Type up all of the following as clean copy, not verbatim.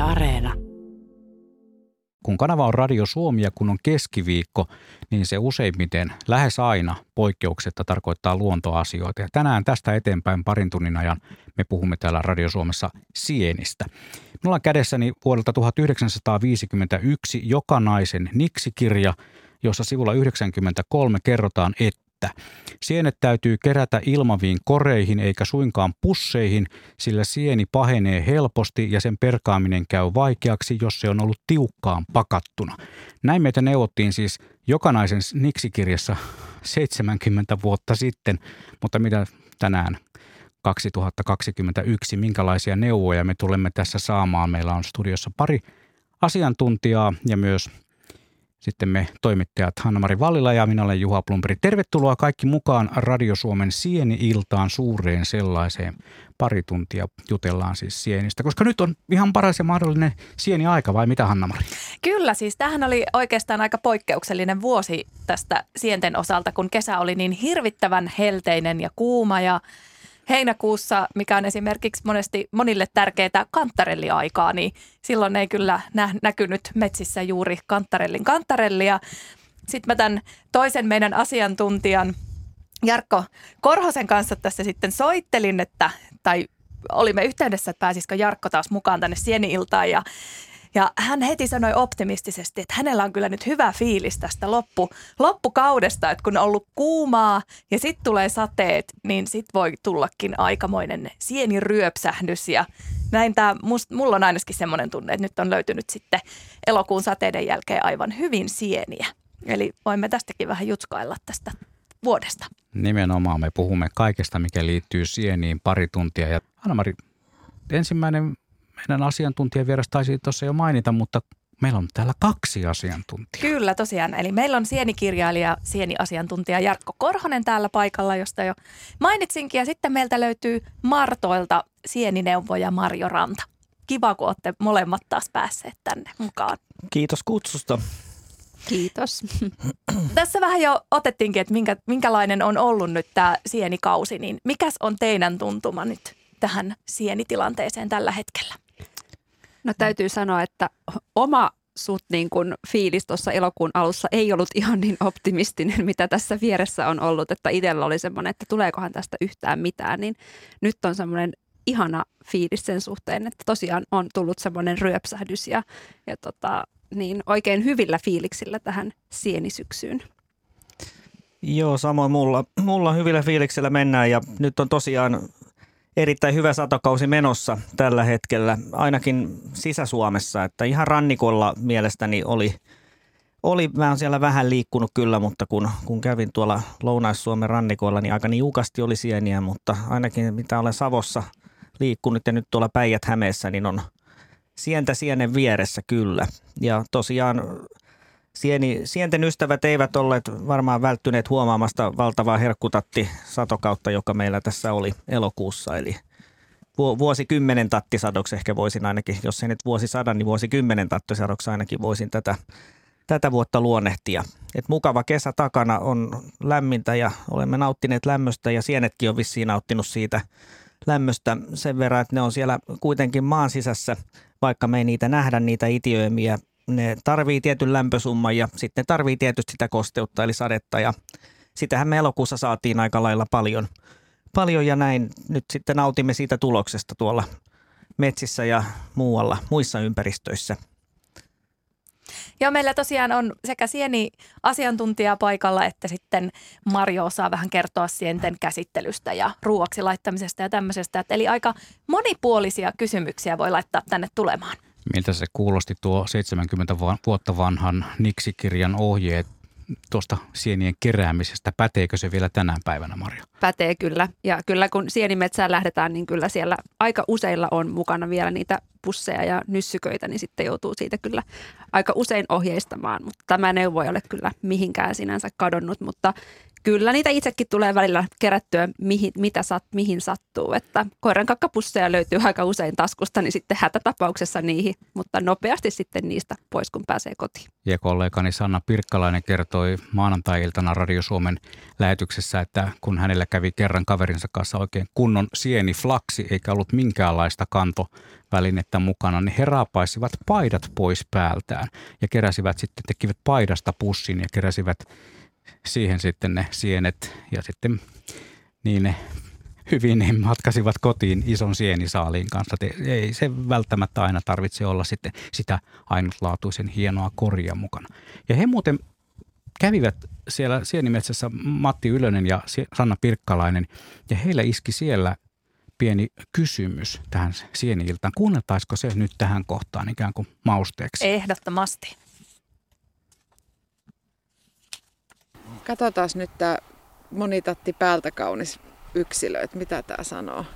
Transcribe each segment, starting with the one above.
Areena. Kun kanava on Radio Suomi ja kun on keskiviikko, niin se useimmiten lähes aina poikkeuksetta tarkoittaa luontoasioita. Ja tänään tästä eteenpäin parin tunnin ajan me puhumme täällä Radio Suomessa sienistä. Minulla on kädessäni vuodelta 1951 Jokanaisen Niksi-kirja, jossa sivulla 93 kerrotaan, että sienet täytyy kerätä ilmaviin koreihin eikä suinkaan pusseihin, sillä sieni pahenee helposti ja sen perkaaminen käy vaikeaksi, jos se on ollut tiukkaan pakattuna. Näin meitä neuvottiin siis Jokanaisen Niksi-kirjassa 70 vuotta sitten, mutta mitä tänään 2021, minkälaisia neuvoja me tulemme tässä saamaan? Meillä on studiossa pari asiantuntijaa ja myös sitten me toimittajat Hanna-Mari Vallila ja minä olen Juha Plumperi. Tervetuloa kaikki mukaan Radio Suomen Sieni-iltaan, suureen sellaiseen. Pari tuntia jutellaan siis sienistä, koska nyt on ihan paras ja mahdollinen sieni-aika, vai mitä Hanna-Mari? Kyllä, siis tämähän oli oikeastaan aika poikkeuksellinen vuosi tästä sienten osalta, kun kesä oli niin hirvittävän helteinen ja kuuma ja heinäkuussa, mikä on esimerkiksi monille tärkeää kantarelliaikaa, niin silloin ei kyllä näkynyt metsissä juuri kantarellia. Sitten mä tämän toisen meidän asiantuntijan Jarkko Korhosen kanssa tässä sitten soittelin, tai olimme yhteydessä, että pääsisikö Jarkko taas mukaan tänne sieni-iltaan ja hän heti sanoi optimistisesti, että hänellä on kyllä nyt hyvä fiilis tästä loppukaudesta, että kun on ollut kuumaa ja sitten tulee sateet, niin sitten voi tullakin aikamoinen sieniryöpsähdys. Ja näin mulla on ainakin semmoinen tunne, että nyt on löytynyt sitten elokuun sateiden jälkeen aivan hyvin sieniä. Eli voimme tästäkin vähän jutskailla tästä vuodesta. Nimenomaan me puhumme kaikesta, mikä liittyy sieniin pari tuntia. Ja Hanna-Mari, ensimmäinen meidän asiantuntijavieras taisi tuossa jo mainita, mutta meillä on täällä kaksi asiantuntijaa. Kyllä tosiaan, eli meillä on sienikirjailija, sieniasiantuntija Jarkko Korhonen täällä paikalla, josta jo mainitsinkin. Ja sitten meiltä löytyy Martoilta sienineuvoja Marjo Ranta. Kiva, kun olette molemmat taas päässeet tänne mukaan. Kiitos kutsusta. Kiitos. Tässä vähän jo otettiinkin, että minkälainen on ollut nyt tämä sienikausi, niin mikäs on teidän tuntuma nyt tähän sienitilanteeseen tällä hetkellä? No täytyy sanoa, että oma niin kun fiilis tuossa elokuun alussa ei ollut ihan niin optimistinen, mitä tässä vieressä on ollut, että itsellä oli semmoinen, että tuleekohan tästä yhtään mitään, niin nyt on semmoinen ihana fiilis sen suhteen, että tosiaan on tullut semmoinen ryöpsähdys ja niin oikein hyvillä fiiliksillä tähän sienisyksyyn. Joo, samoin mulla hyvillä fiiliksillä mennään ja nyt on tosiaan erittäin hyvä satokausi menossa tällä hetkellä, ainakin Sisä-Suomessa, että ihan rannikolla mielestäni oli mä siellä vähän liikkunut kyllä, mutta kun kävin tuolla Lounais-Suomen rannikoilla, niin aika niukasti oli sieniä, mutta ainakin mitä olen Savossa liikkunut ja nyt tuolla Päijät-Hämeessä, niin on sientä sienen vieressä kyllä. Ja tosiaan sienten ystävät eivät olleet varmaan välttyneet huomaamasta valtavaa herkkutatti-satokautta, joka meillä tässä oli elokuussa. Eli vuosikymmenen tattisadoksi ehkä voisin ainakin, jos ei nyt vuosisadan, niin vuosikymmenen tattisadoksi ainakin voisin tätä vuotta luonnehtia. Et mukava kesä takana, on lämmintä ja olemme nauttineet lämmöstä ja sienetkin on vissiin nauttinut siitä lämmöstä sen verran, että ne on siellä kuitenkin maan sisässä, vaikka me ei niitä nähdä, niitä itiöimiä. Ne tarvii tietyn lämpösumman ja sitten ne tarvii tietysti sitä kosteutta eli sadetta ja sitähän me elokuussa saatiin aika lailla paljon ja näin nyt sitten nautimme siitä tuloksesta tuolla metsissä ja muissa ympäristöissä. Joo, meillä tosiaan on sekä sieni-asiantuntija paikalla, että sitten Marjo osaa vähän kertoa sienten käsittelystä ja ruuaksi laittamisesta ja tämmöisestä. Eli aika monipuolisia kysymyksiä voi laittaa tänne tulemaan. Miltä se kuulosti tuo 70 vuotta vanhan Niksi-kirjan ohjeet tuosta sienien keräämisestä? Päteekö se vielä tänään päivänä, Marja? Pätee kyllä. Ja kyllä kun sienimetsään lähdetään, niin kyllä siellä aika useilla on mukana vielä niitä pusseja ja nyssyköitä, niin sitten joutuu siitä kyllä aika usein ohjeistamaan. Mutta tämä neuvo ei ole kyllä mihinkään sinänsä kadonnut, mutta Kyllä niitä itsekin tulee välillä kerättyä, mihin sattuu. Että koiran kakkapusseja löytyy aika usein taskusta, niin sitten hätätapauksessa niihin, mutta nopeasti sitten niistä pois, kun pääsee kotiin. Ja kollegani Sanna Pirkkalainen kertoi maanantai-iltana Radio Suomen lähetyksessä, että kun hänellä kävi kerran kaverinsa kanssa oikein kunnon sieniflaksi, eikä ollut minkäänlaista kantovälinettä mukana, niin he raapaisivat paidat pois päältään ja tekivät paidasta pussin ja keräsivät siihen sitten ne sienet ja sitten niin ne hyvin ne matkasivat kotiin ison sienisaaliin kanssa. Ei se välttämättä aina tarvitse olla sitten sitä ainutlaatuisen hienoa koria mukana. Ja he muuten kävivät siellä sienimetsässä Matti Ylönen ja Sanna Pirkkalainen ja heillä iski siellä pieni kysymys tähän sieni-iltaan. Kuunneltaisiko se nyt tähän kohtaan ikään kuin mausteeksi? Ehdottomasti. Katsotaan nyt tämä monitatti päältä kaunis yksilö, että mitä tämä sanoo.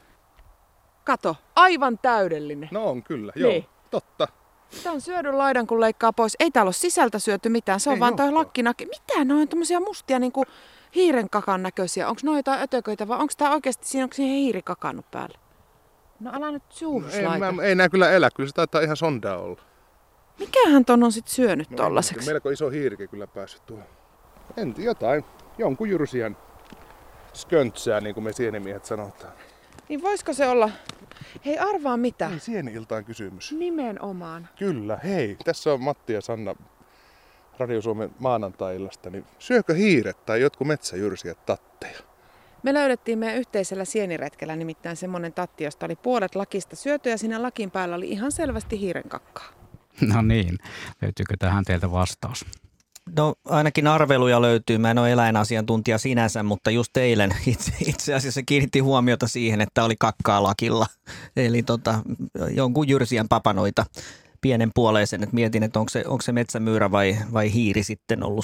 Kato, aivan täydellinen. No on kyllä, joo, niin. Totta. Tämä on syödyn laidan, kun leikkaa pois. Ei täällä ole sisältä syöty mitään, se on vaan toi lakkinaki. Mitä ne on tommosia mustia niinku hiiren kakan näköisiä? Onko noin jotain ötököitä vai onko tää oikeasti siinä, onko siihen hiiri kakannut päälle? No älä nyt suuhus laita. Ei nää kyllä elä, kyllä se taitaa ihan sondaa olla. Mikähän ton on sit syönyt tollaseksi? Melko iso hiirikin kyllä päässyt tuohon. En tiedä, jonkun jyrsiän sköntsää, niin kuin me sienimiehet sanotaan. Niin voisiko se olla? Hei, arvaa mitä? Ei sieni-iltaan kysymys. Nimenomaan. Kyllä, hei. Tässä on Matti ja Sanna Radio Suomen maanantai-illasta. Niin syökö hiiret tai jotkut metsäjyrsijät tatteja? Me löydettiin meidän yhteisellä sieniretkellä nimittäin semmoinen tatti, josta oli puolet lakista syöty ja siinä lakin päällä oli ihan selvästi hiiren kakkaa. No niin, löytyykö tähän teiltä vastaus? No ainakin arveluja löytyy. Mä en ole eläinasiantuntija sinänsä, mutta just eilen itse asiassa kiinnitti huomiota siihen, että oli kakkaa lakilla. Eli jonkun jyrsijän papanoita pienenpuoleisen. Et mietin, että onko se metsämyyrä vai hiiri sitten ollut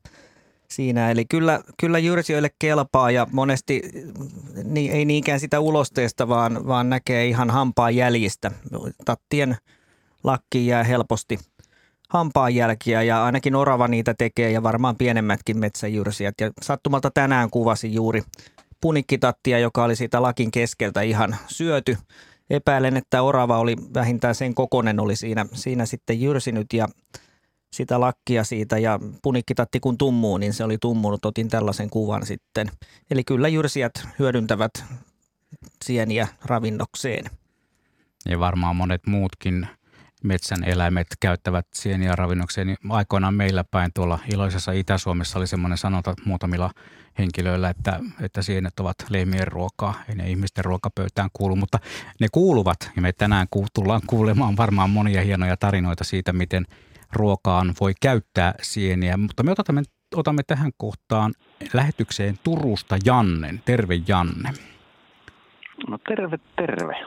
siinä. Eli kyllä jyrsijöille kelpaa ja monesti ei niinkään sitä ulosteesta, vaan näkee ihan hampaan jäljistä. Tattien lakkiin jää helposti hampaanjälkiä ja ainakin orava niitä tekee ja varmaan pienemmätkin metsäjyrsijät. Ja sattumalta tänään kuvasin juuri punikkitattia, joka oli siitä lakin keskeltä ihan syöty. Epäilen, että orava oli vähintään sen kokoinen, oli siinä sitten jyrsinyt ja sitä lakkia siitä ja punikkitatti kun tummuu, niin se oli tummunut. Otin tällaisen kuvan sitten. Eli kyllä jyrsijät hyödyntävät sieniä ravinnokseen. Ja varmaan monet muutkin metsän eläimet käyttävät sieniä ravinnokseen. Niin aikoinaan meillä päin tuolla iloisessa Itä-Suomessa oli semmoinen sanonta muutamilla henkilöillä, että sienet ovat lehmien ruokaa. Ei ne ihmisten ruokapöytään kuulu, mutta ne kuuluvat. Ja me tänään tullaan kuulemaan varmaan monia hienoja tarinoita siitä, miten ruokaan voi käyttää sieniä. Mutta me otamme tähän kohtaan lähetykseen Turusta Jannen. Terve Janne. No terve.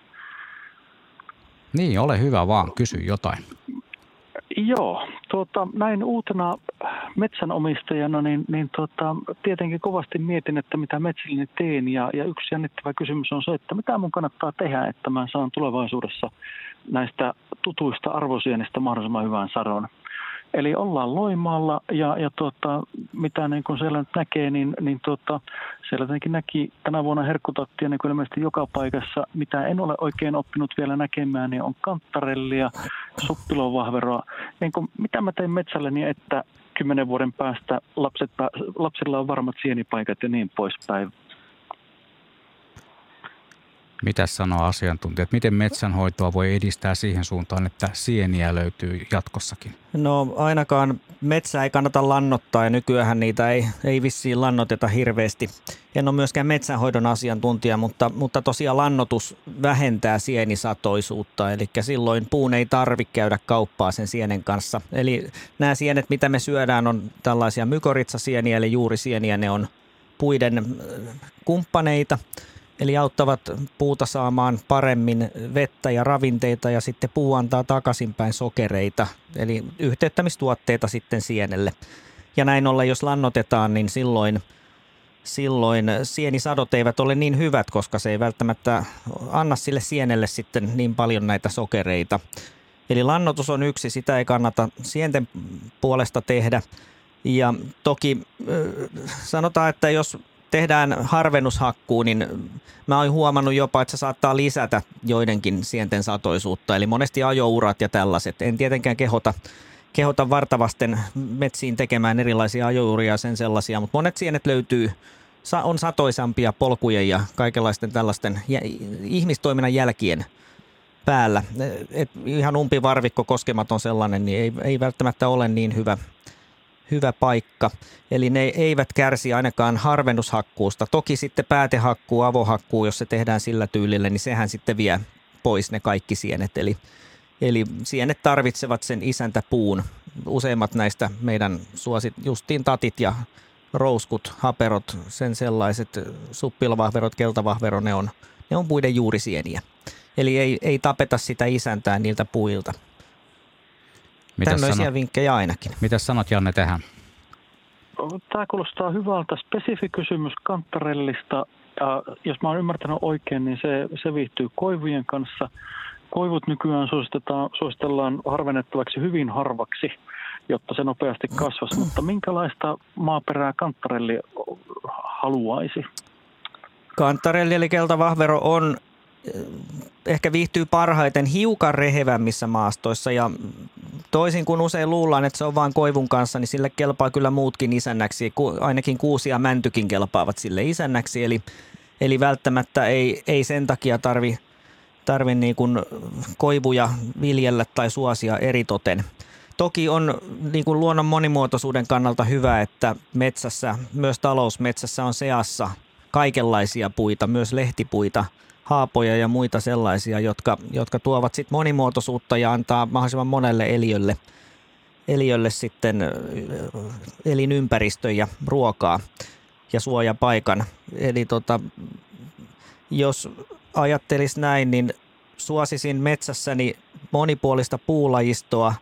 Niin, ole hyvä vaan, kysy jotain. Joo, näin uutena metsänomistajana, niin tietenkin kovasti mietin, että mitä metsilleni teen. Ja yksi jännittävä kysymys on se, että mitä mun kannattaa tehdä, että mä saan tulevaisuudessa näistä tutuista arvosienistä mahdollisimman hyvän sadon. Eli ollaan Loimaalla ja mitä niin kun siellä nyt näkee, niin siellä tietenkin näki tänä vuonna herkkutattia niin kuin ilmeisesti joka paikassa. Mitä en ole oikein oppinut vielä näkemään, niin on kanttarellia, suppilovahveroa. Niin mitä mä teen metsälleni, että 10 vuoden päästä lapsilla on varmat sienipaikat ja niin poispäin. Mitä sanoo asiantuntijat? Miten metsänhoitoa voi edistää siihen suuntaan, että sieniä löytyy jatkossakin? No ainakaan metsää ei kannata lannoittaa ja nykyään niitä ei vissiin lannoteta hirveästi. En ole myöskään metsänhoidon asiantuntija, mutta tosiaan lannoitus vähentää sienisatoisuutta. Eli silloin puun ei tarvitse käydä kauppaa sen sienen kanssa. Eli nämä sienet, mitä me syödään, on tällaisia mykoritsasieniä, eli juurisieniä. Ne on puiden kumppaneita. Eli auttavat puuta saamaan paremmin vettä ja ravinteita ja sitten puu antaa takaisinpäin sokereita, eli yhteyttämistuotteita sitten sienelle. Ja näin ollen, jos lannotetaan, niin silloin sienisadot eivät ole niin hyvät, koska se ei välttämättä anna sille sienelle sitten niin paljon näitä sokereita. Eli lannoitus on yksi, sitä ei kannata sienten puolesta tehdä. Ja toki sanotaan, että jos tehdään harvennushakkuu, niin mä oon huomannut jopa, että se saattaa lisätä joidenkin sienten satoisuutta. Eli monesti ajourat ja tällaiset. En tietenkään kehota vartavasten metsiin tekemään erilaisia ajouria ja sen sellaisia, mutta monet sienet löytyy, on satoisampia polkujen ja kaikenlaisten tällaisten ihmistoiminnan jälkien päällä. Et ihan umpivarvikko koskematon sellainen, niin ei välttämättä ole niin hyvä paikka. Eli ne eivät kärsi ainakaan harvennushakkuusta. Toki sitten päätehakkuu, avohakkuu, jos se tehdään sillä tyylillä, niin sehän sitten vie pois ne kaikki sienet. Eli sienet tarvitsevat sen isäntäpuun. Useimmat näistä meidän justiin tatit ja rouskut, haperot, sen sellaiset suppilvahverot, keltavahvero, ne on puiden juurisieniä. Eli ei tapeta sitä isäntää niiltä puilta. Tämmöisiä vinkkejä ainakin. Mitäs sanot, Janne, tähän? Tämä kuulostaa hyvältä. Spesifi kysymys kantarellista. Ja jos mä oon ymmärtänyt oikein, niin se viihtyy koivujen kanssa. Koivut nykyään suositellaan harvennettavaksi hyvin harvaksi, jotta se nopeasti kasvaisi. Mutta minkälaista maaperää kantarelli haluaisi? Kantarelli eli keltavahvero on ehkä viihtyy parhaiten hiukan rehevämmissä maastoissa ja toisin kuin usein luullaan, että se on vain koivun kanssa, niin sille kelpaa kyllä muutkin isännäksi. Ainakin kuusi ja mäntykin kelpaavat sille isännäksi, eli välttämättä ei sen takia tarvi niin kuin koivuja viljellä tai suosia eritoten. Toki on niin kuin luonnon monimuotoisuuden kannalta hyvä, että metsässä, myös talousmetsässä on seassa kaikenlaisia puita, myös lehtipuita, haapoja ja muita sellaisia, jotka tuovat sit monimuotoisuutta ja antaa mahdollisimman monelle eliölle sitten elinympäristön ja ruokaa ja suojapaikan. Eli jos ajattelis näin, niin suosisin metsässäni monipuolista puulajistoa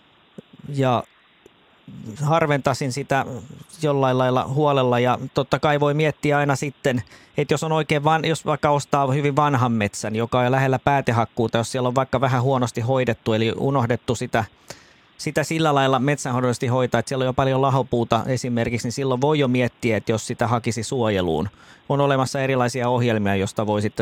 ja harventasin sitä jollain lailla huolella ja totta kai voi miettiä aina sitten, että jos on oikein jos vaikka ostaa hyvin vanhan metsän, joka on lähellä päätehakkuuta, jos siellä on vaikka vähän huonosti hoidettu eli unohdettu sitä sillä lailla metsänhoidollisesti hoitaa, että siellä on jo paljon lahopuuta esimerkiksi, niin silloin voi jo miettiä, että jos sitä hakisi suojeluun. On olemassa erilaisia ohjelmia, joista voi sitten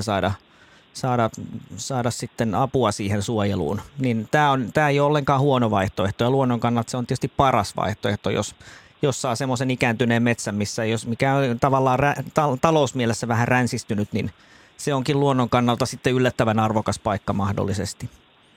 saada sitten apua siihen suojeluun. Niin tämä ei ole ollenkaan huono vaihtoehto ja luonnon kannalta se on tietysti paras vaihtoehto, jos saa semmoisen ikääntyneen metsän, mikä on tavallaan talousmielessä vähän ränsistynyt, niin se onkin luonnon kannalta sitten yllättävän arvokas paikka mahdollisesti.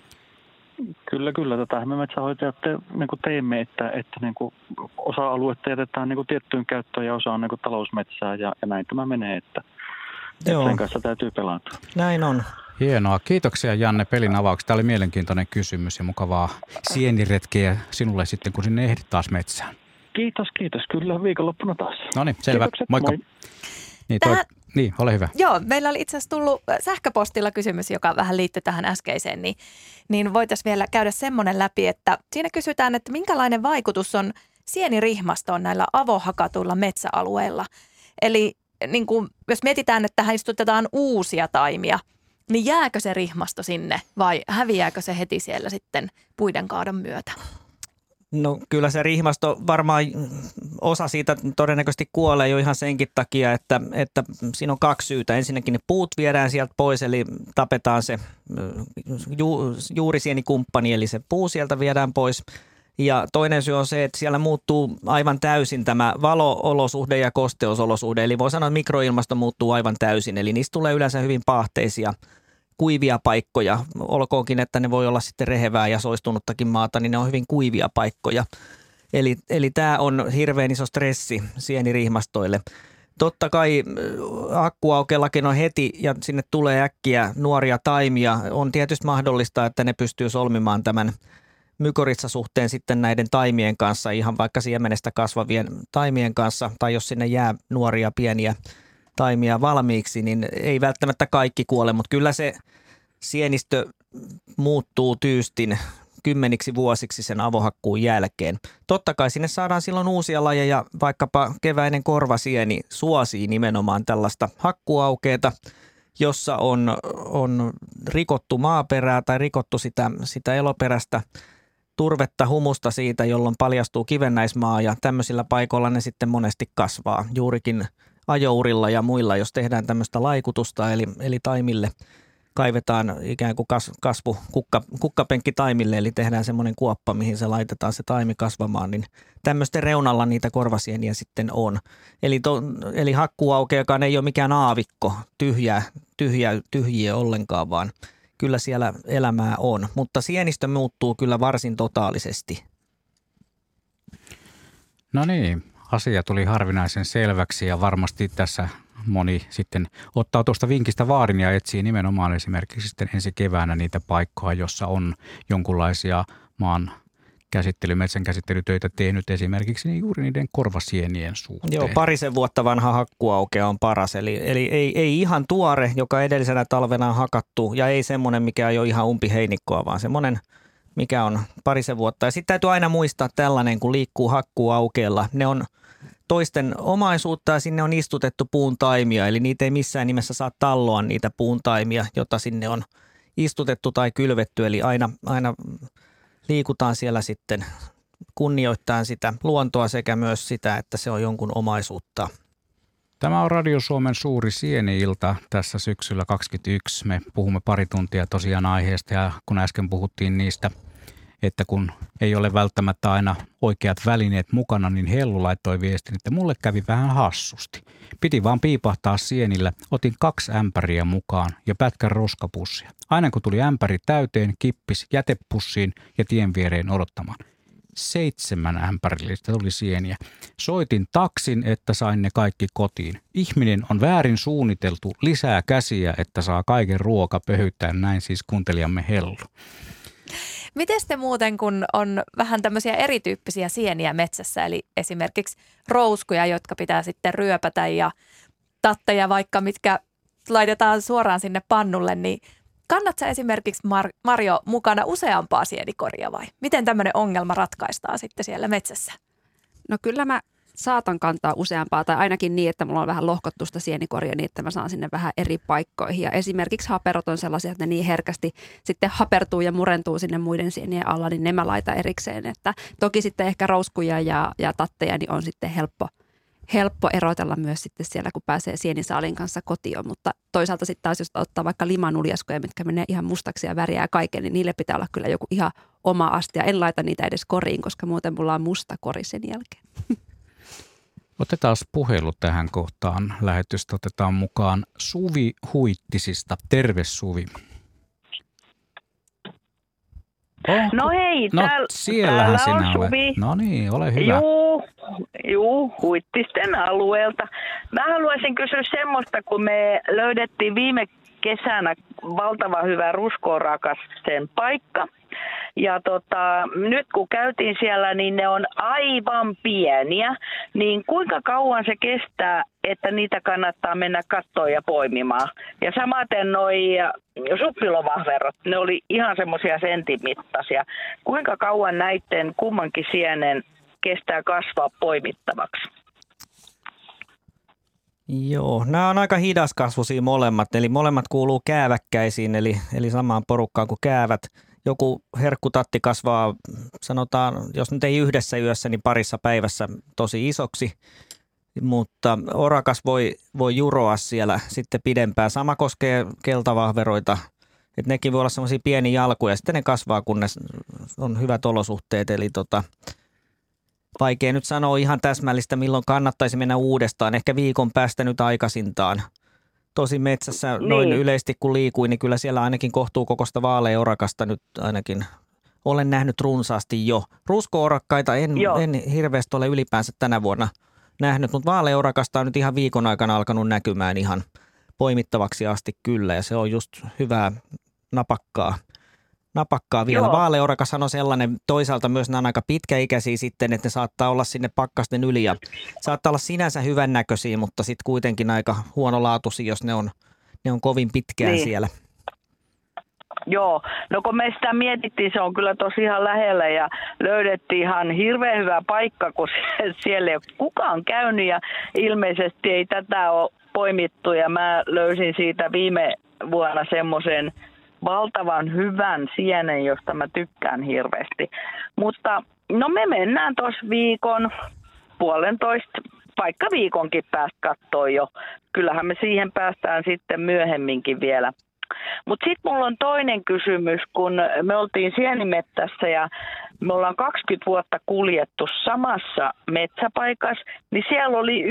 Kyllä. Tätä me metsähoitajat teemme, että osa aluetta jätetään tiettyyn käyttöön ja osa on talousmetsää ja näin tämä menee, että sen kanssa täytyy pelata. Näin on. Hienoa. Kiitoksia, Janne, pelin avauksesta. Tämä oli mielenkiintoinen kysymys ja mukavaa sieniretkeä sinulle sitten, kun sinne ehdit taas metsään. Kiitos. Kyllä, viikonloppuna taas. No niin, selvä. Kiitokset, Moikka. Moi. Niin, ole hyvä. Joo, meillä oli itse asiassa tullut sähköpostilla kysymys, joka vähän liittyy tähän äskeiseen, niin voitaisiin vielä käydä semmoinen läpi, että siinä kysytään, että minkälainen vaikutus on sienirihmastoon näillä avohakatuilla metsäalueilla. Eli niin kuin, jos mietitään, että tähän istutetaan uusia taimia, niin jääkö se rihmasto sinne vai häviääkö se heti siellä sitten puiden kaadon myötä? No kyllä se rihmasto varmaan osa siitä todennäköisesti kuolee jo ihan senkin takia, että siinä on kaksi syytä. Ensinnäkin ne puut viedään sieltä pois, eli tapetaan se juurisienikumppani, eli se puu sieltä viedään pois. Ja toinen syy on se, että siellä muuttuu aivan täysin tämä valo-olosuhde ja kosteusolosuhde. Eli voi sanoa, että mikroilmasto muuttuu aivan täysin, eli niistä tulee yleensä hyvin paahteisia kuivia paikkoja, olkoonkin, että ne voi olla sitten rehevää ja soistunuttakin maata, niin ne on hyvin kuivia paikkoja. Eli tämä on hirveän iso stressi sienirihmastoille. Totta kai hakkuaukeellakin on heti ja sinne tulee äkkiä nuoria taimia. On tietysti mahdollista, että ne pystyy solmimaan tämän mykoritsasuhteen sitten näiden taimien kanssa, ihan vaikka siemenestä kasvavien taimien kanssa, tai jos sinne jää nuoria pieniä taimia valmiiksi, niin ei välttämättä kaikki kuole, mutta kyllä se sienistö muuttuu tyystin 10 vuosiksi sen avohakkuun jälkeen. Totta kai sinne saadaan silloin uusia lajeja, vaikkapa keväinen korvasieni suosii nimenomaan tällaista hakkuaukeeta, jossa on rikottu maaperää tai rikottu sitä eloperäistä turvetta, humusta siitä, jolloin paljastuu kivennäismaa ja tämmöisillä paikoilla ne sitten monesti kasvaa juurikin ajourilla ja muilla, jos tehdään tämmöistä laikutusta, eli taimille kaivetaan ikään kuin kukkapenkki taimille, eli tehdään semmoinen kuoppa, mihin se laitetaan se taimi kasvamaan, niin tämmöisten reunalla niitä korvasieniä sitten on. Eli hakkuuaukeakaan ei ole mikään aavikko, tyhjiä ollenkaan, vaan kyllä siellä elämää on, mutta sienistö muuttuu kyllä varsin totaalisesti. No niin, asia tuli harvinaisen selväksi ja varmasti tässä moni sitten ottaa tuosta vinkistä vaarin ja etsii nimenomaan esimerkiksi sitten ensi keväänä niitä paikkoja, jossa on jonkunlaisia metsän käsittelytöitä tehnyt esimerkiksi niin juuri niiden korvasienien suhteen. Joo, 2 vuotta vanha hakkuaukea on paras, eli ei ihan tuore, joka edellisenä talvena on hakattu ja ei semmoinen, mikä ei ole ihan umpiheinikkoa, vaan semmoinen, mikä on 2 vuotta. Ja sitten täytyy aina muistaa tällainen, kun liikkuu hakkuuaukeella, ne on toisten omaisuutta ja sinne on istutettu puun taimia, eli niitä ei missään nimessä saa talloa niitä puun taimia, jota sinne on istutettu tai kylvetty, eli aina liikutaan siellä sitten kunnioittaen sitä luontoa sekä myös sitä, että se on jonkun omaisuutta. Tämä on Radio Suomen suuri sieni-ilta tässä syksyllä 2021. Me puhumme pari tuntia tosiaan aiheesta ja kun äsken puhuttiin niistä, että kun ei ole välttämättä aina oikeat välineet mukana, niin Hellu laittoi viestin, että mulle kävi vähän hassusti. Piti vaan piipahtaa sienillä, otin 2 ämpäriä mukaan ja pätkän roskapussia. Aina kun tuli ämpäri täyteen, kippis jätepussiin ja tien viereen odottamaan. 7 ämpärillistä tuli sieniä. Soitin taksin, että sain ne kaikki kotiin. Ihminen on väärin suunniteltu, lisää käsiä, että saa kaiken ruokapöhyyttäen, näin siis kuuntelijamme Hellu. Miten te muuten, kun on vähän tämmöisiä erityyppisiä sieniä metsässä, eli esimerkiksi rouskuja, jotka pitää sitten ryöpätä ja tatteja vaikka, mitkä laitetaan suoraan sinne pannulle, niin kannatko esimerkiksi Marjo mukana useampaa sienikoria vai? Miten tämmöinen ongelma ratkaistaan sitten siellä metsässä? No kyllä mä saatan kantaa useampaa tai ainakin niin, että mulla on vähän lohkottusta sienikoria niin, että mä saan sinne vähän eri paikkoihin. Ja esimerkiksi haperot on sellaisia, että ne niin herkästi sitten hapertuu ja murentuu sinne muiden sienien alla, niin ne mä laitan erikseen. Että toki sitten ehkä rouskuja ja tatteja niin on sitten helppo erotella myös sitten siellä, kun pääsee sienisaalin kanssa kotiin. Mutta toisaalta sitten taas, jos ottaa vaikka limanuljaskoja, mitkä menee ihan mustaksi ja väriää kaiken, niin niille pitää olla kyllä joku ihan oma astia. En laita niitä edes koriin, koska muuten mulla on musta kori sen jälkeen. Otetaan puhelu tähän kohtaan. Lähetystä otetaan mukaan Suvi Huittisista. Terve Suvi. No hei, siellähän täällä sinä on Suvi. olet. No niin, ole hyvä. Juu, Huittisten alueelta. Mä haluaisin kysyä semmoista, kun me löydettiin viime kesänä valtavan hyvä ruskoorakasten paikka. Ja nyt kun käytiin siellä, niin ne on aivan pieniä. Niin kuinka kauan se kestää, että niitä kannattaa mennä kattoon ja poimimaan? Ja samaten noi suppilovahverot, ne oli ihan semmoisia sentimittaisia. Kuinka kauan näiden kummankin sienen kestää kasvaa poimittavaksi? Joo, nämä on aika hidaskasvuisia molemmat, eli molemmat kuuluu kääväkkäisiin, eli samaan porukkaan kuin käävät. Joku herkkutatti kasvaa, sanotaan, jos nyt ei yhdessä yössä, niin parissa päivässä tosi isoksi, mutta orakas voi juroa siellä sitten pidempään. Sama koskee keltavahveroita, että nekin voi olla semmoisia pieniä jalkuja, sitten ne kasvaa, kun ne on hyvät olosuhteet, eli vaikea nyt sanoa ihan täsmällistä, milloin kannattaisi mennä uudestaan, ehkä viikon päästä nyt aikaisintaan. Tosi metsässä noin yleisesti kun liikuin, niin kyllä siellä ainakin kohtuukokoista vaaleaorakasta nyt ainakin olen nähnyt runsaasti jo. Rusko-orakkaita en hirveästi ole ylipäänsä tänä vuonna nähnyt, mutta vaaleaorakasta on nyt ihan viikon aikana alkanut näkymään ihan poimittavaksi asti kyllä ja se on just hyvää napakkaa vielä. Vaaleorakashan on sellainen, toisaalta myös nämä on aika pitkäikäisiä sitten, että ne saattaa olla sinne pakkasten yli ja saattaa olla sinänsä hyvännäköisiä, mutta sitten kuitenkin aika huonolaatuisia, jos ne on kovin pitkään siellä. Joo, no kun me sitä mietittiin, se on kyllä tosiaan lähellä ja löydettiin ihan hirveän hyvä paikka, kun siellä ei ole kukaan käynyt ja ilmeisesti ei tätä ole poimittu ja mä löysin siitä viime vuonna semmoisen valtavan hyvän sienen, josta mä tykkään hirveästi. Mutta no me mennään tuossa viikon, puolentoista, vaikka viikonkin päästä katsoa jo. Kyllähän me siihen päästään sitten myöhemminkin vielä. Mutta sitten mulla on toinen kysymys, kun me oltiin sienimettässä ja me ollaan 20 vuotta kuljettu samassa metsäpaikassa, niin siellä oli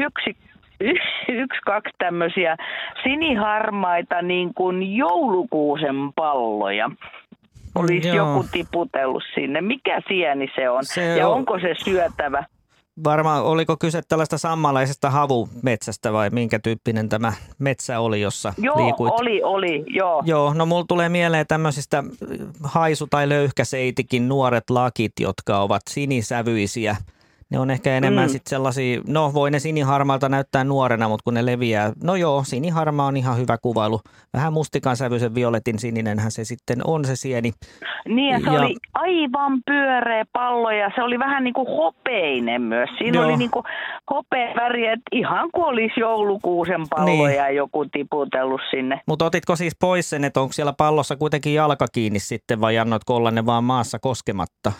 kaksi tämmöisiä siniharmaita niin kuin joulukuusen palloja. Olisi joku tiputellut sinne. Mikä sieni se on onko se syötävä? Varmaan, oliko kyse tällaista sammalaisesta havumetsästä vai minkä tyyppinen tämä metsä oli, jossa liikuit? Joo. Joo, no mulla tulee mieleen tämmöisistä haisu- tai löyhkäseitikin nuoret lakit, jotka ovat sinisävyisiä. Ne on ehkä enemmän sitten sellaisia, no voi ne siniharmaalta näyttää nuorena, mutta kun ne leviää, no joo, siniharma on ihan hyvä kuvailu. Vähän mustikan sävyisen violetin sininenhän se sitten on se sieni. Niin ja se oli aivan pyöreä pallo ja se oli vähän niin kuin hopeinen myös. Siinä oli niin kuin hopean väri, että ihan kuin olisi joulukuusen palloja ja joku tiputellut sinne. Mutta otitko siis pois sen, että onko siellä pallossa kuitenkin jalka kiinni sitten vai annoitko olla ne vaan maassa koskematta?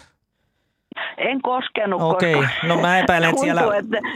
En koskenut, Okei, no mä epäilen, että siellä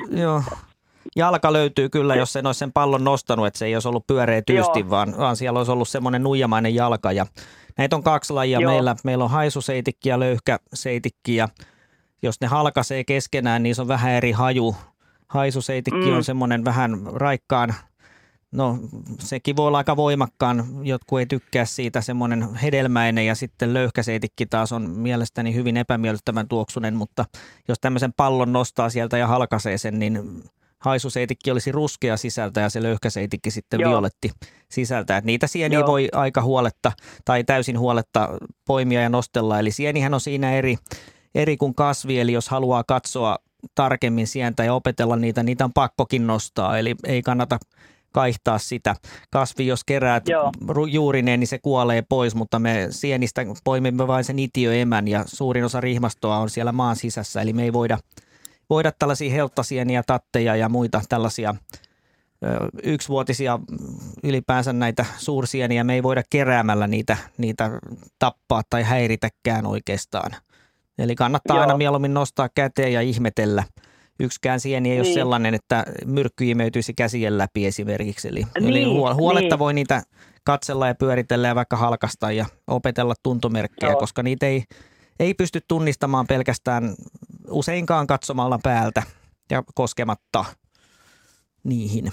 jalka löytyy kyllä, jos en olisi sen pallon nostanut, että se ei olisi ollut pyöreä tyystin, vaan siellä olisi ollut semmoinen nuijamainen jalka. Ja näitä on 2 lajia meillä on haisuseitikki ja löyhkäseitikki ja jos ne halkaisee keskenään, niin se on vähän eri haju. Haisuseitikki on semmoinen vähän raikkaan, no sekin voi olla aika voimakkaan, jotkut ei tykkää siitä, semmoinen hedelmäinen ja sitten löyhkäseitikki taas on mielestäni hyvin epämiellyttävän tuoksunen, mutta jos tämmöisen pallon nostaa sieltä ja halkaisee sen, niin haisuseitikki olisi ruskea sisältä ja se löyhkäseitikki sitten violetti sisältä. Että niitä sieniä voi aika huoletta tai täysin huoletta poimia ja nostella, eli sienihän on siinä eri kuin kasvi, eli jos haluaa katsoa tarkemmin sientä ja opetella niitä on pakkokin nostaa, eli ei kannata kaihtaa sitä. Kasvi, jos keräät juurineen, niin se kuolee pois, mutta me sienistä poimimme vain sen itiöemän ja suurin osa rihmastoa on siellä maan sisässä. Eli me ei voida tällaisia helttasieniä, tatteja ja muita tällaisia yksivuotisia ylipäänsä näitä suursieniä. Me ei voida keräämällä niitä tappaa tai häiritäkään oikeastaan. Eli kannattaa aina mieluummin nostaa käteen ja ihmetellä. Yksikään sieni ei ole sellainen, että myrkky imeytyisi käsien läpi esimerkiksi. Eli huoletta voi niitä katsella ja pyöritellä ja vaikka halkaista ja opetella tuntomerkkejä, koska niitä ei pysty tunnistamaan pelkästään useinkaan katsomalla päältä ja koskematta niihin.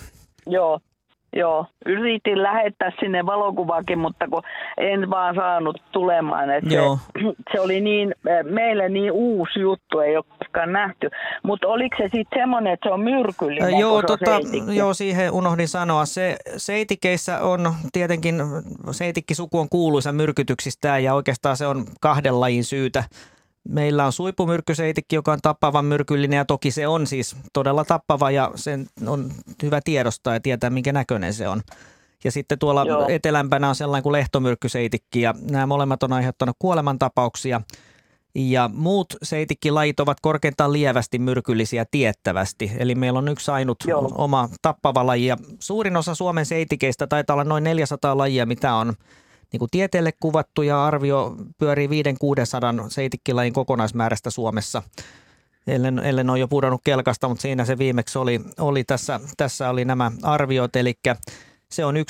Joo, yritin lähettää sinne valokuvaakin, mutta kun en vaan saanut tulemaan. Että se oli meille niin uusi juttu, ei ole koskaan nähty. Mutta oliko se sitten semmoinen, että se on myrkyllinen? Joo, siihen unohdin sanoa. Se seitikeissä on tietenkin, seitikkisuku on kuuluisa myrkytyksistään ja oikeastaan se on 2 lajin syytä. Meillä on suipumyrkkyseitikki, joka on tappavan myrkyllinen ja toki se on siis todella tappava ja sen on hyvä tiedostaa ja tietää minkä näköinen se on. Ja sitten tuolla etelämpänä on sellainen kuin lehtomyrkkyseitikki ja nämä molemmat on aiheuttanut kuolemantapauksia. Ja muut seitikkilajit ovat korkeintaan lievästi myrkyllisiä tiettävästi. Eli meillä on yksi ainut oma tappava laji ja suurin osa Suomen seitikeistä taitaa olla noin 400 lajia, mitä on niin kuin tieteelle kuvattu ja arvio pyörii 500-600 seitikkilajin kokonaismäärästä Suomessa. Ellen ole jo pudonnut kelkasta, mutta siinä se viimeksi oli tässä oli nämä arviot. Eli se on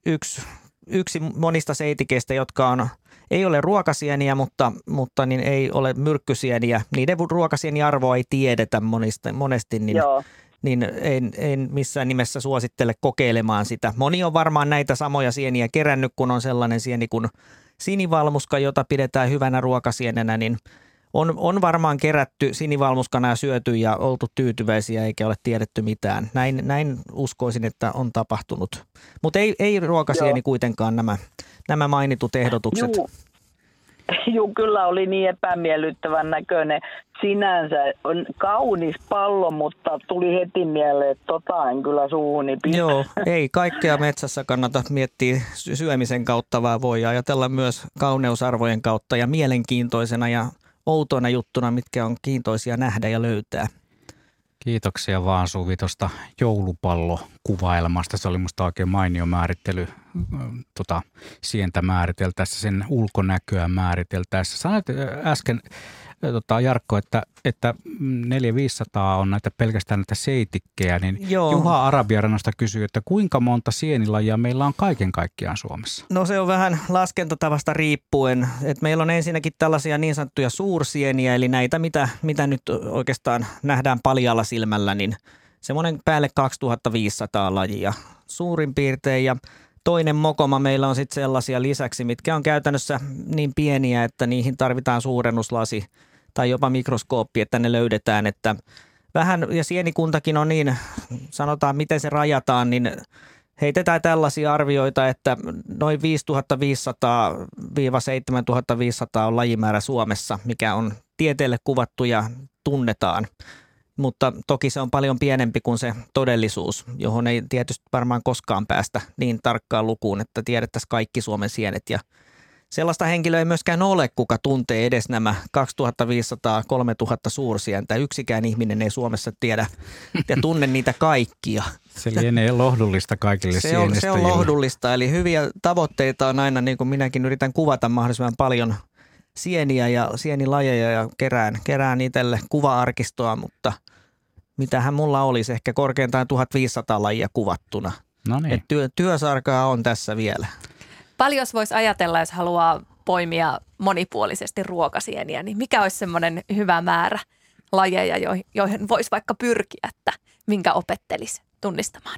yksi monista seitikeistä, jotka ei ole ruokasieniä, mutta niin ei ole myrkkysieniä. Niiden ruokasieniarvoa ei tiedetä monesti, niin en missään nimessä suosittele kokeilemaan sitä. Moni on varmaan näitä samoja sieniä kerännyt, kun on sellainen sieni kuin sinivalmuska, jota pidetään hyvänä ruokasienenä, niin on varmaan kerätty sinivalmuskana ja syöty ja oltu tyytyväisiä eikä ole tiedetty mitään. Näin uskoisin, että on tapahtunut. Mutta ei ruokasieni kuitenkaan nämä mainitut ehdotukset. Joo, kyllä oli niin epämiellyttävän näköinen. Sinänsä on kaunis pallo, mutta tuli heti mieleen, että en kyllä suuhuni pistä. Joo, ei kaikkea metsässä kannata miettiä syömisen kautta, vaan voi ajatella myös kauneusarvojen kautta ja mielenkiintoisena ja outoina juttuna, mitkä on kiintoisia nähdä ja löytää. Kiitoksia vaan Suvi tuosta joulupallokuvailmasta. Se oli musta oikein mainio määrittely sientä määriteltäessä, sen ulkonäköä määriteltäessä. Sanoit äsken, Jarkko, että 400-500 on näitä pelkästään näitä seitikkejä, niin Joo. Juha Arabiarannasta kysyy, että kuinka monta sienilajia meillä on kaiken kaikkiaan Suomessa? No se on vähän laskentatavasta riippuen. Et meillä on ensinnäkin tällaisia niin sanottuja suursieniä, eli näitä, mitä nyt oikeastaan nähdään paljalla silmällä, niin semmoinen päälle 2500 lajia suurin piirtein. Ja toinen mokoma meillä on sitten sellaisia lisäksi, mitkä on käytännössä niin pieniä, että niihin tarvitaan suurennuslasi tai jopa mikroskooppi, että ne löydetään. Että vähän, ja sienikuntakin on niin, sanotaan miten se rajataan, niin heitetään tällaisia arvioita, että noin 5500-7500 on lajimäärä Suomessa, mikä on tieteelle kuvattu ja tunnetaan. Mutta toki se on paljon pienempi kuin se todellisuus, johon ei tietysti varmaan koskaan päästä niin tarkkaan lukuun, että tiedettäisiin kaikki Suomen sienet. Ja sellaista henkilöä ei myöskään ole, kuka tuntee edes nämä 2500-3000 suursientä. Yksikään ihminen ei Suomessa tiedä ja tunne niitä kaikkia. Se lienee lohdullista kaikille sienestäjille. Se on lohdullista, eli hyviä tavoitteita on aina, niin kuin minäkin yritän kuvata mahdollisimman paljon sieniä ja sienilajeja ja kerään itselle kuva-arkistoa, mutta mitähän mulla olisi, ehkä korkeintaan 1500 lajia kuvattuna. No niin. Työsarkaa on tässä vielä. Paljon voisi ajatella, jos haluaa poimia monipuolisesti ruokasieniä, niin mikä olisi semmoinen hyvä määrä lajeja, joihin voisi vaikka pyrkiä, että minkä opettelisi tunnistamaan?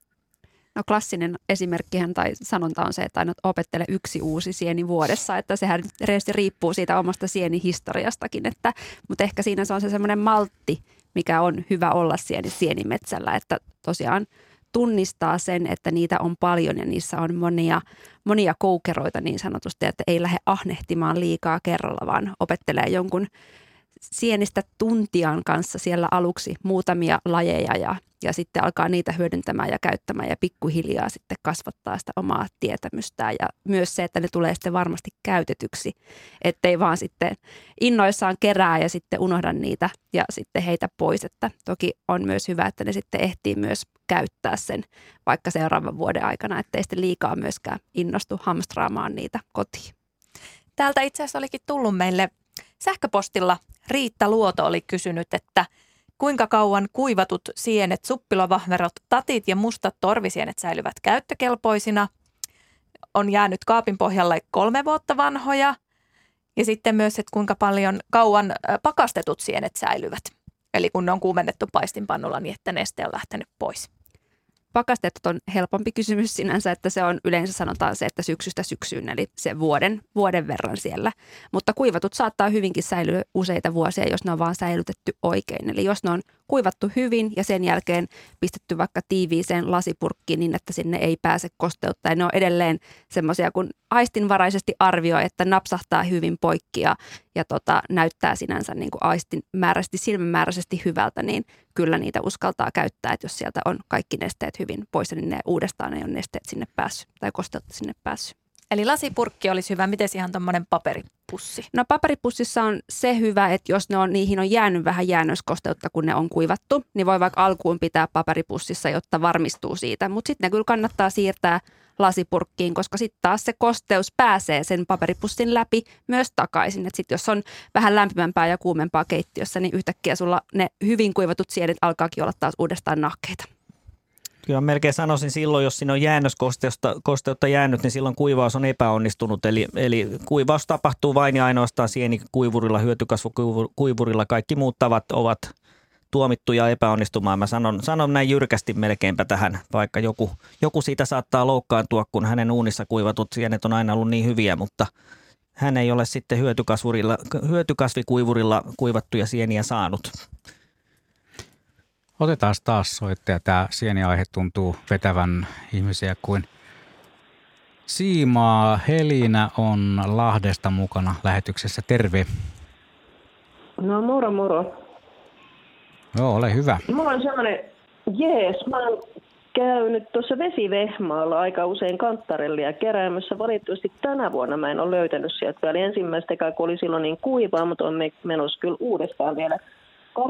No klassinen esimerkkihän tai sanonta on se, että aina opettele yksi uusi sieni vuodessa, että sehän reilusti riippuu siitä omasta sienihistoriastakin, mutta ehkä siinä se on se semmoinen maltti, mikä on hyvä olla sienimetsällä, että tosiaan tunnistaa sen, että niitä on paljon ja niissä on monia koukeroita niin sanotusti, että ei lähde ahnehtimaan liikaa kerralla, vaan opettelee jonkun sienistä tuntijan kanssa siellä aluksi muutamia lajeja ja sitten alkaa niitä hyödyntämään ja käyttämään ja pikkuhiljaa sitten kasvattaa sitä omaa tietämystään ja myös se, että ne tulee sitten varmasti käytetyksi, ettei vaan sitten innoissaan kerää ja sitten unohda niitä ja sitten heitä pois, että toki on myös hyvä, että ne sitten ehtii myös käyttää sen vaikka seuraavan vuoden aikana, ettei sitten liikaa myöskään innostu hamstraamaan niitä kotiin. Täältä itse asiassa olikin tullut meille sähköpostilla Riitta Luoto oli kysynyt, että kuinka kauan kuivatut sienet, suppilovahverot, tatit ja mustat torvisienet säilyvät käyttökelpoisina. On jäänyt kaapin pohjalle 3 vuotta vanhoja. Ja sitten myös, että kuinka kauan pakastetut sienet säilyvät. Eli kun ne on kuumennettu paistinpannulla niin, että neste on lähtenyt pois. Pakastetut on helpompi kysymys sinänsä, että se on yleensä sanotaan se, että syksystä syksyyn, eli se vuoden verran siellä. Mutta kuivatut saattaa hyvinkin säilyä useita vuosia, jos ne on vaan säilytetty oikein. Eli jos ne on kuivattu hyvin ja sen jälkeen pistetty vaikka tiiviiseen lasipurkkiin niin, että sinne ei pääse kosteutta. Ja ne on edelleen semmoisia, kun aistinvaraisesti arvioi, että napsahtaa hyvin poikki ja näyttää sinänsä niin kuin aistinmääräisesti, silmämääräisesti hyvältä, niin kyllä niitä uskaltaa käyttää, että jos sieltä on kaikki nesteet hyvin pois, niin ne uudestaan ei ole nesteet sinne päässyt tai kosteutta sinne päässyt. Eli lasipurkki olisi hyvä. Miten ihan tuommoinen paperipussi? No paperipussissa on se hyvä, että jos niihin on jäänyt vähän jäännöskosteutta, kun ne on kuivattu, niin voi vaikka alkuun pitää paperipussissa, jotta varmistuu siitä. Mutta sitten ne kyllä kannattaa siirtää lasipurkkiin, koska sitten taas se kosteus pääsee sen paperipussin läpi myös takaisin. Että sitten jos on vähän lämpimämpää ja kuumempaa keittiössä, niin yhtäkkiä sulla ne hyvin kuivatut sienet alkaakin olla taas uudestaan nahkeita. Kyllä melkein sanoisin silloin, jos siinä on jäännöskosteutta jäänyt, niin silloin kuivaus on epäonnistunut. Eli kuivaus tapahtuu vain ja ainoastaan sienikuivurilla, hyötykasvukuivurilla. Kaikki muut tavat ovat tuomittuja epäonnistumaan. Mä sanon näin jyrkästi melkeinpä tähän, vaikka joku siitä saattaa loukkaantua, kun hänen uunissa kuivatut sienet on aina ollut niin hyviä, mutta hän ei ole sitten hyötykasvikuivurilla kuivattuja sieniä saanut. Otetaan taas soittaja. Tämä sieniaihe tuntuu vetävän ihmisiä kuin siimaa. Helina on Lahdesta mukana lähetyksessä. Terve. No moro. Joo, ole hyvä. Mulla on semmoinen, mä oon käynyt tuossa Vesivehmaalla aika usein kanttarellia keräämässä. Valitettavasti tänä vuonna mä en ole löytänyt sieltä vielä ensimmäistäkään, kun oli silloin niin kuivaa, mutta on menossa kyllä uudestaan vielä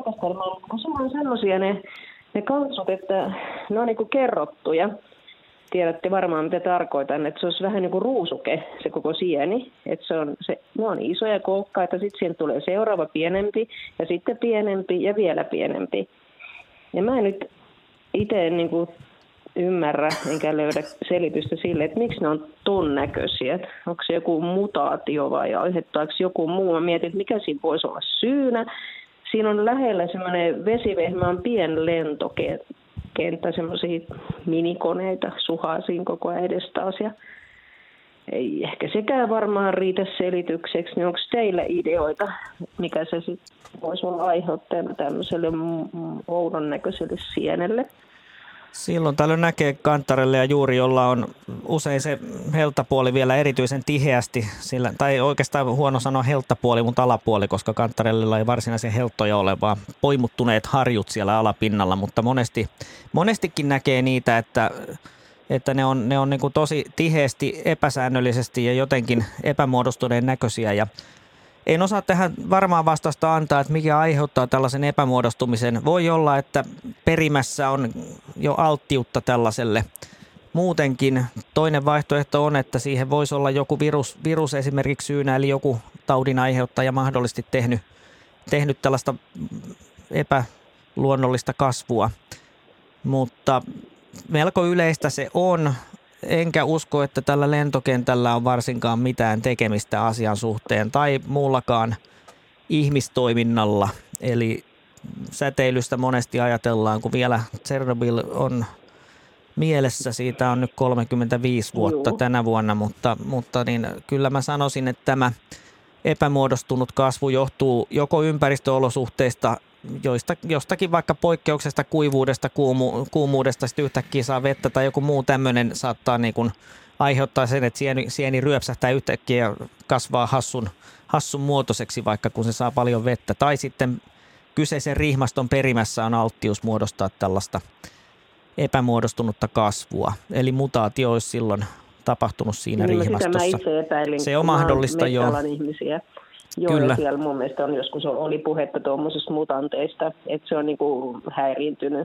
karkastelemaan. Kun sulla on semmoisia ne kansut, että ne on niin kuin kerrottuja. tiedätte varmaan mitä tarkoitan, että se olisi vähän niin kuin ruusuke se koko sieni. Että ne on isoja koukkaita, sitten siihen tulee seuraava pienempi ja sitten pienempi ja vielä pienempi. Ja mä en nyt itse niin kuin ymmärrä enkä löydä selitystä sille, että miksi ne on ton näköisiä. Onko se joku mutaatio vai aiheuttaako joku muu? Mä mietin, että mikä siinä voisi olla syynä. Siinä on lähellä semmoinen vesivehmaan pien lentokenttä, semmoisia minikoneita suhaa siinä koko ajan edestaas. Ja ei ehkä sekään varmaan riitä selitykseksi. Niin onko teillä ideoita, mikä se sitten voisi olla aiheuttajana tämmöiselle oudon näköiselle sienelle? Silloin tällöin näkee kanttarelle ja juuri, jolla on usein se helttapuoli vielä erityisen tiheästi, tai oikeastaan huono sanoa helttapuoli, mutta alapuoli, koska kanttarellilla ei varsinaisia helttoja ole, vaan poimuttuneet harjut siellä alapinnalla, mutta monestikin näkee niitä, että ne on niin kuin tosi tiheästi, epäsäännöllisesti ja jotenkin epämuodostuneen näköisiä ja en osaa tähän varmaan vastausta antaa, että mikä aiheuttaa tällaisen epämuodostumisen. Voi olla, että perimässä on jo alttiutta tällaiselle. Muutenkin toinen vaihtoehto on, että siihen voisi olla joku virus esimerkiksi syynä, eli joku taudin aiheuttaja mahdollisesti tehnyt tällaista epäluonnollista kasvua. Mutta melko yleistä se on. Enkä usko, että tällä lentokentällä on varsinkaan mitään tekemistä asian suhteen tai muullakaan ihmistoiminnalla. Eli säteilystä monesti ajatellaan, kun vielä Tšernobyl on mielessä, siitä on nyt 35 vuotta tänä vuonna, mutta niin kyllä mä sanoisin, että tämä epämuodostunut kasvu johtuu joko ympäristöolosuhteista, jostakin vaikka poikkeuksesta, kuivuudesta, kuumuudesta, sitten yhtäkkiä saa vettä tai joku muu tämmöinen saattaa niin kuin aiheuttaa sen, että sieni ryöpsähtää yhtäkkiä ja kasvaa hassun muotoiseksi, vaikka kun se saa paljon vettä. Tai sitten kyseisen rihmaston perimässä on alttius muodostaa tällaista epämuodostunutta kasvua. Eli mutaatio olisi silloin tapahtunut siinä rihmastossa. Sitä mä itse epäilin. Se on mahdollista jo. Ihmisiä. Joo, kyllä. Ja siellä mun mielestä on joskus oli puhetta tuommoisista mutanteista, että se on niinku häiriintynyt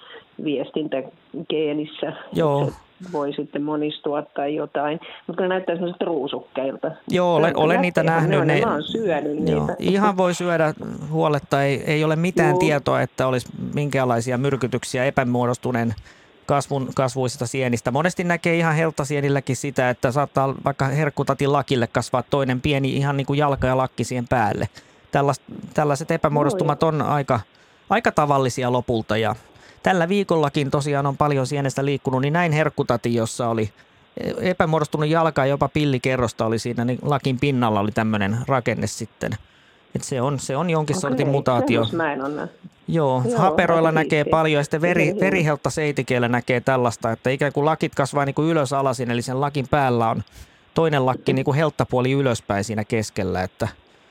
viestintägeenissä. Joo. Se voi sitten monistua tai jotain, mutta ne näyttää semmoiset ruusukkeilta. Joo, olen niitä nähnyt. Mä oon syönyt niitä. Ihan voi syödä huoletta, ei ole mitään tietoa, että olisi minkäänlaisia myrkytyksiä epämuodostuneen kasvuisista sienistä. Monesti näkee ihan helttasienilläkin sitä, että saattaa vaikka herkkutatin lakille kasvaa toinen pieni ihan niin kuin jalka ja lakki siihen päälle. Tällaiset epämuodostumat on aika tavallisia lopulta ja tällä viikollakin tosiaan on paljon sienestä liikkunut, niin näin herkkutatin, jossa oli epämuodostunut jalka ja jopa pillikerrosta oli siinä, niin lakin pinnalla oli tämmöinen rakenne sitten. Et se on jonkin sortin mutaatio. Mä en ole. Joo, haperoilla näkee paljon ja sitten verihelttaseitikeellä näkee tällaista, että ikään kuin lakit kasvaa niin kuin ylös alasin, eli sen lakin päällä on toinen lakki niin kuin helttapuoli ylöspäin siinä keskellä, että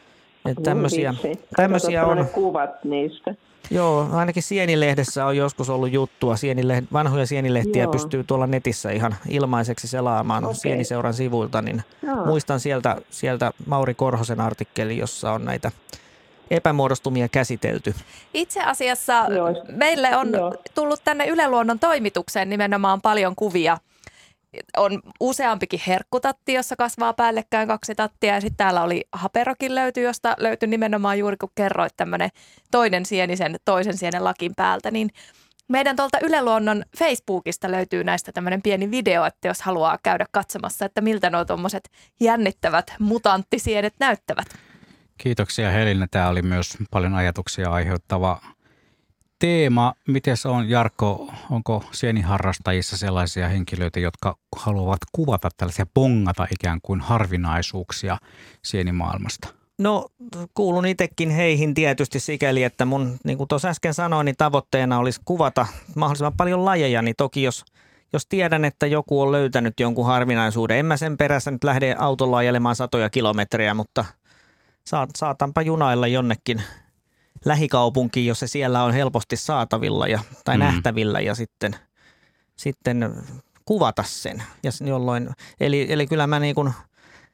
tämmöisiä on. Kuvat niistä. Joo, ainakin Sienilehdessä on joskus ollut juttua. Vanhoja sienilehtiä pystyy tuolla netissä ihan ilmaiseksi selaamaan Sieniseuran sivuilta, niin muistan sieltä Mauri Korhosen artikkeli, jossa on näitä epämuodostumia käsitelty. Itse asiassa meille on tullut tänne Yle Luonnon toimitukseen nimenomaan paljon kuvia. On useampikin herkkutatti, jossa kasvaa päällekkäin 2 tattia ja sitten täällä oli haperokin josta löytyi nimenomaan juuri kun kerroit tämmöinen toinen sienisen toisen sienen lakin päältä, niin meidän tuolta Yle Luonnon Facebookista löytyy näistä tämmöinen pieni video, että jos haluaa käydä katsomassa, että miltä nuo tuommoiset jännittävät mutanttisienet näyttävät. Kiitoksia Helina. Tämä oli myös paljon ajatuksia aiheuttava teema. Miten se on, Jarkko, onko sieniharrastajissa sellaisia henkilöitä, jotka haluavat kuvata tällaisia, bongata ikään kuin harvinaisuuksia sienimaailmasta? No, kuulun itsekin heihin tietysti sikäli, että mun, niin kuin tuossa äsken sanoin, niin tavoitteena olisi kuvata mahdollisimman paljon lajeja, niin toki jos tiedän, että joku on löytänyt jonkun harvinaisuuden, en mä sen perässä nyt lähde autolla ajelemaan 100 kilometrejä, mutta saatanpa junailla jonnekin lähikaupunkiin, jos se siellä on helposti saatavilla tai nähtävillä ja sitten kuvata sen. Ja jolloin, eli kyllä mä niin kuin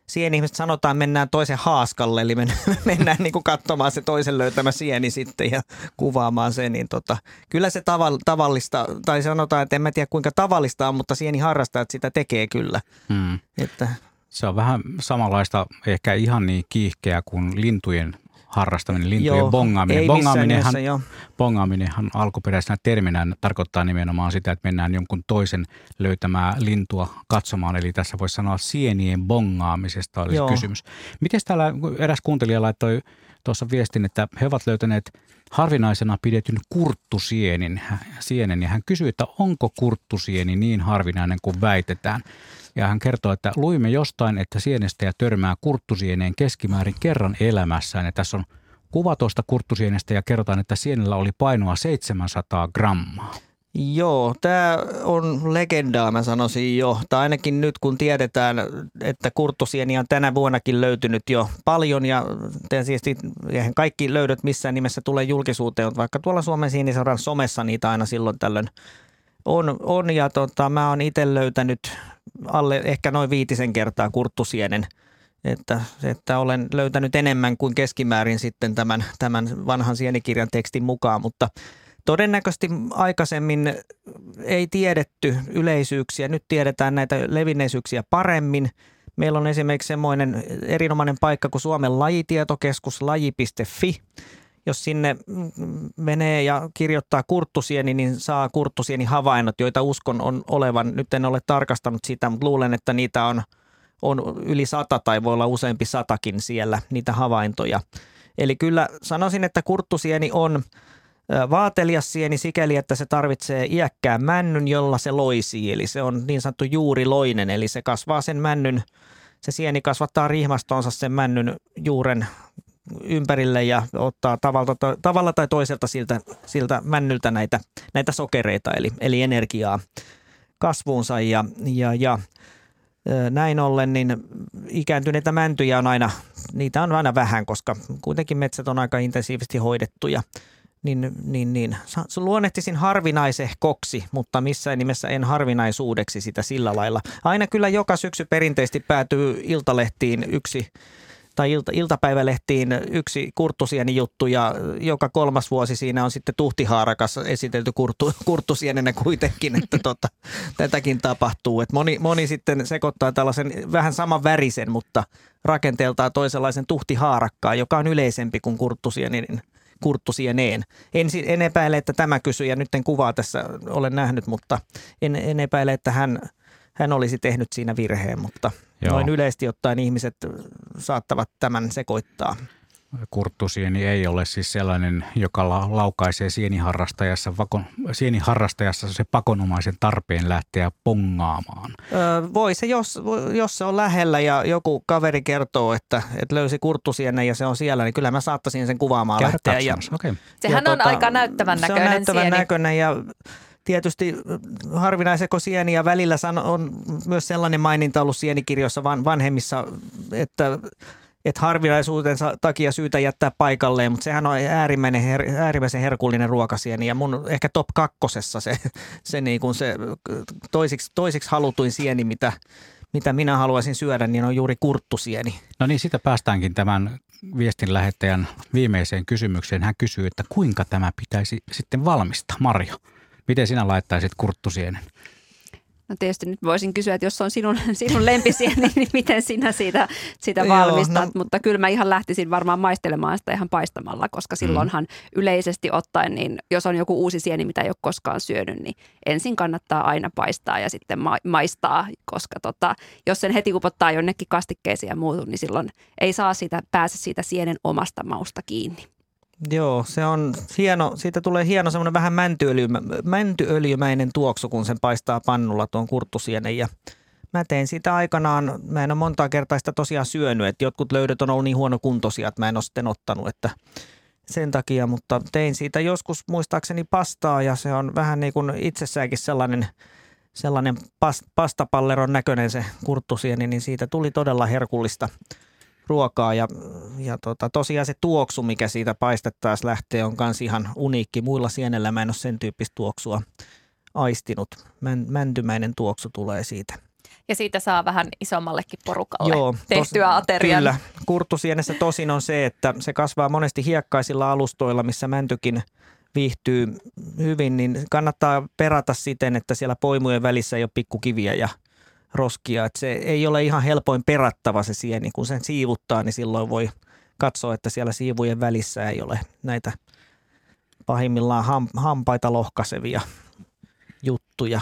sieni-ihmiset sanotaan, mennään toisen haaskalle, eli mennään niin kuin katsomaan se toisen löytämä sieni sitten ja kuvaamaan se, niin kyllä se tavallista, tai sanotaan, että en mä tiedä kuinka tavallista on, mutta sieniharrastajat sitä tekee kyllä. Että se on vähän samanlaista, ehkä ihan niin kiihkeä kuin lintujen harrastaminen, lintujen bongaaminen. Bongaaminenhan alkuperäisenä terminä tarkoittaa nimenomaan sitä, että mennään jonkun toisen löytämää lintua katsomaan. Eli tässä voisi sanoa sienien bongaamisesta olisi kysymys. Miten täällä eräs kuuntelija laittoi tuossa viestin, että he ovat löytäneet harvinaisena pidetyn kurttusienen ja hän kysyi, että onko kurttusieni niin harvinainen kuin väitetään. Ja hän kertoo, että luimme jostain, että sienestäjä törmää kurttusieneen keskimäärin kerran elämässään. Ja tässä on kuva tuosta kurttusienestä ja kerrotaan, että sienellä oli painoa 700 grammaa. Joo, tämä on legendaa, mä sanoisin jo. Tai ainakin nyt kun tiedetään, että kurttusieniä on tänä vuonnakin löytynyt jo paljon ja tietysti eihän kaikki löydöt missään nimessä tulee julkisuuteen, mutta vaikka tuolla Suomen Siniseuran somessa niitä aina silloin tällöin on ja mä oon itse löytänyt alle ehkä noin 5 kertaa kurttusienen, että olen löytänyt enemmän kuin keskimäärin sitten tämän vanhan sienikirjan tekstin mukaan, mutta todennäköisesti aikaisemmin ei tiedetty yleisyyksiä, nyt tiedetään näitä levinneisyyksiä paremmin. Meillä on esimerkiksi semmoinen erinomainen paikka kuin Suomen lajitietokeskus laji.fi. Jos sinne menee ja kirjoittaa kurttusieni, niin saa kurttusieni havainnot, joita uskon on olevan. Nyt en ole tarkastanut sitä, mutta luulen, että niitä on yli 100 tai voi olla useampi 100kin siellä niitä havaintoja. Eli kyllä sanoisin, että kurttusieni on vaatelias sieni sikäli, että se tarvitsee iäkkään männyn, jolla se loisii. Eli se on niin sanottu juuriloinen, eli se kasvaa sen männyn, se sieni kasvattaa rihmastonsa sen männyn juuren ympärille ja ottaa tavalla tai toiselta siltä männyltä näitä sokereita, eli energiaa kasvuunsa ja näin ollen niin ikääntyneitä mäntyjä on aina vähän, koska kuitenkin metsät on aika intensiivisesti hoidettuja. Niin. Luonnehtisin harvinaisehkoksi, mutta missään nimessä en harvinaisuudeksi sitä sillä lailla. Aina kyllä joka syksy perinteisesti päätyy iltalehtiin iltapäivälehtiin yksi kurttusieni juttu ja joka 3. vuosi siinä on sitten tuhtihaarakas esitelty kurttusienenä kuitenkin, että tätäkin tapahtuu. Et moni sitten sekoittaa tällaisen vähän saman värisen, mutta rakenteeltaan toisenlaisen tuhtihaarakkaan, joka on yleisempi kuin kurttusieneen. En epäile, että tämä kysyjä nyt en kuvaa tässä olen nähnyt, mutta en epäile, että hän olisi tehnyt siinä virheen, mutta noin yleisesti ottaen ihmiset saattavat tämän sekoittaa. Kurttusieni ei ole siis sellainen, joka laukaisee sieniharrastajassa se pakonomaisen tarpeen lähteä pongaamaan. Voi se, jos se on lähellä ja joku kaveri kertoo, että löysi kurttusienen ja se on siellä, niin kyllä mä saattaisin sen kuvaamaan lähteä. Sehän on aika näyttävän näköinen sieni. Se on näyttävän näköinen ja tietysti harvinaiseko sieni ja välillä on myös sellainen maininta ollut sienikirjoissa vanhemmissa, että harvinaisuutensa takia syytä jättää paikalleen, mutta sehän on äärimmäisen herkullinen ruokasieni ja mun ehkä top 2 se niin kuin se toisiksi halutuin sieni, mitä minä haluaisin syödä, niin on juuri kurttusieni. No niin, sitä päästäänkin tämän viestin lähettäjän viimeiseen kysymykseen. Hän kysyy, että kuinka tämä pitäisi sitten valmistaa, Marjo? Miten sinä laittaisit kurttusienen? No tietysti nyt voisin kysyä, että jos on sinun lempisieni, niin miten sinä sitä valmistat? Mutta kyllä mä ihan lähtisin varmaan maistelemaan sitä ihan paistamalla, koska silloinhan yleisesti ottaen, niin jos on joku uusi sieni, mitä ei ole koskaan syönyt, niin ensin kannattaa aina paistaa ja sitten maistaa, koska jos sen heti upottaa jonnekin kastikkeisiin ja muuhun, niin silloin ei pääse siitä sienen omasta mausta kiinni. Joo, se on hieno. Siitä tulee hieno semmoinen vähän mäntyöljymäinen tuoksu, kun sen paistaa pannulla tuon kurttusienen. Ja mä tein sitä aikanaan, mä en ole montaa kertaa sitä tosiaan syönyt, että jotkut löydöt on ollut niin huonokuntoisia, että mä en ole sitten ottanut, että sen takia, mutta tein siitä joskus muistaakseni pastaa ja se on vähän niin kuin itsessäänkin sellainen pastapalleron näköinen se kurttusieni, niin siitä tuli todella herkullista ruokaa ja tosiaan se tuoksu, mikä siitä paistettaessa lähtee, on myös ihan uniikki. Muilla sienellä mä en ole sen tyyppistä tuoksua aistinut. Mäntymäinen tuoksu tulee siitä. Ja siitä saa vähän isommallekin porukalle tehtyä aterian. Kyllä. Kurttusienessä tosin on se, että se kasvaa monesti hiekkaisilla alustoilla, missä mäntykin viihtyy hyvin, niin kannattaa perata siten, että siellä poimujen välissä ei ole pikkukiviä ja roskia. Että se ei ole ihan helpoin perattava se sieni. Kun sen siivuttaa, niin silloin voi katsoa, että siellä siivujen välissä ei ole näitä pahimmillaan hampaita lohkaisevia juttuja.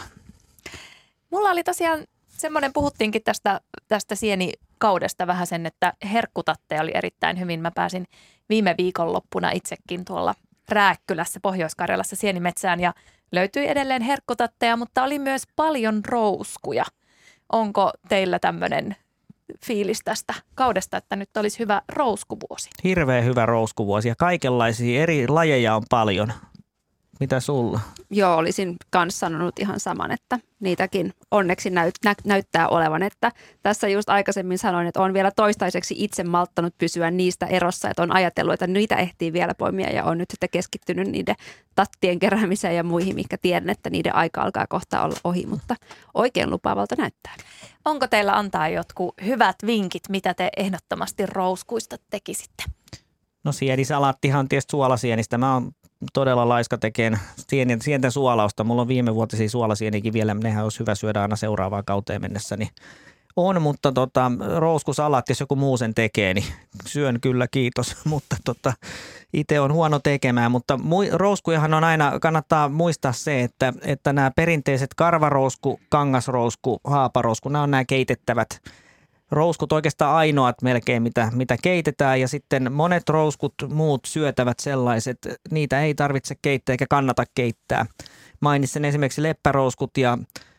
Mulla oli tosiaan semmoinen, puhuttiinkin tästä sienikaudesta vähän sen, että herkkutatte oli erittäin hyvin. Mä pääsin viime viikonloppuna itsekin tuolla Rääkkylässä, Pohjois-Karjalassa sienimetsään ja löytyi edelleen herkkutatteja, mutta oli myös paljon rouskuja. Onko teillä tämmöinen fiilis tästä kaudesta, että nyt olisi hyvä rouskuvuosi? Hirveän hyvä rouskuvuosi ja kaikenlaisia eri lajeja on paljon. Mitä sulla? Joo, olisin kanssa sanonut ihan saman, että niitäkin onneksi näyttää olevan. Että tässä just aikaisemmin sanoin, että olen vielä toistaiseksi itse malttanut pysyä niistä erossa, että on ajatellut, että niitä ehtii vielä poimia ja on nyt sitten keskittynyt niiden tattien keräämiseen ja muihin, mikä tiedän, että niiden aika alkaa kohta olla ohi, mutta oikein lupaavalta näyttää. Onko teillä antaa jotkut hyvät vinkit, mitä te ehdottomasti rouskuista tekisitte? No sienisalaattihan on tietysti suolasienistä. Mä oon todella laiska tekemään sienten suolausta. Mulla on viimevuotisia suolasieniäkin vielä. Nehän olisi hyvä syödä aina seuraavaan kauteen mennessä. Niin on, mutta rouskusalaatti, jos joku muu sen tekee, niin syön kyllä, kiitos. Mutta itse on huono tekemään. Mutta rouskujahan on aina, kannattaa muistaa se, että nämä perinteiset karvarousku, kangasrousku, haaparousku, nämä on nämä keitettävät rouskut, oikeastaan ainoat melkein, mitä keitetään, ja sitten monet rouskut, muut syötävät sellaiset, niitä ei tarvitse keittää eikä kannata keittää. Mainitsen esimerkiksi leppärouskut ja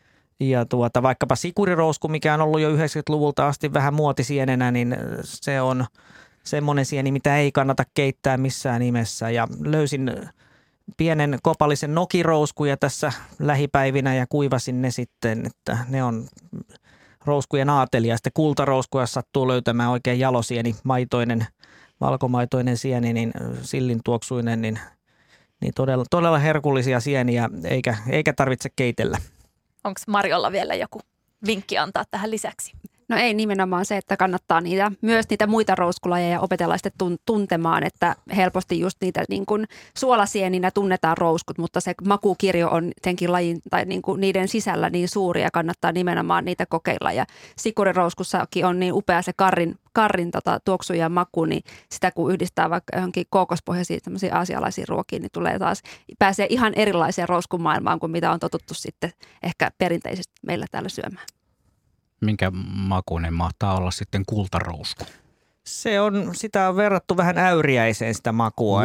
vaikkapa sikurirousku, mikä on ollut jo 90-luvulta asti vähän muotisienenä, niin se on semmoinen sieni, mitä ei kannata keittää missään nimessä. Ja löysin pienen kopallisen nokirouskuja tässä lähipäivinä ja kuivasin ne sitten, että ne on rouskujen aatelia. Sitten kultarouskuja, jos sattuu löytämään oikein jalosieni, maitoinen, valkomaitoinen sieni, niin sillin tuoksuinen, niin todella herkullisia sieniä, eikä tarvitse keitellä. Onko Marjolla vielä joku vinkki antaa tähän lisäksi? No ei, nimenomaan se, että kannattaa myös niitä muita rouskulajeja opetella sitten tuntemaan, että helposti just niitä niin kuin suolasieninä tunnetaan rouskut, mutta se makukirjo on senkin lajin tai niin kuin niiden sisällä niin suuri ja kannattaa nimenomaan niitä kokeilla. Ja sikurirouskussakin on niin upea se karrin tuoksu ja maku, niin sitä kun yhdistää vaikka johonkin kookospohjaisiin tämmöisiin aasialaisiin ruokiin, niin pääsee ihan erilaiseen rouskumaailmaan kuin mitä on totuttu sitten ehkä perinteisesti meillä täällä syömään. Minkä makuinen mahtaa olla sitten kultarousku? Sitä on verrattu vähän äyriäiseen sitä makua,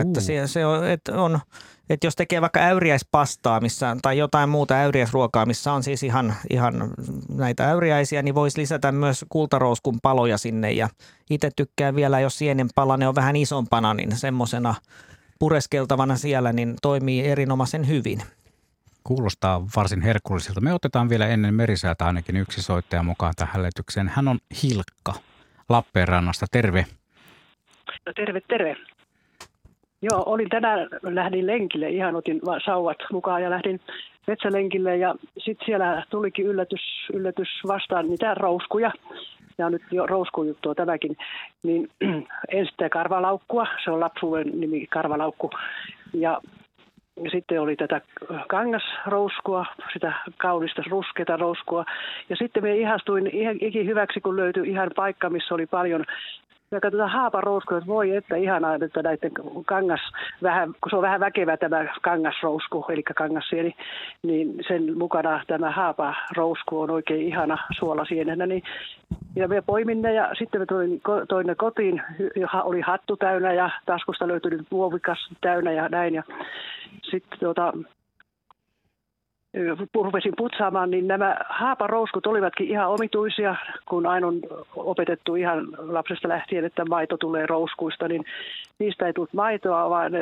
että jos tekee vaikka äyriäispastaa tai jotain muuta äyriäisruokaa, missä on siis ihan näitä äyriäisiä, niin voisi lisätä myös kultarouskun paloja sinne ja itse tykkään vielä, jos sienen palanen on vähän isompana, niin semmoisena pureskeltavana siellä, niin toimii erinomaisen hyvin. Kuulostaa varsin herkulliselta. Me otetaan vielä ennen Merisäätä ainakin yksi soittaja mukaan tähän lähetykseen. Hän on Hilkka Lappeenrannasta. Terve. No terve. Joo, lähdin lenkille. Ihan otin sauvat mukaan ja lähdin metsälenkille ja sitten siellä tulikin yllätys vastaan mitään rouskuja. Ja nyt jo rouskujuttua tämäkin. Niin ensin karvalaukkua, se on lapsuuden nimi karvalaukku. Ja sitten oli tätä kangasrouskua, sitä kaunista ruskeata rouskua. Ja sitten me ihastuin ikin hyväksi, kun löytyi ihan paikka, missä oli paljon. Ja katsotaan haaparouskuja, että voi että ihanaa, että näiden kun se on vähän väkevä tämä kangasrousku, eli kangassieni, niin sen mukana tämä haaparousku on oikein ihana suolasienenä. Niin, ja me poimin ne ja sitten me toin ne kotiin, oli hattu täynnä ja taskusta löytyi muovikas täynnä ja näin. Ja sitten rupesin putsaamaan, niin nämä haaparouskut olivatkin ihan omituisia, kun aina on opetettu ihan lapsesta lähtien, että maito tulee rouskuista, niin niistä ei tullut maitoa, vaan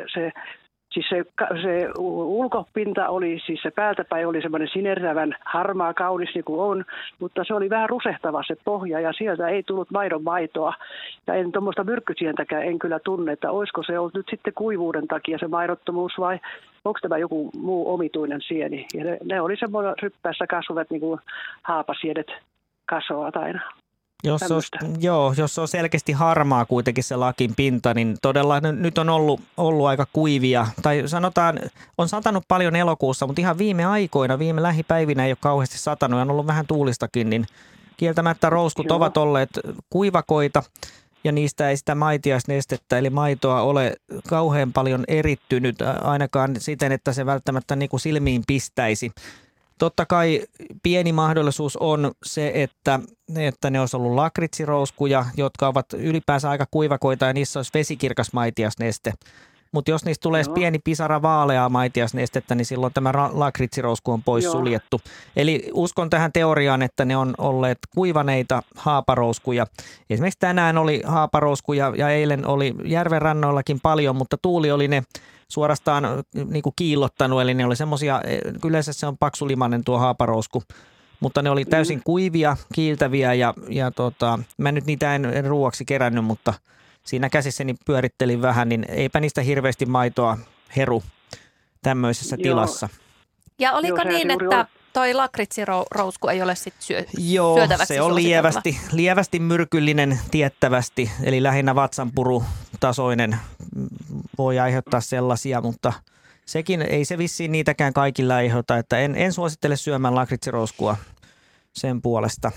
se ulkopinta oli, siis se päältäpäin oli semmoinen sinertävän harmaa, kaunis niin kuin on, mutta se oli vähän rusehtava se pohja ja sieltä ei tullut maitoa. Ja en tuommoista myrkkysientäkään en kyllä tunne, että olisiko se ollut nyt sitten kuivuuden takia se maidottomuus vai onko tämä joku muu omituinen sieni. Ja ne oli semmoinen ryppäässä kasvavat niin kuin haapasiedet. kasvavat aina. Jos on selkeästi harmaa kuitenkin se lakin pinta, niin todella nyt on ollut aika kuivia. Tai sanotaan, on satanut paljon elokuussa, mutta ihan viime aikoina, viime lähipäivinä ei ole kauheasti satanut ja on ollut vähän tuulistakin, niin kieltämättä rouskut ovat olleet kuivakoita ja niistä ei sitä maitiaisnestettä eli maitoa ole kauhean paljon erittynyt, ainakaan siten, että se välttämättä niin kuin silmiin pistäisi. Totta kai pieni mahdollisuus on se, että ne olisi ollut lakritsirouskuja, jotka ovat ylipäänsä aika kuivakoita ja niissä olisi vesikirkas maitiasneste. Mutta jos niistä tulee pieni pisara vaaleaa maitiasnestettä, niin silloin tämä lakritsirousku on pois suljettu. Eli uskon tähän teoriaan, että ne on olleet kuivaneita haaparouskuja. Esimerkiksi tänään oli haaparouskuja ja eilen oli järven rannoillakin paljon, mutta tuuli oli ne suorastaan niin kuin kiillottanut, eli ne oli semmoisia, yleensä se on paksulimainen tuo haaparousku, mutta ne oli täysin kuivia, kiiltäviä ja mä nyt niitä en ruuaksi kerännyt, mutta siinä käsissäni pyörittelin vähän, niin eipä niistä hirveästi maitoa heru tämmöisessä tilassa. Ja oliko niin, että toi lakritsirousku ei ole sitten syötäväksi? Joo, se on lievästi myrkyllinen tiettävästi, eli lähinnä vatsanpurutasoinen voi aiheuttaa sellaisia, mutta sekin ei se vissiin niitäkään kaikilla aiheuta, että en suosittele syömään lakritsirouskua sen puolesta.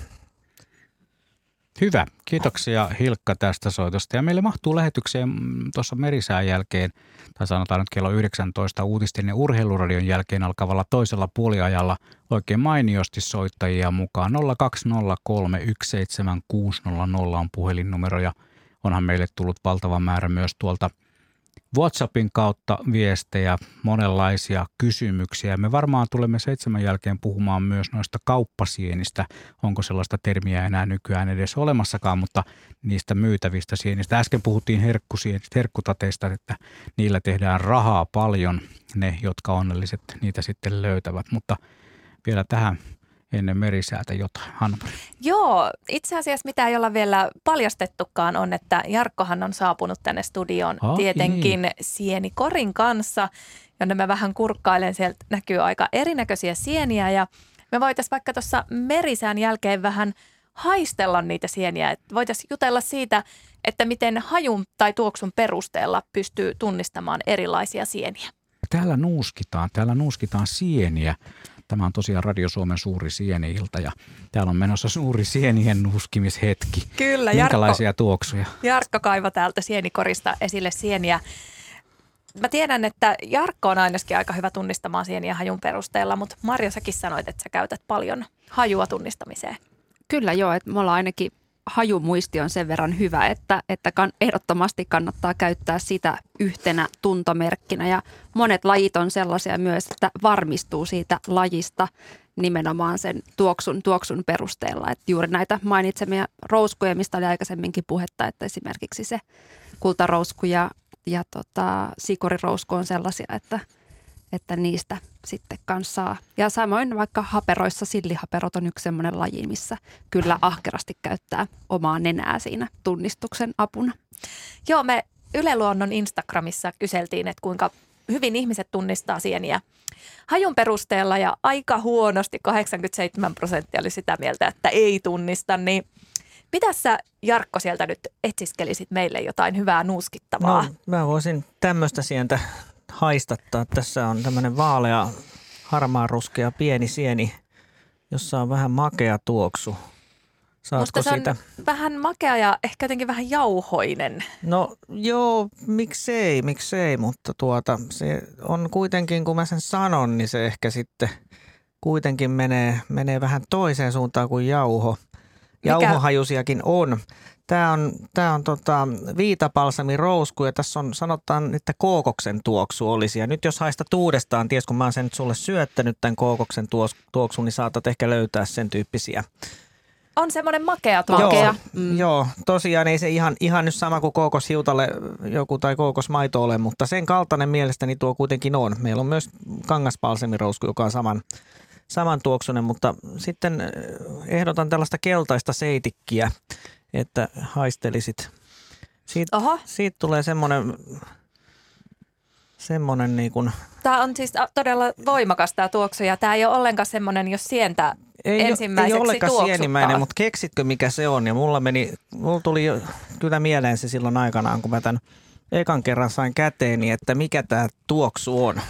Hyvä. Kiitoksia Hilkka tästä soitosta. Ja meille mahtuu lähetykseen tuossa merisään jälkeen, tai sanotaan nyt kello 19 uutisten ja urheiluradion jälkeen alkavalla toisella puoliajalla oikein mainiosti soittajia mukaan. 020317600 on puhelinnumero ja onhan meille tullut valtava määrä myös tuolta WhatsAppin kautta viestejä, monenlaisia kysymyksiä. Me varmaan tulemme 7 jälkeen puhumaan myös noista kauppasienistä. Onko sellaista termiä enää nykyään edes olemassakaan, mutta niistä myytävistä sienistä. Äsken puhuttiin herkkutateista, että niillä tehdään rahaa paljon, ne jotka onnelliset niitä sitten löytävät. Mutta vielä tähän ennen merisäätä jotain. Hanna-Mari. Joo, itse asiassa mitä ei olla vielä paljastettukaan on, että Jarkkohan on saapunut tänne studioon tietenkin sienikorin kanssa, jonne mä vähän kurkkailen. Sieltä näkyy aika erinäköisiä sieniä ja me voitaisiin vaikka tuossa merisään jälkeen vähän haistella niitä sieniä. Että voitaisiin jutella siitä, että miten hajun tai tuoksun perusteella pystyy tunnistamaan erilaisia sieniä. Täällä nuuskitaan sieniä. Tämä on tosiaan Radio Suomen suuri sieni-ilta ja täällä on menossa suuri sienien nuuskimishetki. Kyllä, minkälaisia tuoksuja? Jarkko kaivo täältä sienikorista esille sieniä. Mä tiedän, että Jarkko on ainakin aika hyvä tunnistamaan sieniä hajun perusteella, mutta Marja, säkin sanoit, että sä käytät paljon hajua tunnistamiseen. Kyllä joo, että mulla ainakin hajumuisti on sen verran hyvä, että ehdottomasti kannattaa käyttää sitä yhtenä tuntomerkkinä. Ja monet lajit on sellaisia myös, että varmistuu siitä lajista nimenomaan sen tuoksun perusteella. Että juuri näitä mainitsemia rouskuja, mistä oli aikaisemminkin puhetta, että esimerkiksi se kultarousku ja sikorirousku on sellaisia, että niistä sitten kanssa saa. Ja samoin vaikka haperoissa sillihaperot on yksi sellainen laji, missä kyllä ahkerasti käyttää omaa nenää siinä tunnistuksen apuna. Joo, me Yle Luonnon Instagramissa kyseltiin, että kuinka hyvin ihmiset tunnistaa sieniä hajun perusteella ja aika huonosti 87% oli sitä mieltä, että ei tunnista. Niin mitä sä, Jarkko, sieltä nyt etsiskelisit meille jotain hyvää nuuskittavaa? No, mä voisin tämmöistä sientä haistattaa. Tässä on tämmöinen vaalea, harmaanruskea pieni sieni, jossa on vähän makea tuoksu. Saatko musta se sitä? On vähän makea ja ehkä jotenkin vähän jauhoinen. No joo, miksei, mutta se on kuitenkin, kun mä sen sanon, niin se ehkä sitten kuitenkin menee vähän toiseen suuntaan kuin jauho. Jauhohajusiakin on. Tämä on viitapalsamirousku ja tässä on sanotaan, että kookoksen tuoksu olisi. Ja nyt jos haistat uudestaan, ties kun mä oon sen nyt sulle syöttänyt tämän kookoksen tuoksun, niin saatat ehkä löytää sen tyyppisiä. On semmoinen makea tuoksu. Joo, tosiaan ei se ihan nyt sama kuin kookoshiutalle joku tai kookosmaito ole, mutta sen kaltainen mielestäni tuo kuitenkin on. Meillä on myös kangaspalsamirousku, joka on saman tuoksunen, mutta sitten ehdotan tällaista keltaista seitikkiä, että haistelisit. Siitä tulee semmoinen niin kuin... Tämä on siis todella voimakas tämä tuoksu ja tämä ei ole ollenkaan semmoinen, jos sientä ensimmäiseksi ei ollenkaan tuoksuttaa. sienimäinen, mutta keksitkö mikä se on? Ja mulla tuli kyllä mieleen se silloin aikanaan, kun mä tämän ekan kerran sain käteeni, että mikä tämä tuoksu on.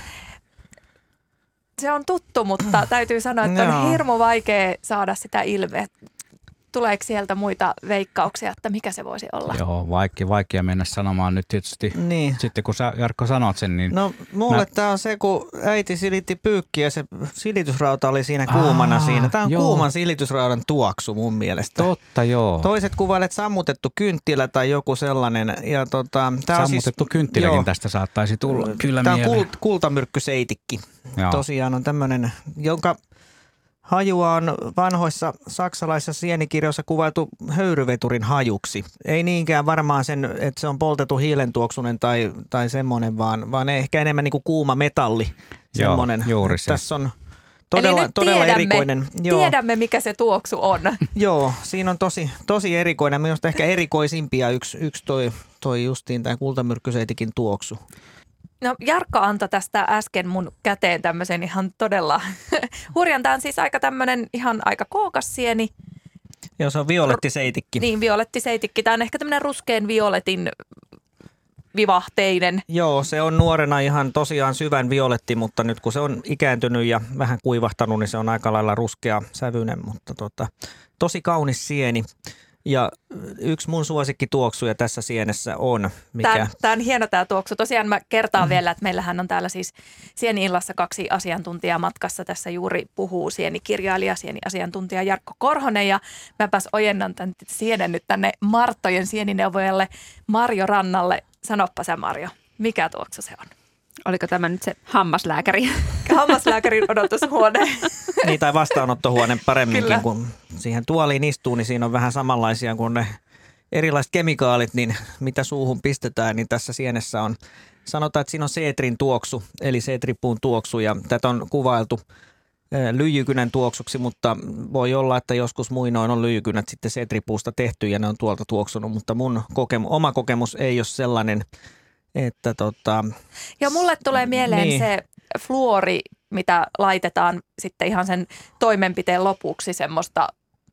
Se on tuttu, mutta täytyy sanoa, että on hirmu vaikea saada sitä ilmeä. Tuleeko sieltä muita veikkauksia, että mikä se voisi olla? Joo, vaikea mennä sanomaan nyt tietysti. Niin. Sitten kun sä, Jarkko, sanot sen, niin... No mulle tämä on se, kun äiti silitti pyykkiä ja se silitysrauta oli siinä kuumana siinä. Tämä on kuuman silitysraudan tuoksu mun mielestä. Totta, joo. Toiset kuvailet sammutettu kynttilä tai joku sellainen. Ja sammutettu kynttiläkin tästä saattaisi tulla kyllä tämä mieleen. on kultamyrkkyseitikki. Tosiaan on tämmöinen, jonka... hajua on vanhoissa saksalaisissa sienikirjoissa kuvailtu höyryveturin hajuksi. Ei niinkään varmaan sen, että se on poltettu hiilentuoksunen tai semmoinen, vaan ehkä enemmän niin kuin kuuma metalli. Semmoinen. Juuri se. Tässä on todella erikoinen. Tiedämme, mikä se tuoksu on. Joo, siinä on tosi erikoinen. Minusta ehkä erikoisimpia yksi toi justiin tämä kultamyrkkyseitikin tuoksu. No Jarkko antoi tästä äsken mun käteen tämmöisen ihan todella hurjan. Tämä on siis aika tämmöinen ihan aika kookas sieni. Joo, se on violettiseitikki. Niin, violettiseitikki. Tämä on ehkä tämmöinen ruskean violetin vivahteinen. Joo, se on nuorena ihan tosiaan syvän violetti, mutta nyt kun se on ikääntynyt ja vähän kuivahtanut, niin se on aika lailla ruskea sävyinen, mutta tosi kaunis sieni. Ja yksi mun suosikkituoksuja tässä sienessä on, mikä... Tämä on hieno tämä tuoksu. Tosiaan mä kertaan vielä, että meillähän on täällä siis Sieni-illassa 2 asiantuntijaa matkassa. Tässä juuri puhuu sienikirjailija, sieniasiantuntija Jarkko Korhonen ja mäpäs ojennan tämän sienen nyt tänne Marttojen sienineuvojalle Marjo Rannalle. Sanoppa sä, Marjo, mikä tuoksu se on? Oliko tämä nyt se hammaslääkäri? Hammaslääkärin odotushuone. Niin, tai vastaanottohuone paremminkin, Kyllä. kun siihen tuoliin istuu, niin siinä on vähän samanlaisia kuin ne erilaiset kemikaalit, niin mitä suuhun pistetään, niin tässä sienessä on, sanotaan, että siinä on seetrin tuoksu, eli seetripuun tuoksu, ja tätä on kuvailtu lyijykynän tuoksuksi, mutta voi olla, että joskus muinoin on lyijykynät sitten seetripuusta tehty, ja ne on tuolta tuoksunut, mutta mun oma kokemus ei ole sellainen, että Joo, mulle tulee mieleen se fluori, mitä laitetaan sitten ihan sen toimenpiteen lopuksi semmoista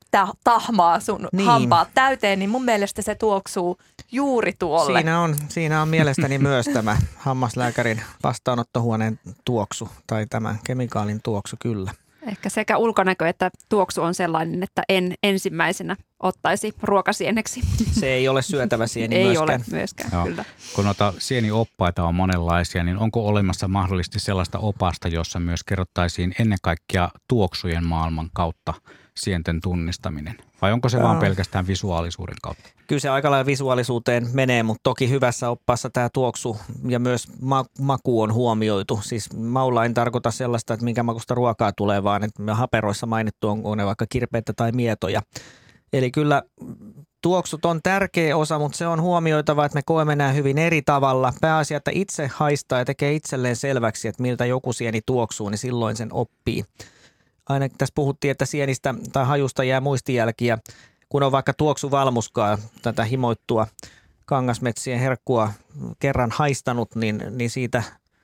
tahmaa sun hampaat täyteen, niin mun mielestä se tuoksuu juuri tuolle. Siinä on mielestäni myös tämä hammaslääkärin vastaanottohuoneen tuoksu tai tämän kemikaalin tuoksu kyllä. Ehkä sekä ulkonäkö että tuoksu on sellainen, että en ensimmäisenä ottaisi ruokasieneksi. Se ei ole syötävä sieni ei myöskään. ole myöskään, kyllä. Kun noita sienioppaita on monenlaisia, niin onko olemassa mahdollisesti sellaista opasta, jossa myös kerrottaisiin ennen kaikkea tuoksujen maailman kautta sienten tunnistaminen? Vai onko se vaan pelkästään visuaalisuuden kautta? Kyllä se aika lailla visuaalisuuteen menee, mutta toki hyvässä oppaassa tämä tuoksu ja myös maku on huomioitu. Siis maulla en tarkoita sellaista, että minkä makusta ruokaa tulee, vaan että haperoissa mainittu on ne vaikka kirpeitä tai mietoja. Eli kyllä tuoksut on tärkeä osa, mutta se on huomioitava, että me koemme nämä hyvin eri tavalla. Pääasia, että itse haistaa ja tekee itselleen selväksi, että miltä joku sieni tuoksuu, niin silloin sen oppii. Aina tässä puhuttiin, että sienistä tai hajusta jää muistijälkiä, kun on vaikka tuoksuvalmuskaa, tätä himoittua kangasmetsien herkkua kerran haistanut, niin siitä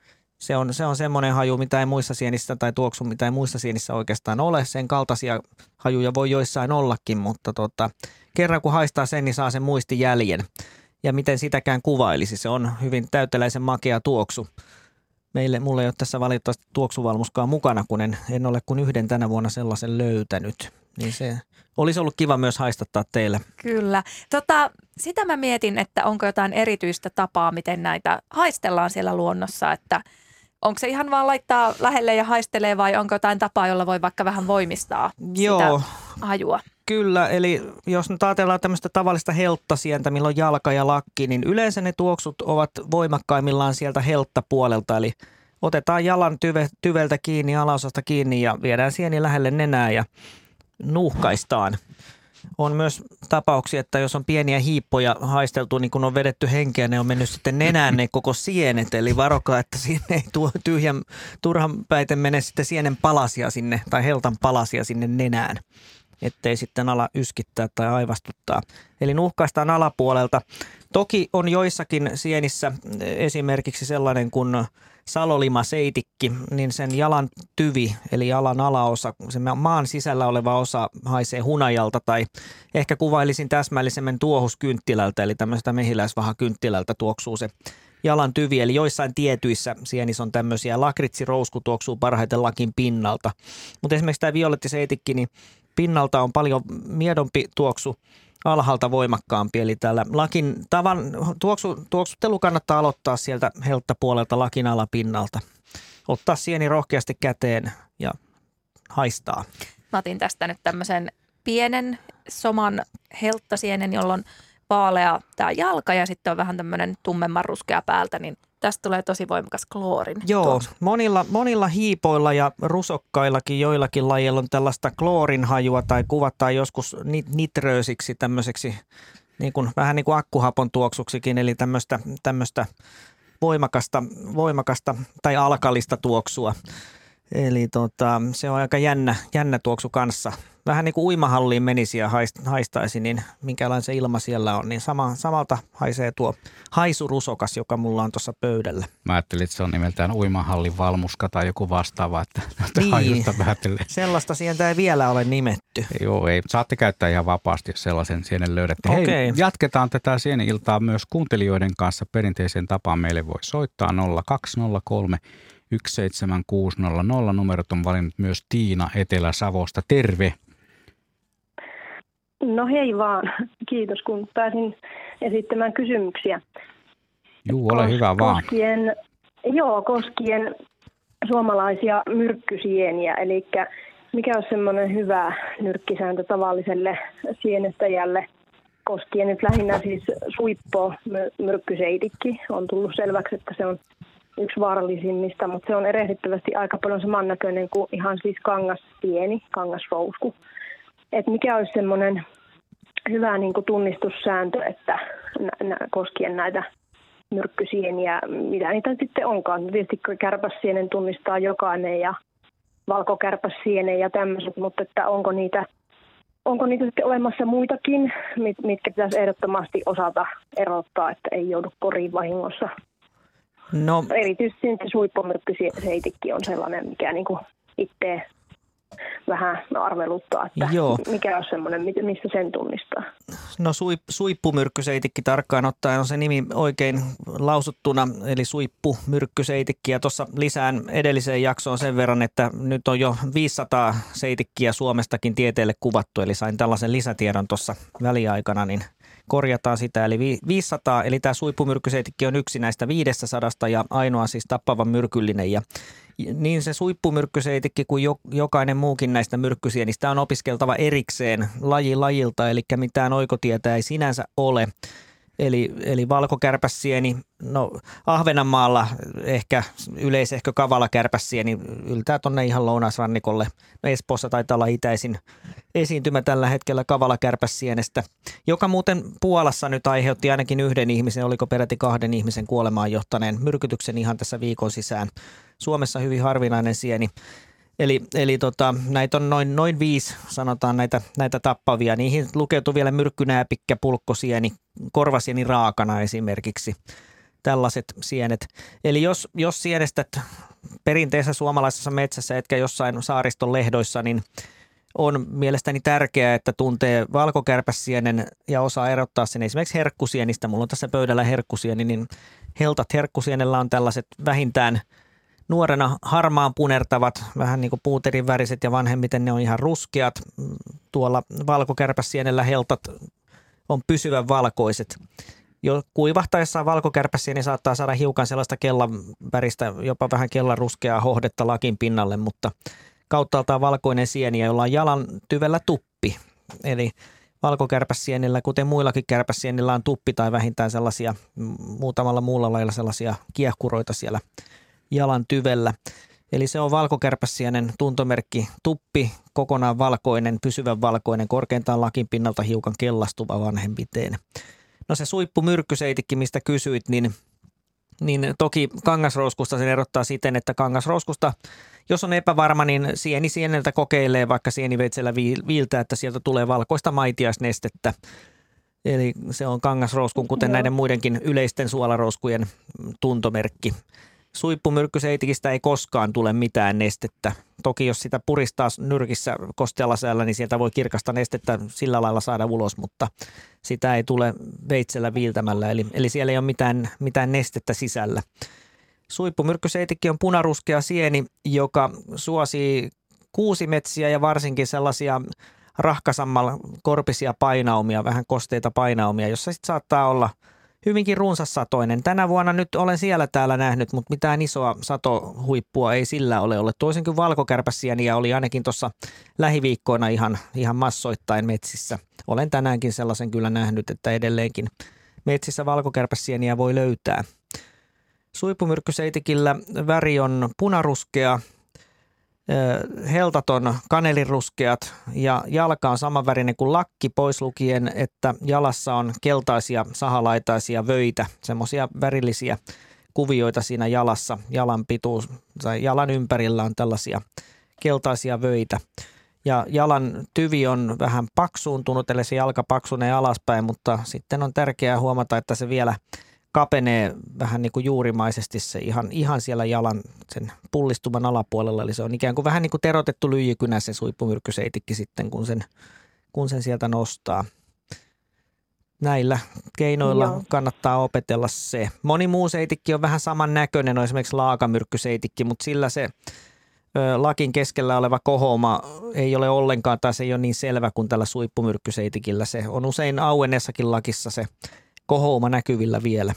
se on semmoinen haju, mitä ei muissa sienissä tai tuoksu, mitä ei muissa sienissä oikeastaan ole. Sen kaltaisia hajuja voi joissain ollakin, mutta kerran kun haistaa sen, niin saa sen muistijäljen. Ja miten sitäkään kuvailisi, se on hyvin täyteläisen makea tuoksu. Mulla ei ole tässä valitettavasti tuoksuvalmuskaa mukana, kun en ole kuin yhden tänä vuonna sellaisen löytänyt. Niin se olisi ollut kiva myös haistattaa teille. Kyllä. Sitä mä mietin, että onko jotain erityistä tapaa, miten näitä haistellaan siellä luonnossa, että onko se ihan vaan laittaa lähelle ja haistelee vai onko jotain tapaa, jolla voi vaikka vähän voimistaa sitä hajua? Kyllä, eli jos nyt ajatellaan tämmöistä tavallista helttasientä, millä on jalka ja lakki, niin yleensä ne tuoksut ovat voimakkaimmillaan sieltä helttapuolelta, eli otetaan jalan tyveltä kiinni, alaosasta kiinni ja viedään sieni lähelle nenää ja nuuhkaistaan. On myös tapauksia, että jos on pieniä hiippoja haisteltu, niin kun on vedetty henkeä, ne on mennyt sitten nenään ne koko sienet. Eli varokaa, että sinne ei turhan päiten mene sitten sienen palasia sinne tai heltan palasia sinne nenään. ettei sitten ala yskittää tai aivastuttaa. Eli nuuhkaistaan alapuolelta. Toki on joissakin sienissä esimerkiksi sellainen kuin salolimaseitikki, niin sen jalan tyvi, eli jalan alaosa, se maan sisällä oleva osa haisee hunajalta tai ehkä kuvailisin täsmällisemmin tuohuskynttilältä, eli tämmöistä mehiläisvahakynttilältä tuoksuu se jalan tyvi, eli joissain tietyissä sienissä on tämmöisiä. Lakritsirousku tuoksuu parhaiten lakin pinnalta, mutta esimerkiksi tämä violettiseitikki, niin pinnalta on paljon miedompi tuoksu, alhaalta voimakkaampi, eli täällä lakin tuoksuttelu kannattaa aloittaa sieltä helttapuolelta lakin alapinnalta. Ottaa sieni rohkeasti käteen ja haistaa. Mä otin tästä nyt tämmöisen pienen soman helttasienen, jolla on vaalea tämä jalka ja sitten on vähän tämmöinen tummemman ruskea päältä, niin tästä tulee tosi voimakas kloorin. Joo, monilla hiipoilla ja rusokkaillakin joillakin lajeilla on tällaista kloorinhajua tai kuvataan joskus nitröösiksi tämmöiseksi vähän niin kuin akkuhapon tuoksuksikin, eli tämmöistä voimakasta tai alkalista tuoksua. Eli se on aika jännä tuoksu kanssa. Vähän niin kuin uimahalliin menisi ja haistaisi, niin minkälainen se ilma siellä on. Niin samalta haisee tuo haisurusokas, joka mulla on tuossa pöydällä. Mä ajattelin, että se on nimeltään uimahallin valmuska tai joku vastaava, että niin, hajusta päätellen. Sellaista sientä ei vielä ole nimetty. Joo, ei. Saatte käyttää ihan vapaasti, jos sellaisen sienen löydätte. Okay. Hei, jatketaan tätä sieni-iltaa myös kuuntelijoiden kanssa. Perinteiseen tapaan meille voi soittaa 0203 17600. Numerot on valinnut myös Tiina Etelä-Savosta. Terve. No hei vaan. Kiitos, kun pääsin esittämään kysymyksiä. Juu, ole hyvä vaan. Koskien suomalaisia myrkkysieniä. Eli mikä on semmoinen hyvä nyrkkisääntö tavalliselle sienestäjälle koskien nyt lähinnä siis suippo myrkkyseitikki. On tullut selväksi, että se on yksi vaarallisimmista, mutta se on erehdyttävästi aika paljon samannäköinen kuin ihan siis kangassieni, kangasrousku. Et mikä olisi semmoinen hyvä niin kuin tunnistussääntö, että koskien näitä myrkkysieniä, mitä niitä sitten onkaan. Tietysti kärpäsienen tunnistaa jokainen ja valkokärpäsienen ja tämmöiset, mutta että onko niitä sitten olemassa muitakin, mitkä pitäisi ehdottomasti osata erottaa, että ei joudu koriin vahingossa. No, erityisesti suippomyrkkyseitikki on sellainen, mikä niinku itse vähän arveluttaa, että mikä on semmoinen, missä sen tunnistaa. No suippumyrkkyseitikki tarkkaan ottaen on se nimi oikein lausuttuna, eli suippumyrkkyseitikki. Ja tuossa lisään edelliseen jaksoon sen verran, että nyt on jo 500 seitikkiä Suomestakin tieteelle kuvattu, eli sain tällaisen lisätiedon tuossa väliaikana, niin korjataan sitä, eli 500, eli tämä suippumyrkkyseitikki on yksi näistä 500 ja ainoa siis tappava myrkyllinen. Ja niin se suippumyrkkyseitikki kuin jokainen muukin näistä myrkkysienistä on opiskeltava erikseen lajilta, eli mitään oikotietä ei sinänsä ole. Eli valkokärpäsieni, no Ahvenanmaalla ehkä yleisehkö kavalakärpäsieni yltää tuonne ihan lounaisrannikolle. Espoossa taitaa olla itäisin esiintymä tällä hetkellä kavalakärpäsienestä, joka muuten Puolassa nyt aiheutti ainakin yhden ihmisen, oliko peräti 2 ihmisen kuolemaan johtaneen myrkytyksen ihan tässä viikon sisään. Suomessa hyvin harvinainen sieni. Eli näitä on noin 5, sanotaan näitä tappavia. Niihin lukeutuu vielä myrkkynääpikkä, pulkkosieni, korvasieni raakana esimerkiksi. Tällaiset sienet. Eli jos sienestät perinteisessä suomalaisessa metsässä, etkä jossain saariston lehdoissa, niin on mielestäni tärkeää, että tuntee valkokärpäsienen ja osaa erottaa sen esimerkiksi herkkusienistä. Mulla on tässä pöydällä herkkusieni, niin heltat herkkusienellä on tällaiset vähintään nuorena harmaan punertavat, vähän niin kuin puuterin väriset ja vanhemmiten ne on ihan ruskeat. Tuolla valkokärpäsienellä heltat on pysyvän valkoiset. Jo kuivahtaessaan valkokärpäsieni saattaa saada hiukan sellaista kellan väristä, jopa vähän kellan ruskeaa hohdetta lakin pinnalle, mutta kauttaaltaan valkoinen sieni, jolla on jalan tyvellä tuppi. Eli valkokärpäsienillä, kuten muillakin kärpäsienillä, on tuppi tai vähintään sellaisia, muutamalla muulla lailla sellaisia kiehkuroita siellä jalan tyvellä. Eli se on valkokärpäsienen tuntomerkki, tuppi, kokonaan valkoinen, pysyvän valkoinen, korkeintaan lakin pinnalta hiukan kellastuva vanhempiteinen. No se suippumyrkkyseitikki, mistä kysyit, niin toki kangasrouskusta sen erottaa siten, että kangasrouskusta jos on epävarma, niin sieneltä kokeilee vaikka sieniveitsellä viiltää, että sieltä tulee valkoista maitiaisnestettä. Eli se on kangasrouskun, kuten näiden muidenkin yleisten suolarouskujen tuntomerkki. Suippumyrkkyseitikistä ei koskaan tule mitään nestettä. Toki jos sitä puristaa nyrkissä kostealla säällä, niin sieltä voi kirkasta nestettä sillä lailla saada ulos, mutta sitä ei tule veitsellä viiltämällä. Eli siellä ei ole mitään nestettä sisällä. Suippumyrkkyseitikki on punaruskea sieni, joka suosii kuusimetsiä ja varsinkin sellaisia rahkasammalla korpisia painaumia, vähän kosteita painaumia, jossa sitten saattaa olla hyvinkin runsassatoinen. Tänä vuonna nyt olen siellä täällä nähnyt, mutta mitään isoa satohuippua ei sillä ole ollut. Toisin kuin valkokärpäsieniä oli ainakin tuossa lähiviikkoina ihan massoittain metsissä. Olen tänäänkin sellaisen kyllä nähnyt, että edelleenkin metsissä valkokärpäsieniä voi löytää. Suippumyrkkyseitikillä väri on punaruskea, heltat on kaneliruskeat ja jalka on samanvärinen kuin lakki, pois lukien, että jalassa on keltaisia sahalaitaisia vöitä, semmoisia värillisiä kuvioita siinä jalassa. Jalan pituus tai jalan ympärillä on tällaisia keltaisia vöitä. Ja jalan tyvi on vähän paksuuntunut, eli se jalka paksunee alaspäin, mutta sitten on tärkeää huomata, että se vielä kapenee vähän niin kuin juurimaisesti se ihan siellä jalan sen pullistuman alapuolella. Eli se on ikään kuin vähän niin kuin terotettu lyijykynä se suippumyrkkyseitikki sitten, kun sen sieltä nostaa. Näillä keinoilla kannattaa opetella se. Moni muu seitikki on vähän samannäköinen, on esimerkiksi laakamyrkkyseitikki, mutta sillä se lakin keskellä oleva kohouma ei ole ollenkaan tai se ei ole niin selvä kuin tällä suippumyrkkyseitikillä. Se on usein auenneessakin lakissa se kohouma näkyvillä vielä.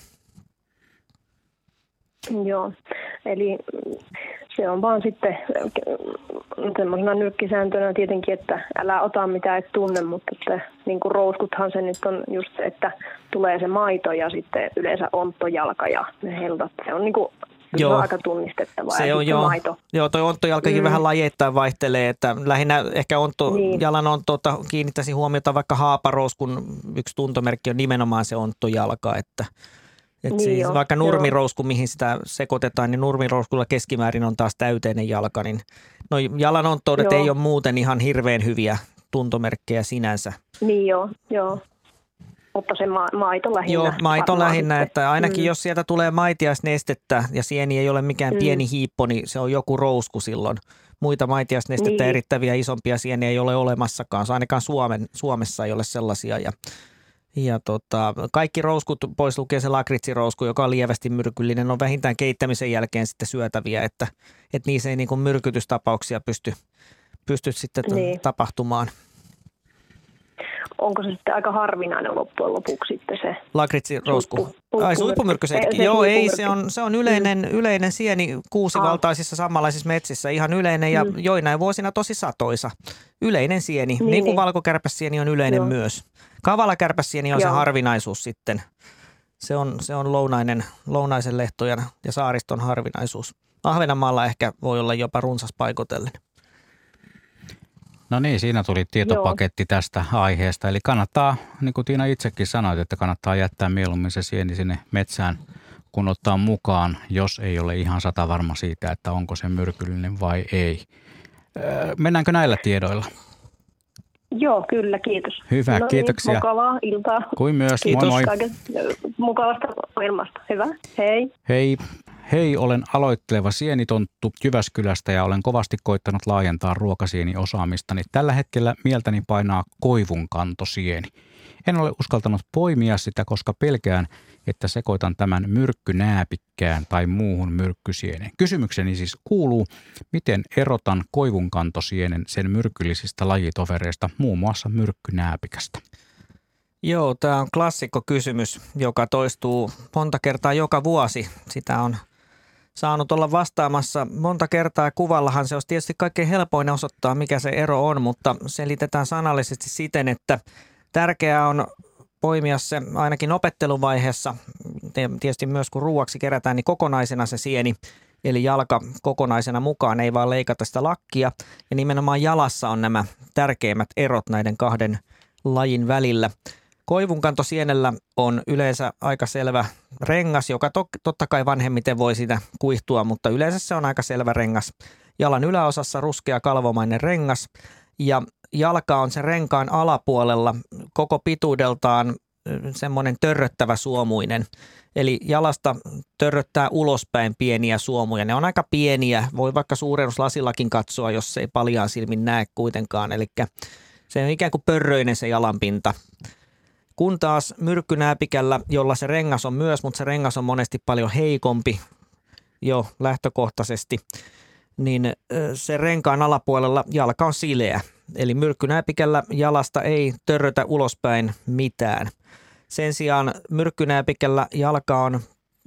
Joo, eli se on vaan sitten semmoisena nyrkkisääntönä tietenkin, että älä ota mitä et tunne, mutta että, niin kuin rouskuthan se nyt on just se, että tulee se maito ja sitten yleensä onttojalka ja ne heltat. Se on niin kuin aika tunnistettavaa. Se on maito. Joo, toi onttojalkakin vähän lajeittain vaihtelee, että lähinnä ehkä jalan onttoutta kiinnittäisin huomiota vaikka haaparouskun yksi tuntomerkki on nimenomaan se onttojalka, että siis vaikka nurmirousku, mihin sitä sekoitetaan, niin nurmirouskulla keskimäärin on taas täyteinen jalka, niin jalan onttoudet ei ole muuten ihan hirveän hyviä tuntomerkkejä sinänsä. Niin joo. Mutta se maito lähinnä. Joo, maito lähinnä, että ainakin jos sieltä tulee maitiaisnestettä ja sieni ei ole mikään pieni hiippo, niin se on joku rousku silloin. Muita maitiaisnestettä erittäviä isompia sieniä ei ole olemassakaan. Se ainakaan Suomessa ei ole sellaisia. Ja kaikki rouskut, pois lukien se lakritsirousku, joka on lievästi myrkyllinen, on vähintään keittämisen jälkeen sitten syötäviä, että niissä ei niin kuin myrkytystapauksia pysty sitten tapahtumaan. Onko se sitten aika harvinainen loppujen lopuksi sitten se lakritsirousku? Suippumyrkkyseitikki. Joo, se on yleinen sieni kuusivaltaisissa samanlaisissa metsissä, ihan yleinen ja joinain vuosina tosi satoisa. Yleinen sieni, niin kuin valkokärpäsieni on yleinen myös. Kavalakärpäsieni on se harvinaisuus sitten. Se on lounaisen lehtojan ja saariston harvinaisuus. Ahvenanmaalla ehkä voi olla jopa runsas paikotellen. No niin, siinä tuli tietopaketti tästä aiheesta. Eli kannattaa, niin kuin Tiina itsekin sanoit, että kannattaa jättää mieluummin se sieni sinne metsään, kun ottaa mukaan, jos ei ole ihan satavarma siitä, että onko se myrkyllinen vai ei. Mennäänkö näillä tiedoilla? Joo, kyllä, kiitos. Hyvä, kiitoksia. Mukavaa iltaa. Kuin myös, kiitos. Moi moi. Mukavasta ohjelmasta. Hyvä, hei. Hei, olen aloitteleva sienitonttu Jyväskylästä ja olen kovasti koittanut laajentaa ruokasieniosaamistani. Tällä hetkellä mieltäni painaa koivunkantosieni. En ole uskaltanut poimia sitä, koska pelkään, että sekoitan tämän myrkkynääpikkään tai muuhun myrkkysieneen. Kysymykseni siis kuuluu, miten erotan koivunkantosienen sen myrkyllisistä lajitovereista, muun muassa myrkkynääpikästä? Joo, tämä on klassikkokysymys, joka toistuu monta kertaa joka vuosi. Sitä on saanut olla vastaamassa monta kertaa ja kuvallahan se olisi tietysti kaikkein helpoin osoittaa, mikä se ero on, mutta selitetään sanallisesti siten, että tärkeää on poimia se ainakin opetteluvaiheessa, tietysti myös kun ruuaksi kerätään, niin kokonaisena se sieni, eli jalka kokonaisena mukaan, ei vaan leikata sitä lakkia. Ja nimenomaan jalassa on nämä tärkeimmät erot näiden kahden lajin välillä. Koivunkantosienellä on yleensä aika selvä rengas, joka totta kai vanhemmiten voi sitä kuihtua, mutta yleensä se on aika selvä rengas. jalan yläosassa ruskea kalvomainen rengas ja jalka on sen renkaan alapuolella koko pituudeltaan semmoinen törröttävä suomuinen. Eli jalasta törröttää ulospäin pieniä suomuja. Ne on aika pieniä, voi vaikka suurennuslasillakin katsoa, jos ei paljaan silmin näe kuitenkaan. Eli se on ikään kuin pörröinen se jalanpinta. Kun taas myrkkynääpikällä, jolla se rengas on myös, mutta se rengas on monesti paljon heikompi jo lähtökohtaisesti, niin se renkaan alapuolella jalka on sileä. Eli myrkkynääpikällä jalasta ei törrötä ulospäin mitään. Sen sijaan myrkkynääpikällä jalka on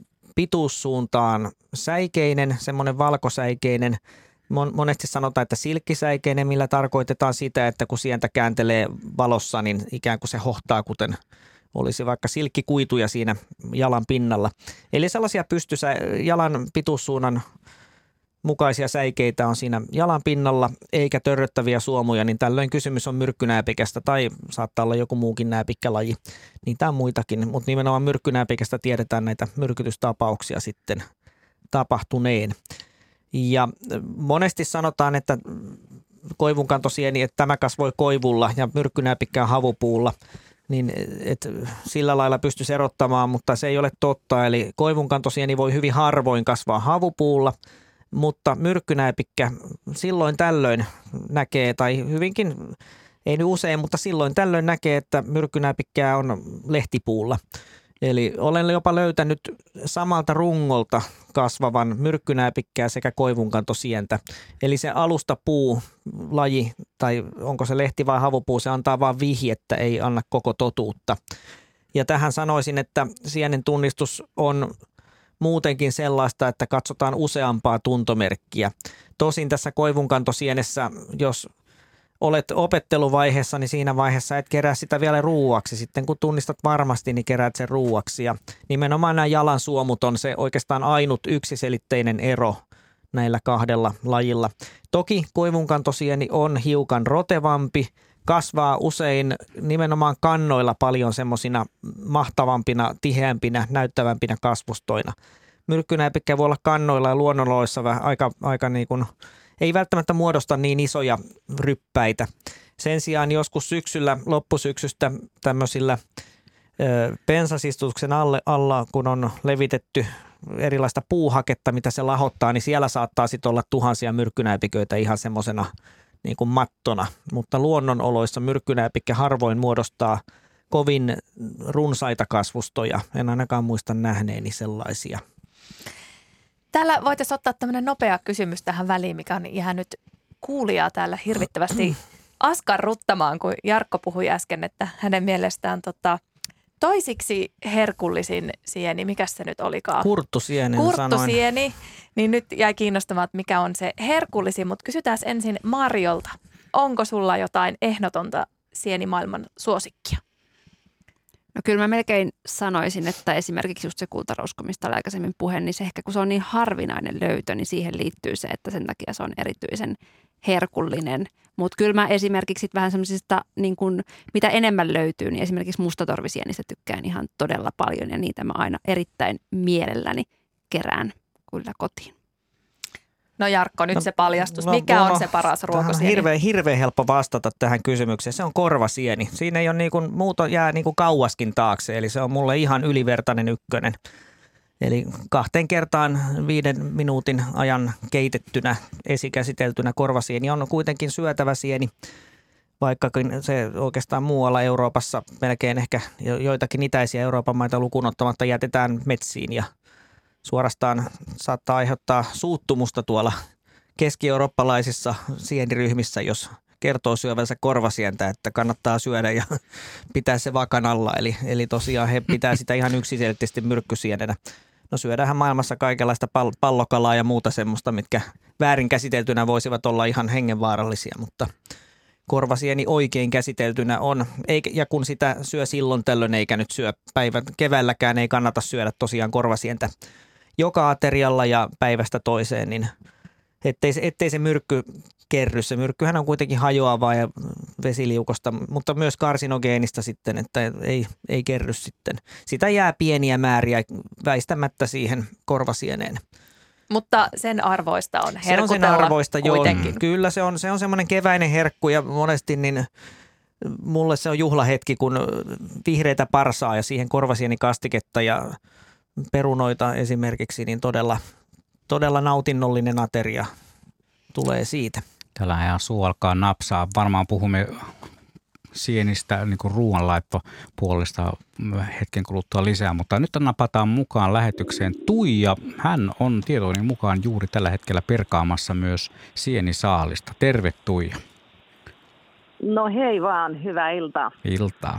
pituussuuntaan säikeinen, semmoinen valkosäikeinen. Monesti sanotaan, että silkkisäikeinen, millä tarkoitetaan sitä, että kun sientä kääntelee valossa, niin ikään kuin se hohtaa, kuten olisi vaikka silkkikuituja siinä jalan pinnalla. Eli sellaisia jalan pituussuunnan mukaisia säikeitä on siinä jalan pinnalla, eikä törröttäviä suomuja, niin tällöin kysymys on myrkkynääpikästä tai saattaa olla joku muukin nääpikkälaji. Niitä on muitakin, mutta nimenomaan myrkkynääpikästä tiedetään näitä myrkytystapauksia sitten tapahtuneen. Ja monesti sanotaan, että koivunkantosieni, että tämä kasvoi koivulla ja myrkkynääpikkään havupuulla, niin sillä lailla pystyisi erottamaan, mutta se ei ole totta. Eli koivunkantosieni voi hyvin harvoin kasvaa havupuulla, mutta myrkkynääpikkä silloin tällöin näkee, tai hyvinkin, ei nyt usein, mutta silloin tällöin näkee, että myrkkynääpikkää on lehtipuulla. Eli olen jopa löytänyt samalta rungolta kasvavan myrkkynääpikkää sekä koivunkantosientä. Eli se alustapuulaji, tai onko se lehti vai havupuu, se antaa vain vihjettä, ei anna koko totuutta. Ja tähän sanoisin, että sienen tunnistus on muutenkin sellaista, että katsotaan useampaa tuntomerkkiä. Tosin tässä koivunkantosienessä, jos olet opetteluvaiheessa, niin siinä vaiheessa et kerää sitä vielä ruuaksi. Sitten kun tunnistat varmasti, niin keräät sen ruuaksi. Ja nimenomaan nämä jalansuomut on se oikeastaan ainut yksiselitteinen ero näillä kahdella lajilla. Toki koivunkantosieni on hiukan rotevampi, kasvaa usein nimenomaan kannoilla paljon semmoisina mahtavampina, tiheämpinä, näyttävämpinä kasvustoina. Myrkkynääpikkä voi olla kannoilla ja luonnonoloissa aika niin kuin, ei välttämättä muodosta niin isoja ryppäitä. Sen sijaan joskus syksyllä, loppusyksystä tämmöisillä pensasistuksen alla, kun on levitetty erilaista puuhaketta, mitä se lahottaa, niin siellä saattaa sitten olla tuhansia myrkkynääpiköitä ihan semmoisena niin kuin mattona. Mutta luonnonoloissa myrkkynääpikkä harvoin muodostaa kovin runsaita kasvustoja. En ainakaan muista nähneeni sellaisia. Täällä voitaisiin ottaa tämmöinen nopea kysymys tähän väliin, mikä on jäänyt kuulijaa täällä hirvittävästi askarruttamaan, kun Jarkko puhui äsken, että hänen mielestään toisiksi herkullisin sieni, mikä se nyt olikaan? Kurttusieni. Kurttusieni, niin nyt jäi kiinnostamaan, että mikä on se herkullisin, mutta kysytään ensin Marjolta. Onko sulla jotain ehdotonta sienimaailman suosikkia? No kyllä mä melkein sanoisin, että esimerkiksi just se kultarousko, mistä oli aikaisemmin puhe, niin se ehkä kun se on niin harvinainen löytö, niin siihen liittyy se, että sen takia se on erityisen herkullinen. Mutta kyllä mä esimerkiksi vähän semmoisista, niin kun, mitä enemmän löytyy, niin esimerkiksi mustatorvisienistä tykkään ihan todella paljon ja niitä mä aina erittäin mielelläni kerään kyllä kotiin. No Jarkko, nyt se paljastus. Mikä on se paras ruokosieni? Hirveän helppo vastata tähän kysymykseen. Se on korvasieni. Siinä ei ole muuta jää kauaskin taakse, eli se on mulle ihan ylivertainen ykkönen. Eli 2 kertaan 5 minuutin ajan keitettynä, esikäsiteltynä korvasieni on kuitenkin syötävä sieni, vaikkakin se oikeastaan muualla Euroopassa melkein ehkä joitakin itäisiä Euroopan maita lukuun ottamatta jätetään metsiin ja suorastaan saattaa aiheuttaa suuttumusta tuolla keski-eurooppalaisissa sieniryhmissä, jos kertoo syövänsä korvasientä, että kannattaa syödä ja pitää se vakan alla. Eli tosiaan he pitää sitä ihan yksiselitteisesti myrkkysienenä. No syödäänhän maailmassa kaikenlaista pallokalaa ja muuta semmoista, mitkä väärin käsiteltynä voisivat olla ihan hengenvaarallisia, mutta korvasieni oikein käsiteltynä on. Ja kun sitä syö silloin tällöin eikä nyt syö keväälläkään, ei kannata syödä tosiaan korvasientä joka aterialla ja päivästä toiseen, niin ettei se myrkky kerry. Se myrkkyhän on kuitenkin hajoavaa ja vesiliukosta, mutta myös karsinogeenista sitten, että ei kerry sitten. Sitä jää pieniä määriä väistämättä siihen korvasieneen. Mutta sen arvoista on herkutella. Se on sen arvoista, joo. Kuitenkin. Kyllä se on semmoinen keväinen herkku ja monesti niin mulle se on juhlahetki, kun vihreitä parsaa ja siihen korvasienikastiketta ja perunoita esimerkiksi, niin todella nautinnollinen ateria tulee siitä. Tällä ihan suu alkaa napsaa. Varmaan puhumme sienistä niin kuin ruoanlaittopuolesta hetken kuluttua lisää, mutta nyt napataan mukaan lähetykseen Tuija. Hän on tietoni mukaan juuri tällä hetkellä perkaamassa myös sienisaalista. Terve Tuija. No hei vaan, hyvää iltaa. Iltaa.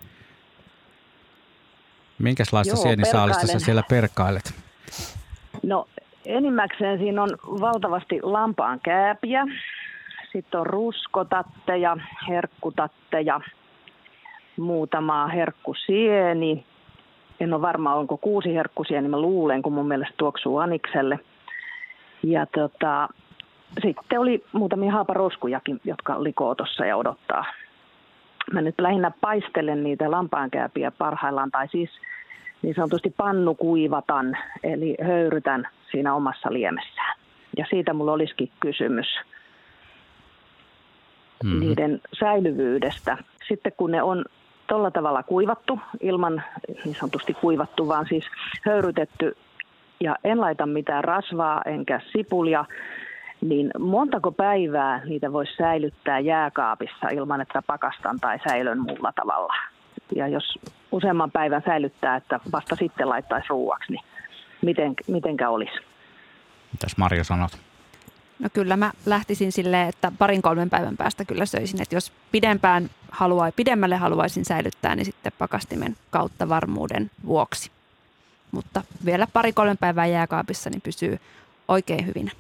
Minkälaista sienisaalista sä siellä perkailet? No enimmäkseen siinä on valtavasti lampaan kääpiä, sitten on ruskotatteja, herkkutatteja, muutama herkkusieni. En ole varma, onko 6 herkkusieni, mä luulen, kun mun mielestä tuoksuu anikselle. Ja sitten oli muutamia haaparoskujakin, jotka likoo tuossa ja odottaa. Mä nyt lähinnä paistelen niitä lampaankääpiä parhaillaan, tai siis niin sanotusti pannukuivatan, eli höyrytän siinä omassa liemessään. Ja siitä mulla olisikin kysymys niiden säilyvyydestä. Sitten kun ne on tolla tavalla kuivattu, ilman niin sanotusti kuivattu, vaan siis höyrytetty, ja en laita mitään rasvaa enkä sipulia, niin montako päivää niitä voisi säilyttää jääkaapissa ilman, että pakastan tai säilön muulla tavalla? Ja jos useamman päivän säilyttää, että vasta sitten laittaisi ruuaksi, niin mitenkä olisi? Mitäs Marjo sanot? No kyllä mä lähtisin silleen, että 2-3 päivän päästä kyllä söisin. Että jos pidemmälle haluaisin säilyttää, niin sitten pakastimen kautta varmuuden vuoksi. Mutta vielä 2-3 päivää jääkaapissa, niin pysyy oikein hyvin.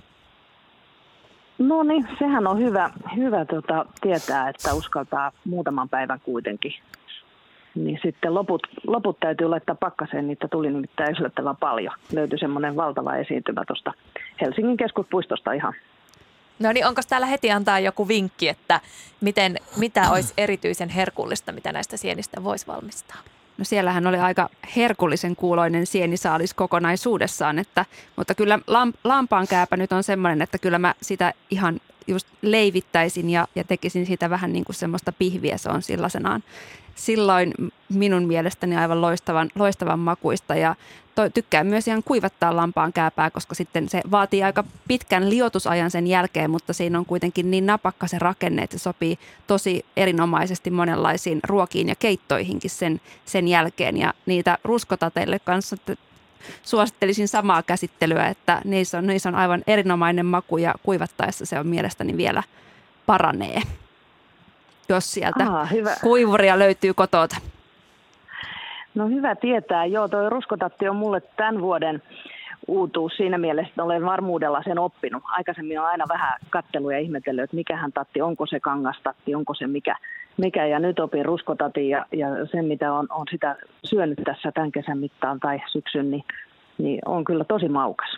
No niin, sehän on hyvä tietää, että uskaltaa muutaman päivän kuitenkin. Niin sitten loput täytyy laittaa pakkaseen, niitä tuli nimittäin yllättävän paljon. Löytyi semmoinen valtava esiintymä tuosta Helsingin keskuspuistosta ihan. No niin, onko täällä heti antaa joku vinkki, että mitä olisi erityisen herkullista, mitä näistä sienistä voisi valmistaa? No siellähän oli aika herkullisen kuuloinen sienisaalis kokonaisuudessaan, mutta kyllä lampaankääpä nyt on semmoinen, että kyllä mä sitä ihan just leivittäisin ja tekisin siitä vähän niin kuin semmoista pihviä, se on sellaisenaan. Silloin minun mielestäni aivan loistavan makuista ja tykkään myös ihan kuivattaa lampaankääpää, koska sitten se vaatii aika pitkän liotusajan sen jälkeen, mutta siinä on kuitenkin niin napakka se rakenne, että se sopii tosi erinomaisesti monenlaisiin ruokiin ja keittoihinkin sen jälkeen. Ja niitä ruskotateille kanssa suosittelisin samaa käsittelyä, että niissä on aivan erinomainen maku ja kuivattaessa se on mielestäni vielä paranee, jos sieltä kuivuria löytyy kotota. No hyvä tietää. Joo, toi ruskotatti on mulle tämän vuoden uutuus siinä mielessä, että olen varmuudella sen oppinut. Aikaisemmin on aina vähän katsellut ja ihmetellyt, että mikähän tatti, onko se kangastatti, onko se mikä. Ja nyt opin ruskotatin ja sen, mitä on sitä syönyt tässä tämän kesän mittaan tai syksyn, niin on kyllä tosi maukas.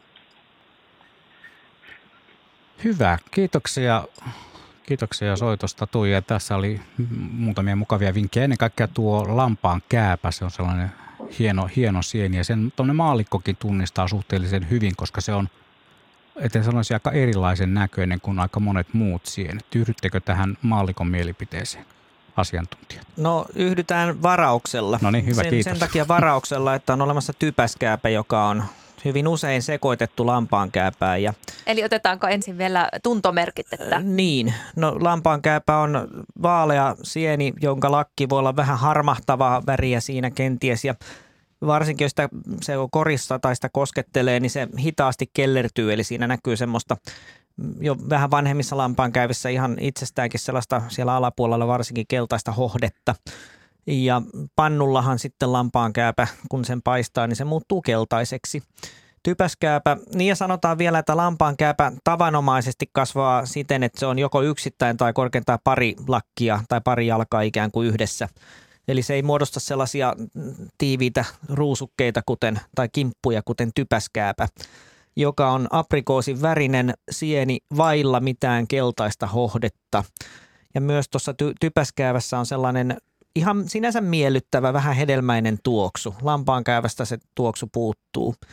Hyvä, Kiitoksia soitosta Tuija. Tässä oli muutamia mukavia vinkkejä. Ennen kaikkea tuo lampaan kääpä, se on sellainen hieno sieni. Ja sen tuommoinen maallikkokin tunnistaa suhteellisen hyvin, koska se on, etten sanoisi, aika erilaisen näköinen kuin aika monet muut sienet. Yhdyttekö tähän maallikon mielipiteeseen, asiantuntijat? No yhdytään varauksella. No niin, hyvä, kiitos. Sen takia varauksella, että on olemassa typäskääpä, joka on hyvin usein sekoitettu lampaankääpään. Eli otetaanko ensin vielä tuntomerkit? Että... Niin, no lampaankääpä on vaalea sieni, jonka lakki voi olla vähän harmahtavaa väriä siinä kenties. Ja varsinkin jos se on korissa tai sitä koskettelee, niin se hitaasti kellertyy. Eli siinä näkyy semmoista jo vähän vanhemmissa lampaankäävissä ihan itsestäänkin sellaista siellä alapuolella varsinkin keltaista hohdetta. Ja pannullahan sitten lampaankääpä, kun sen paistaa, niin se muuttuu keltaiseksi. Typäskääpä, niin ja sanotaan vielä, että lampaankääpä tavanomaisesti kasvaa siten, että se on joko yksittäin tai korkeintaan pari lakkia tai pari jalkaa ikään kuin yhdessä. Eli se ei muodosta sellaisia tiiviitä ruusukkeita tai kimppuja kuten typäskääpä, joka on aprikoosin värinen sieni vailla mitään keltaista hohdetta. Ja myös tuossa typäskäävässä on sellainen ihan sinänsä miellyttävä, vähän hedelmäinen tuoksu. Lampaankäävästä se tuoksu puuttuu.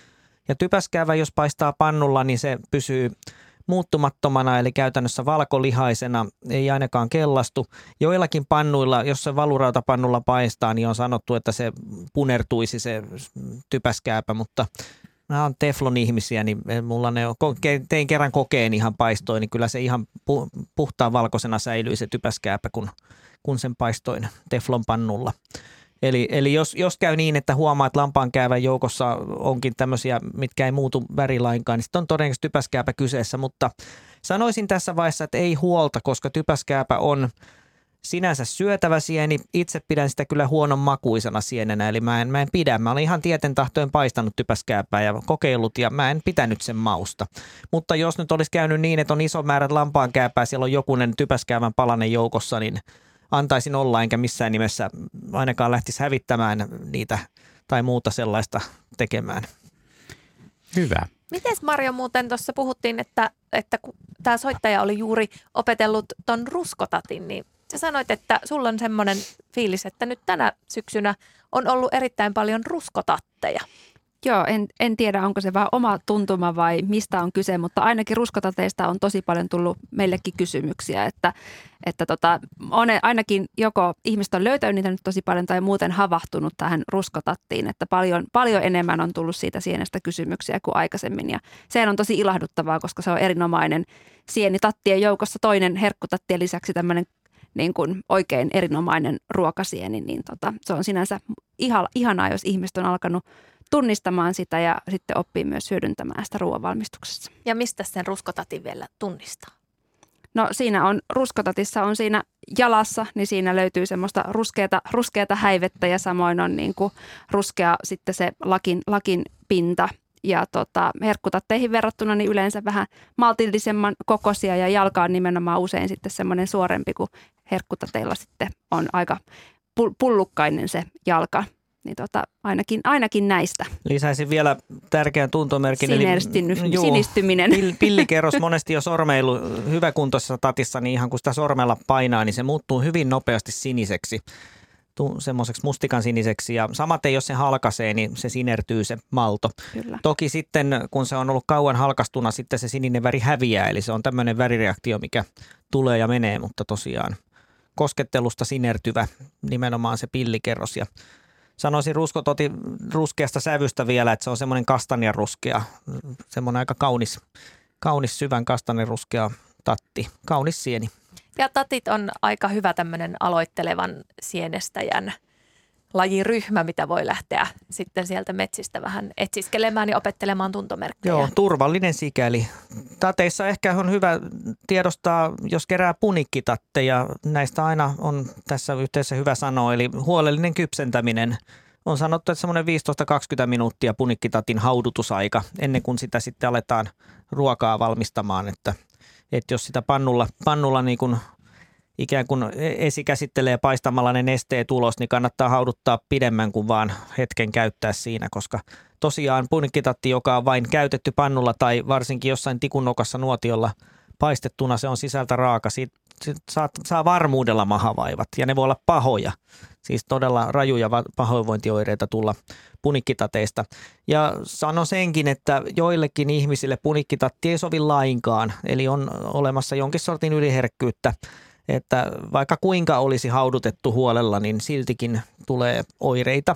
Ja typäskäävä, jos paistaa pannulla, niin se pysyy muuttumattomana, eli käytännössä valkolihaisena, ei ainakaan kellastu. Joillakin pannuilla, jos se valurautapannulla paistaa, niin on sanottu, että se punertuisi se typäskääpä, mutta mä oon teflon-ihmisiä, niin mulla ne on, tein kerran kokeen ihan paistoin, niin kyllä se ihan puhtaan valkoisena säilyi se typäskääpä, kun sen paistoin teflonpannulla. Eli jos käy niin, että huomaa, että lampaankäävän joukossa onkin tämmöisiä, mitkä ei muutu värilainkaan, niin sitten on todennäköisesti typäskääpä kyseessä, mutta sanoisin tässä vaiheessa, että ei huolta, koska typäskääpä on sinänsä syötävä sieni. Itse pidän sitä kyllä huonon makuisena sienenä, eli mä en pidä. Mä olen ihan tieten tahtoen paistanut typäskääpää ja kokeillut ja mä en pitänyt sen mausta. Mutta jos nyt olisi käynyt niin, että on iso määrä lampaankääpää, siellä on jokunen typäskäävän palanen joukossa, niin antaisin olla, enkä missään nimessä ainakaan lähtisi hävittämään niitä tai muuta sellaista tekemään. Hyvä. Mites Marjo muuten tuossa puhuttiin, että kun tämä soittaja oli juuri opetellut ton ruskotatin, niin sä sanoit, että sulla on semmoinen fiilis, että nyt tänä syksynä on ollut erittäin paljon ruskotatteja. Joo, en tiedä, onko se vaan oma tuntuma vai mistä on kyse, mutta ainakin ruskotateista on tosi paljon tullut meillekin kysymyksiä, että ainakin joko ihmiset on löytänyt niitä nyt tosi paljon tai muuten havahtunut tähän ruskotattiin, että paljon enemmän on tullut siitä sienestä kysymyksiä kuin aikaisemmin ja sehän on tosi ilahduttavaa, koska se on erinomainen sieni tattien joukossa toinen herkkutattien lisäksi tämmöinen niin kuin oikein erinomainen ruokasieni, niin se on sinänsä ihanaa, jos ihmiset on alkanut tunnistamaan sitä ja sitten oppii myös hyödyntämään sitä ruoanvalmistuksessa. Ja mistä sen ruskotatin vielä tunnistaa? No siinä on, ruskotatissa on siinä jalassa, niin siinä löytyy semmoista ruskeata häivettä ja samoin on niin kuin ruskea sitten se lakin pinta. Ja herkkutatteihin verrattuna niin yleensä vähän maltillisemman kokoisia ja jalka on nimenomaan usein sitten semmoinen suorempi, kuin herkkutateilla sitten on aika pullukkainen se jalka. Niin ainakin näistä. Lisäisin vielä tärkeän tuntomerkin. Sinistyminen. Pillikerros monesti jo sormeilu hyväkuntoisessa tatissa, niin ihan kun sitä sormella painaa, niin se muuttuu hyvin nopeasti siniseksi. Semmoiseksi mustikan siniseksi ja samaten jos se halkaisee, niin se sinertyy se malto. Kyllä. Toki sitten kun se on ollut kauan halkastuna, sitten se sininen väri häviää, eli se on tämmöinen värireaktio, mikä tulee ja menee, mutta tosiaan koskettelusta sinertyvä nimenomaan se pillikerros ja sanoisin ruskeasta sävystä vielä, että se on semmoinen kastanjaruskea, semmoinen aika kaunis syvän kastanjaruskea tatti, kaunis sieni. Ja tatit on aika hyvä tämmöinen aloittelevan sienestäjän lajiryhmä, mitä voi lähteä sitten sieltä metsistä vähän etsiskelemään ja opettelemaan tuntomerkkejä. Joo, turvallinen sikäli. Tateissa ehkä on hyvä tiedostaa, jos kerää punikkitatteja, näistä aina on tässä yhteydessä hyvä sanoa, eli huolellinen kypsentäminen. On sanottu, että semmoinen 15-20 minuuttia punikkitatin haudutusaika ennen kuin sitä sitten aletaan ruokaa valmistamaan, että jos sitä pannulla niin kuin ikään kuin esikäsittelee paistamalla ne nesteet ulos, niin kannattaa hauduttaa pidemmän kuin vaan hetken käyttää siinä, koska tosiaan punikkitatti, joka on vain käytetty pannulla tai varsinkin jossain tikunnokassa nuotiolla paistettuna, se on sisältä raaka. Siitä saa varmuudella mahavaivat ja ne voi olla pahoja, siis todella rajuja pahoinvointioireita tulla punikkitateista. Ja sanon senkin, että joillekin ihmisille punikkitatti ei sovi lainkaan, eli on olemassa jonkin sortin yliherkkyyttä, että vaikka kuinka olisi haudutettu huolella, niin siltikin tulee oireita.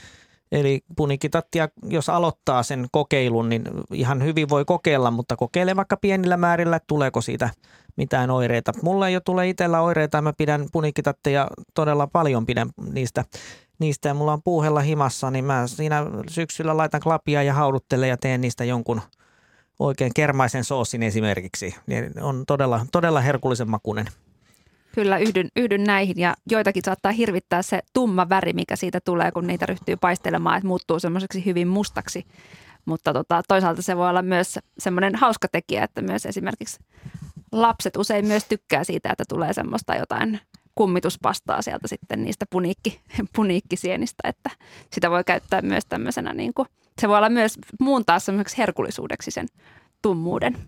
Eli punikkitattia, jos aloittaa sen kokeilun, niin ihan hyvin voi kokeilla, mutta kokeile vaikka pienillä määrillä, että tuleeko siitä mitään oireita. Mulla ei jo tule itsellä oireita, mä pidän punikkitatteja todella paljon, pidän niistä ja mulla on puuhella himassa, niin mä siinä syksyllä laitan klapia ja hauduttelen ja teen niistä jonkun oikein kermaisen soosin esimerkiksi. Niin on todella herkullisen makuinen. Kyllä yhdyn näihin ja joitakin saattaa hirvittää se tumma väri, mikä siitä tulee, kun niitä ryhtyy paistelemaan, että muuttuu semmoiseksi hyvin mustaksi. Mutta toisaalta se voi olla myös semmoinen hauska tekijä, että myös esimerkiksi lapset usein myös tykkää siitä, että tulee semmoista jotain kummituspastaa sieltä sitten niistä puniikkisienistä, että sitä voi käyttää myös tämmöisenä, niin kuin, se voi olla myös muuntaa semmoiseksi herkullisuudeksi sen tummuuden.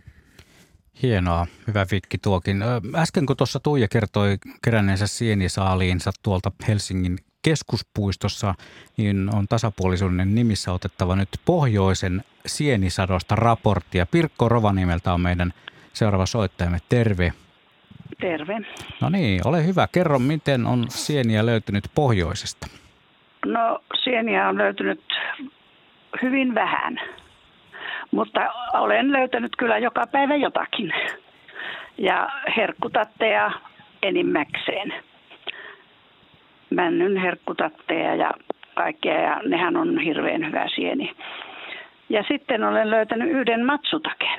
Hienoa, hyvä Vikki tuokin. Äsken kun tuossa Tuija kertoi keränneensä sienisaaliinsa tuolta Helsingin keskuspuistossa, niin on tasapuolisuuden nimissä otettava nyt pohjoisen sienisadosta raporttia. Pirkko Rovaniemeltä on meidän seuraava soittajamme. Terve. Terve. No niin, ole hyvä. Kerro, miten on sieniä löytynyt pohjoisesta? No, sieniä on löytynyt hyvin vähän, mutta olen löytänyt kyllä joka päivä jotakin. Ja herkkutatteja enimmäkseen. Männyn herkkutatteja ja kaikkea, ja nehän on hirveän hyvä sieni. Ja sitten olen löytänyt yhden matsutaken,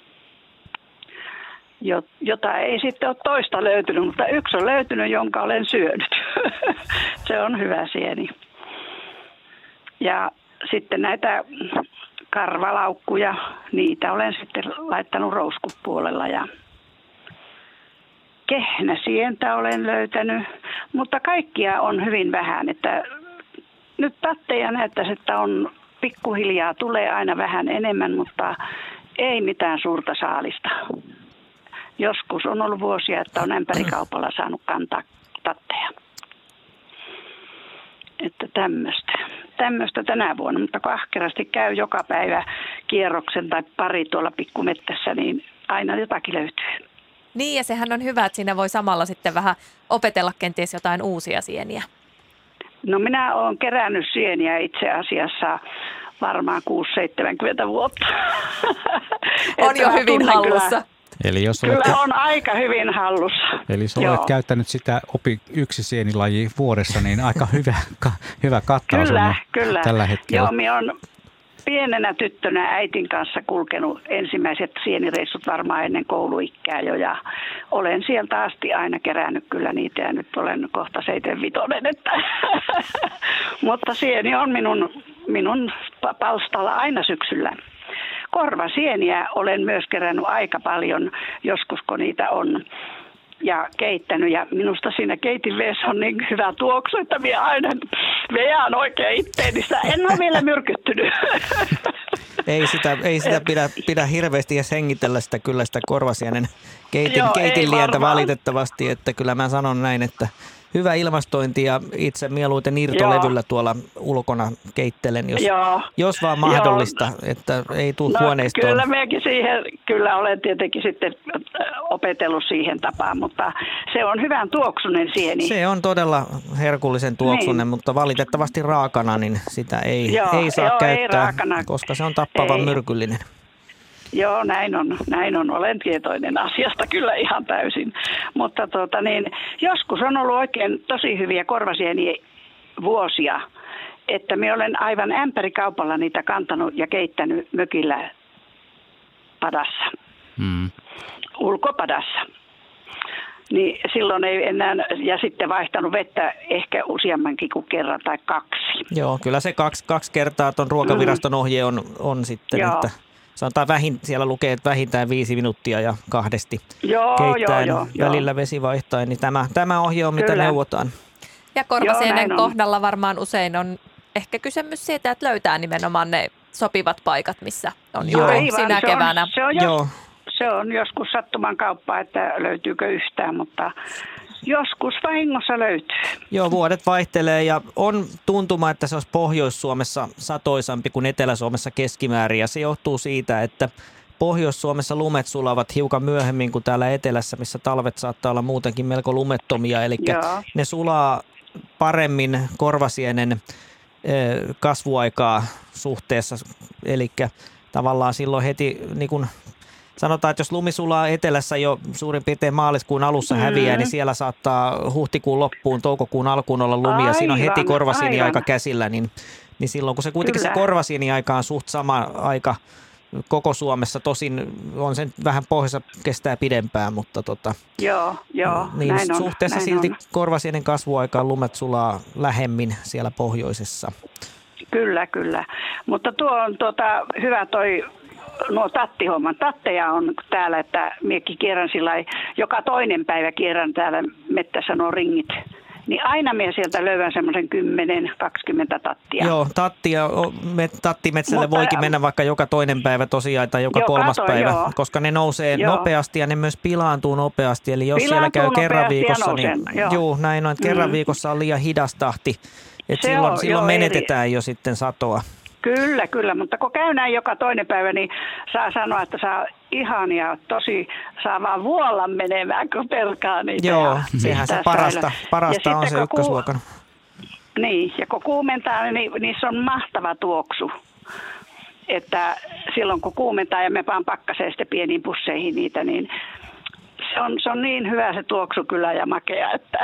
jota ei sitten ole toista löytynyt, mutta yksi on löytynyt, jonka olen syönyt. Se on hyvä sieni. Ja sitten näitä karvalaukkuja, niitä olen sitten laittanut rouskupuolella ja kehnäsientä olen löytänyt, mutta kaikkia on hyvin vähän, että nyt tatteja näyttäisi, että on pikkuhiljaa, tulee aina vähän enemmän, mutta ei mitään suurta saalista. Joskus on ollut vuosia, että on ämpärikaupalla saanut kantaa tatteja. Että tämmöistä tänä vuonna, mutta kun ahkerasti käy joka päivä kierroksen tai pari tuolla pikkumettässä, niin aina jotakin löytyy. Niin, ja sehän on hyvä, että siinä voi samalla sitten vähän opetella kenties jotain uusia sieniä. No minä olen kerännyt sieniä itse asiassa varmaan 6-70 vuotta. On jo hyvin hallussa. Eli jos kyllä on aika hyvin hallussa. Eli jos olet käyttänyt sitä yksi sienilaji vuodessa, niin aika hyvä kattaus on kyllä. Tällä hetkellä. Joo, minä olen pienenä tyttönä äitin kanssa kulkenut ensimmäiset sienireissut varmaan ennen kouluikää jo, ja olen sieltä asti aina kerännyt kyllä niitä, ja nyt olen kohta 75, että mutta sieni on minun palstalla aina syksyllä. Korvasieniä olen myös kerännyt aika paljon, joskus kun niitä on ja keittänyt. Ja minusta siinä keitinveessä on niin hyvä tuoksu, että minä aina veän oikein itteeni. Sitä en ole vielä myrkyttynyt. Ei sitä pidä hirveästi edes hengitellä sitä korvasienen keitinlientä valitettavasti. Että kyllä mä sanon näin, että hyvä ilmastointi ja itse mieluiten irtolevyllä tuolla ulkona keittelen, jos vaan mahdollista, että ei tule huoneistoon. Kyllä minäkin siihen, kyllä olen tietenkin sitten opetellut siihen tapaan, mutta se on hyvän tuoksunen sieni. Se on todella herkullisen tuoksunen, mutta valitettavasti raakana, niin sitä ei saa käyttää, koska se on tappavan myrkyllinen. Joo, näin on. Olen tietoinen asiasta kyllä ihan täysin. Mutta joskus on ollut oikein tosi hyviä korvasieniä vuosia, että minä olen aivan ämpärikaupalla niitä kantanut ja keittänyt mökillä padassa, ulkopadassa. Niin silloin ei enää, ja sitten vaihtanut vettä ehkä useammankin kuin kerran tai 2. Joo, kyllä se kaksi kertaa tuon ruokaviraston ohje on sitten, että sanotaan siellä lukee, että vähintään 5 minuuttia ja 2 keittäen välillä vesi vaihtaen, niin tämä ohje on mitä neuvotaan. Ja korvasienen kohdalla varmaan usein on ehkä kysymys siitä, että löytää nimenomaan ne sopivat paikat, missä on juuri sinä keväänä. Se on joskus sattuman kauppaa, että löytyykö yhtään, mutta joskus vahingossa löytyy. Joo, vuodet vaihtelee ja on tuntuma, että se olisi Pohjois-Suomessa satoisampi kuin Etelä-Suomessa keskimäärin. Ja se johtuu siitä, että Pohjois-Suomessa lumet sulavat hiukan myöhemmin kuin täällä etelässä, missä talvet saattaa olla muutenkin melko lumettomia. Eli ne sulaa paremmin korvasienen kasvuaikaa suhteessa. Eli tavallaan silloin heti niin kuin sanotaan, että jos lumi sulaa etelässä jo suurin piirtein maaliskuun alussa häviää, niin siellä saattaa huhtikuun loppuun, toukokuun alkuun olla lumia. Siinä on heti korvasieniaika käsillä, niin silloin kun se kuitenkin se korvasieniaika on suht sama aika koko Suomessa, tosin on sen vähän pohjassa kestää pidempään, mutta niin näin suhteessa silti korvasienen kasvuaikaan lumet sulaa lähemmin siellä pohjoisessa. Kyllä. Mutta tuo on hyvä nuo tattihomman. Tatteja on täällä, että minäkin kierrän joka toinen päivä kierrän täällä mettässä nuo ringit niin aina minä sieltä löydän semmoisen 10-20 tattia. Joo, tattimetsälle voikin mennä vaikka joka toinen päivä tosiaan tai joka kolmas päivä, koska ne nousee nopeasti ja ne myös pilaantuu nopeasti. Eli jos siellä käy kerran viikossa, niin näin on, että kerran viikossa on liian hidas tahti. Että silloin menetetään jo sitten satoa. Kyllä, mutta kun käy näin joka toinen päivä, niin saa sanoa, että saa ihania, saa vaan vuolla menemään, kun pelkaa niitä. Joo, sehän se parasta on se ykkösluokan. Niin, ja kun kuumentaa, niin niissä on mahtava tuoksu. Että silloin kun kuumentaa ja me vaan pakkaseen sitten pieniin pusseihin niitä, niin se on niin hyvä se tuoksu kyllä ja makea, että...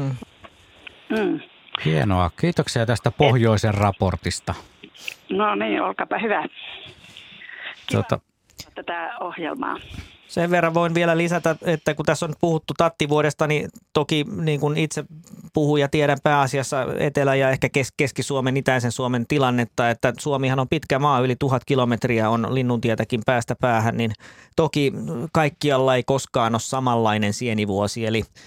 Hienoa. Kiitoksia tästä pohjoisen raportista. No niin, olkaapa hyvä. Tätä ohjelmaa. Sen verran voin vielä lisätä, että kun tässä on puhuttu tattivuodesta, niin toki niin kuin itse puhun ja tiedän pääasiassa Etelä- ja ehkä Keski-Suomen, Itäisen Suomen tilannetta, että Suomihan on pitkä maa, yli 1000 kilometriä on linnuntietäkin päästä päähän, niin toki kaikkialla ei koskaan ole samanlainen sienivuosi.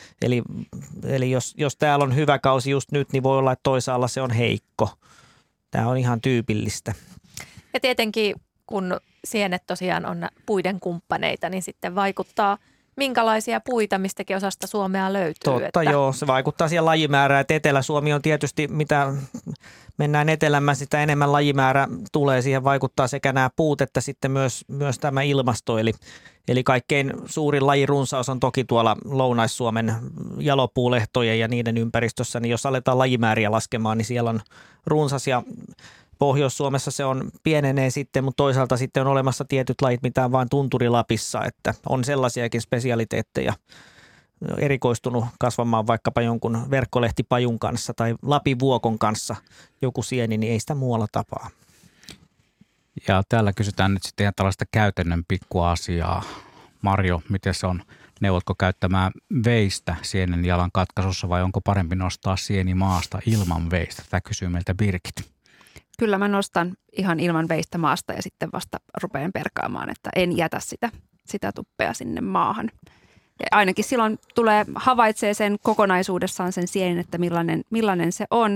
Eli jos täällä on hyvä kausi just nyt, niin voi olla, että toisaalla se on heikko. Tämä on ihan tyypillistä. Ja tietenkin kun sienet tosiaan on puiden kumppaneita, niin sitten vaikuttaa minkälaisia puita mistäkin osasta Suomea löytyy. Totta, joo. Se vaikuttaa siihen lajimäärään, että Etelä-Suomi on tietysti, mitä mennään etelämään, sitä enemmän lajimäärä tulee. Siihen vaikuttaa sekä nämä puut että sitten myös tämä ilmasto. Eli kaikkein suurin lajirunsaus on toki tuolla Lounais-Suomen jalopuulehtojen ja niiden ympäristössä. Niin jos aletaan lajimääriä laskemaan, niin siellä on runsas ja Pohjois-Suomessa se on pienenee sitten, mutta toisaalta sitten on olemassa tietyt lajit, mitä on vain Tunturilapissa, että on sellaisiakin spesialiteetteja erikoistunut kasvamaan vaikkapa jonkun verkkolehtipajun kanssa tai lapivuokon kanssa joku sieni, niin ei sitä muualla tapaa. Ja täällä kysytään nyt sitten ihan tällaista käytännön pikkuasiaa. Marjo, miten se on? Neuvotko käyttämään veistä sienen jalan katkaisussa vai onko parempi nostaa sieni maasta ilman veistä? Tätä kysyy meiltä Birgit. Kyllä mä nostan ihan ilman veistä maasta ja sitten vasta rupean perkaamaan, että en jätä sitä tuppea sinne maahan. Ja ainakin silloin havaitsee sen kokonaisuudessaan sen sienen, että millainen se on.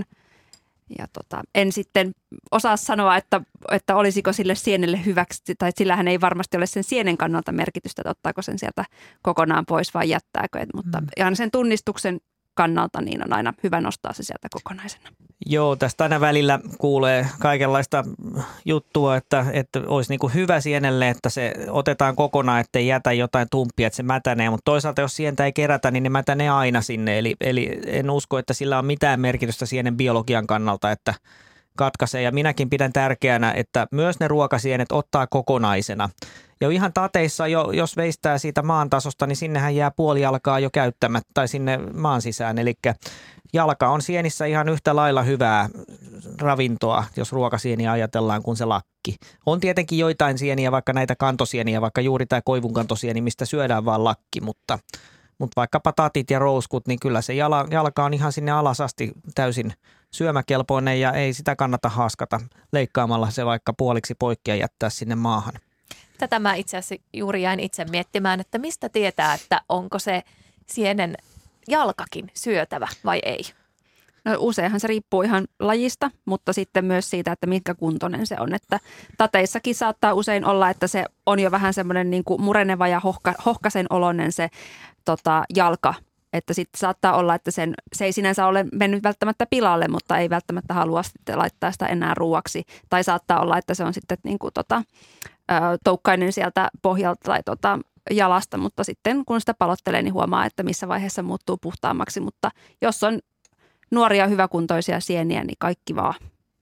Ja en sitten osaa sanoa, että olisiko sille sienelle hyväksi, tai sillähän ei varmasti ole sen sienen kannalta merkitystä, että ottaako sen sieltä kokonaan pois vai jättääkö. Mutta ihan sen tunnistuksen kannalta niin on aina hyvä nostaa se sieltä kokonaisena. Joo, tästä aina välillä kuulee kaikenlaista juttua, että olisi niin kuin hyvä sienelle, että se otetaan kokonaan, ettei jätä jotain tumppia, että se mätänee. Mutta toisaalta jos sientä ei kerätä, niin ne mätänee aina sinne. Eli en usko, että sillä on mitään merkitystä sienen biologian kannalta, että katkaisee. Ja minäkin pidän tärkeänä, että myös ne ruokasienet ottaa kokonaisena. Ja ihan tateissa, jos veistää siitä maan tasosta, niin sinnehän jää puoli jalkaa jo käyttämättä tai sinne maan sisään. Eli jalka on sienissä ihan yhtä lailla hyvää ravintoa, jos ruokasieniä ajatellaan, kuin se lakki. On tietenkin joitain sieniä, vaikka näitä kantosieniä, vaikka juuri tämä koivun kantosieni, mistä syödään vaan lakki, mutta vaikkapa tatit ja rouskut, niin kyllä se jalka on ihan sinne alas asti täysin syömäkelpoinen ja ei sitä kannata haaskata leikkaamalla se vaikka puoliksi poikki ja jättää sinne maahan. Tätä mä itse asiassa juuri jäin itse miettimään, että mistä tietää, että onko se sienen jalkakin syötävä vai ei? No useinhan se riippuu ihan lajista, mutta sitten myös siitä, että mitkä kuntoinen se on. Että tateissakin saattaa usein olla, että se on jo vähän semmoinen niin kuin mureneva ja hohkasen oloinen se jalka. Että sitten saattaa olla, että se ei sinänsä ole mennyt välttämättä pilalle, mutta ei välttämättä halua sitten laittaa sitä enää ruuaksi. Tai saattaa olla, että se on sitten niin kuin toukkainen sieltä pohjalta tai jalasta, mutta sitten kun sitä palottelee, niin huomaa, että missä vaiheessa muuttuu puhtaammaksi. Mutta jos on nuoria hyväkuntoisia sieniä, niin kaikki vaan.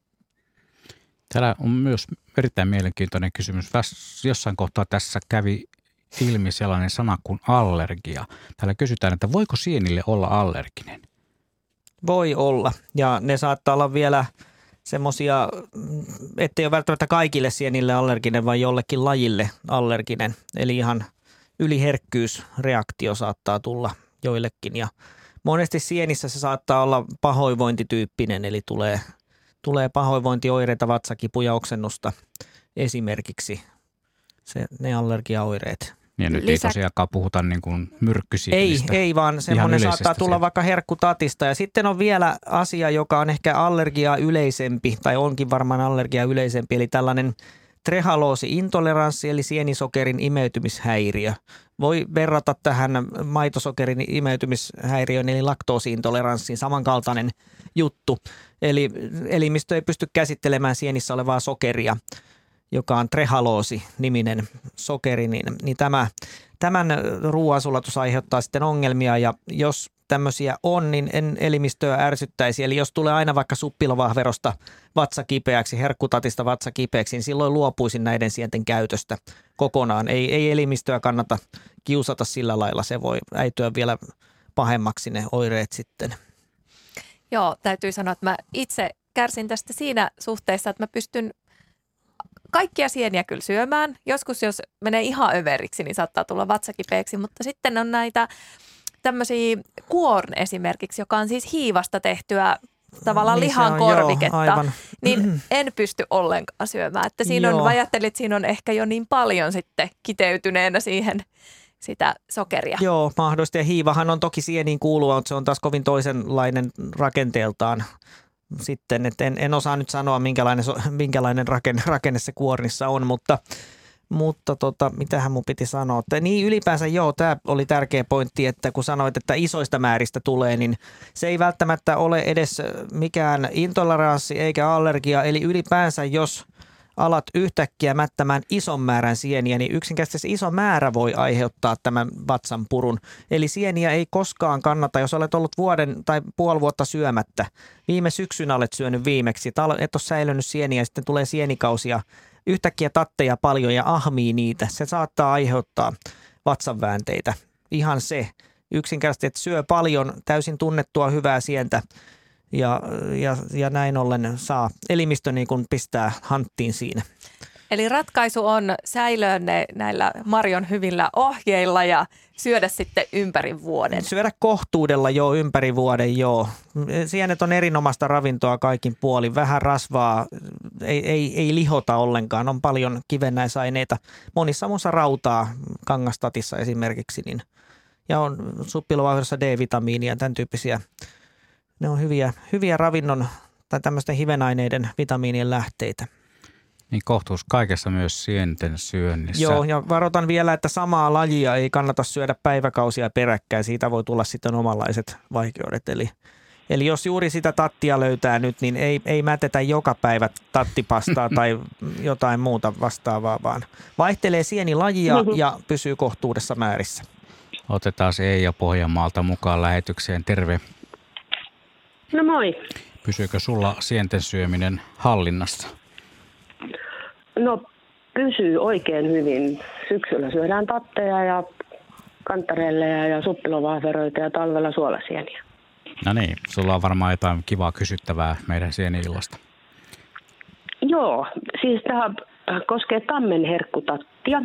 Täällä on myös erittäin mielenkiintoinen kysymys. Jossain kohtaa tässä kävi ilmi sellainen sana kuin allergia. Täällä kysytään, että voiko sienille olla allerginen? Voi olla, ja ne saattaa olla vielä semmoisia, ettei ole välttämättä kaikille sienille allerginen, vaan jollekin lajille allerginen. Eli ihan yliherkkyysreaktio saattaa tulla joillekin. Ja monesti sienissä se saattaa olla pahoinvointityyppinen, eli tulee pahoinvointioireita, vatsakipuja, oksennusta esimerkiksi. Ne allergiaoireet. Ja nyt ei tosiaankaan puhuta niin kuin myrkkysienistä. Ei vaan semmoinen saattaa tulla vaikka herkkutatista. Ja sitten on vielä asia, joka on ehkä allergia yleisempi, tai onkin varmaan allergia yleisempi, eli tällainen trehaloosi-intoleranssi, eli sienisokerin imeytymishäiriö. Voi verrata tähän maitosokerin imeytymishäiriöön, eli laktoosiintoleranssiin, samankaltainen juttu. Eli elimistö ei pysty käsittelemään sienissä olevaa sokeria, joka on trehaloosi-niminen sokeri, niin tämän ruoansulatus aiheuttaa sitten ongelmia, ja jos tämmöisiä on, niin en elimistöä ärsyttäisi. Eli jos tulee aina vaikka suppilovahverosta vatsakipeäksi, herkkutatista vatsakipeäksi, niin silloin luopuisin näiden sienten käytöstä kokonaan. Ei elimistöä kannata kiusata sillä lailla, se voi äityä vielä pahemmaksi ne oireet sitten. Joo, täytyy sanoa, että mä itse kärsin tästä siinä suhteessa, että mä pystyn kaikkia sieniä kyllä syömään. Joskus, jos menee ihan överiksi, niin saattaa tulla vatsakipeäksi, mutta sitten on näitä tämmöisiä kuorn esimerkiksi, joka on siis hiivasta tehtyä tavallaan Niin, lihan se on, korviketta, joo, aivan. niin en pysty ollenkaan syömään. Että siinä on, ajattelit, siinä on ehkä jo niin paljon sitten kiteytyneenä siihen sitä sokeria. Joo, mahdollisesti. Ja hiivahan on toki sieniin kuuluva, mutta se on taas kovin toisenlainen rakenteeltaan sitten. Että en osaa nyt sanoa, minkälainen rakenne se kuornissa on, mutta mitähän mun piti sanoa. Että niin ylipäänsä tämä oli tärkeä pointti, että kun sanoit, että isoista määristä tulee, niin se ei välttämättä ole edes mikään intoleranssi eikä allergia. Eli ylipäänsä jos alat yhtäkkiä mättämään ison määrän sieniä, niin yksinkertaisesti iso määrä voi aiheuttaa tämän vatsan purun. Eli sieniä ei koskaan kannata, jos olet ollut vuoden tai puoli vuotta syömättä. Viime syksynä olet syönyt viimeksi, et ole säilynyt sieniä ja sitten tulee sienikausia. Yhtäkkiä tatteja paljon ja ahmii niitä. Se saattaa aiheuttaa vatsanväänteitä. Ihan se. Yksinkertaisesti, että syö paljon täysin tunnettua hyvää sientä ja näin ollen saa elimistö niin kuin pistää hanttiin siinä. Eli ratkaisu on säilöä ne näillä Marion hyvillä ohjeilla ja syödä sitten ympäri vuoden. Syödä kohtuudella ympäri vuoden Sienet on erinomaista ravintoa kaikin puolin. Vähän rasvaa, ei lihota ollenkaan. On paljon kivennäisaineita. Monissa muussa rautaa, kangastatissa esimerkiksi. Ja on suppilovahverossa D-vitamiinia ja tämän tyyppisiä. Ne on hyviä ravinnon tai tämmöisten hivenaineiden vitamiinien lähteitä. Niin kohtuus kaikessa myös sienten syönnissä. Joo, ja varoitan vielä, että samaa lajia ei kannata syödä päiväkausia peräkkäin. Siitä voi tulla sitten omanlaiset vaikeudet. Eli jos juuri sitä tattia löytää nyt, niin ei mätetä joka päivä tattipastaa tai jotain muuta vastaavaa, vaan vaihtelee sienilajia ja pysyy kohtuudessa määrissä. Otetaan se Eija Pohjanmaalta mukaan lähetykseen. Terve. No moi. Pysyykö sulla sienten syöminen hallinnassa? No pysyy oikein hyvin. Syksyllä syödään tatteja ja kantarelleja ja suppilovahveroita ja talvella suolasieniä. No niin, sulla on varmaan jotain kivaa kysyttävää meidän sieni-illasta. Joo, siis tämä koskee tammenherkkutattia,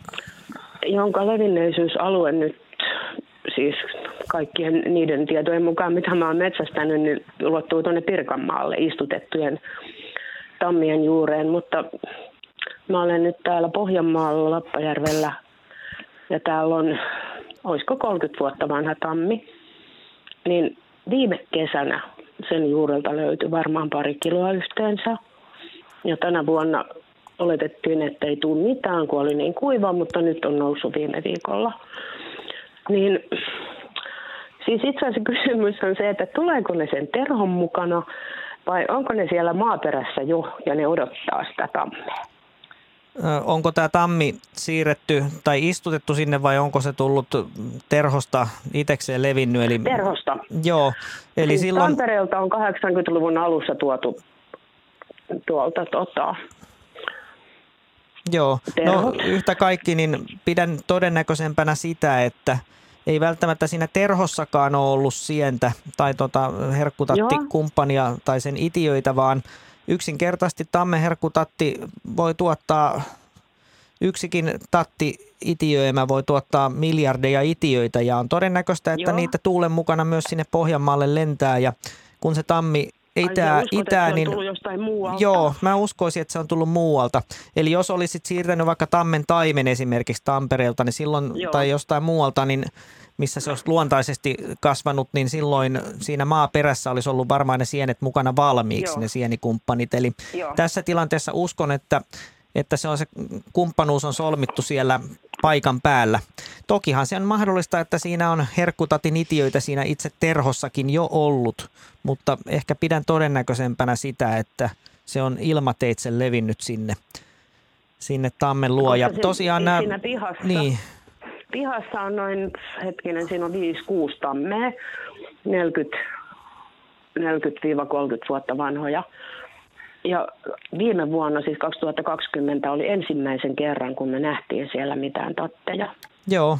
jonka levinneisyysalue nyt siis kaikkien niiden tietojen mukaan, mitä mä oon metsästänyt, niin ulottuu tuonne Pirkanmaalle istutettujen tammien juureen, mutta mä olen nyt täällä Pohjanmaalla Lappajärvellä ja täällä on, olisiko 30 vuotta vanha tammi, niin viime kesänä sen juurelta löytyi varmaan 2 kiloa yhteensä ja tänä vuonna oletettiin, että ei tule mitään, kun oli niin kuiva, mutta nyt on noussut viime viikolla. Niin siis itse asiassa kysymys on se, että tuleeko ne sen terhon mukana vai onko ne siellä maaperässä jo ja ne odottaa sitä tammea? Onko tämä tammi siirretty tai istutettu sinne vai onko se tullut terhosta itsekseen levinnyt? Eli terhosta. Joo. Eli siis silloin Tampereelta on 80-luvun alussa tuotu tuolta Joo, no yhtä kaikki niin pidän todennäköisempänä sitä, että ei välttämättä siinä terhossakaan ole ollut sientä tai herkkutattikumppania tai sen itiöitä, vaan yksinkertaisesti tammenherkkutatti voi tuottaa, yksikin tatti-itiöimä voi tuottaa miljardeja itiöitä ja on todennäköistä, että niitä tuulen mukana myös sinne Pohjanmaalle lentää ja kun se tammi itää, niin tullut jostain muualta? Joo, mä uskoisin, että se on tullut muualta. Eli jos olisit siirtänyt vaikka tammen taimen esimerkiksi Tampereelta, niin silloin, tai jostain muualta, niin missä se olisi luontaisesti kasvanut, niin silloin siinä maaperässä olisi ollut varmaan ne sienet mukana valmiiksi, ne sienikumppanit. Eli tässä tilanteessa uskon, että se kumppanuus on solmittu siellä paikan päällä. Tokihan se on mahdollista, että siinä on herkkutatin itiöitä siinä itse terhossakin jo ollut, mutta ehkä pidän todennäköisempänä sitä, että se on ilmateitse levinnyt sinne tammen luo. Ja tosiaan siinä pihassa, pihassa on noin, siinä on 5-6 tammea, 40-30 vuotta vanhoja. Ja viime vuonna, siis 2020, oli ensimmäisen kerran, kun me nähtiin siellä mitään tatteja. Joo.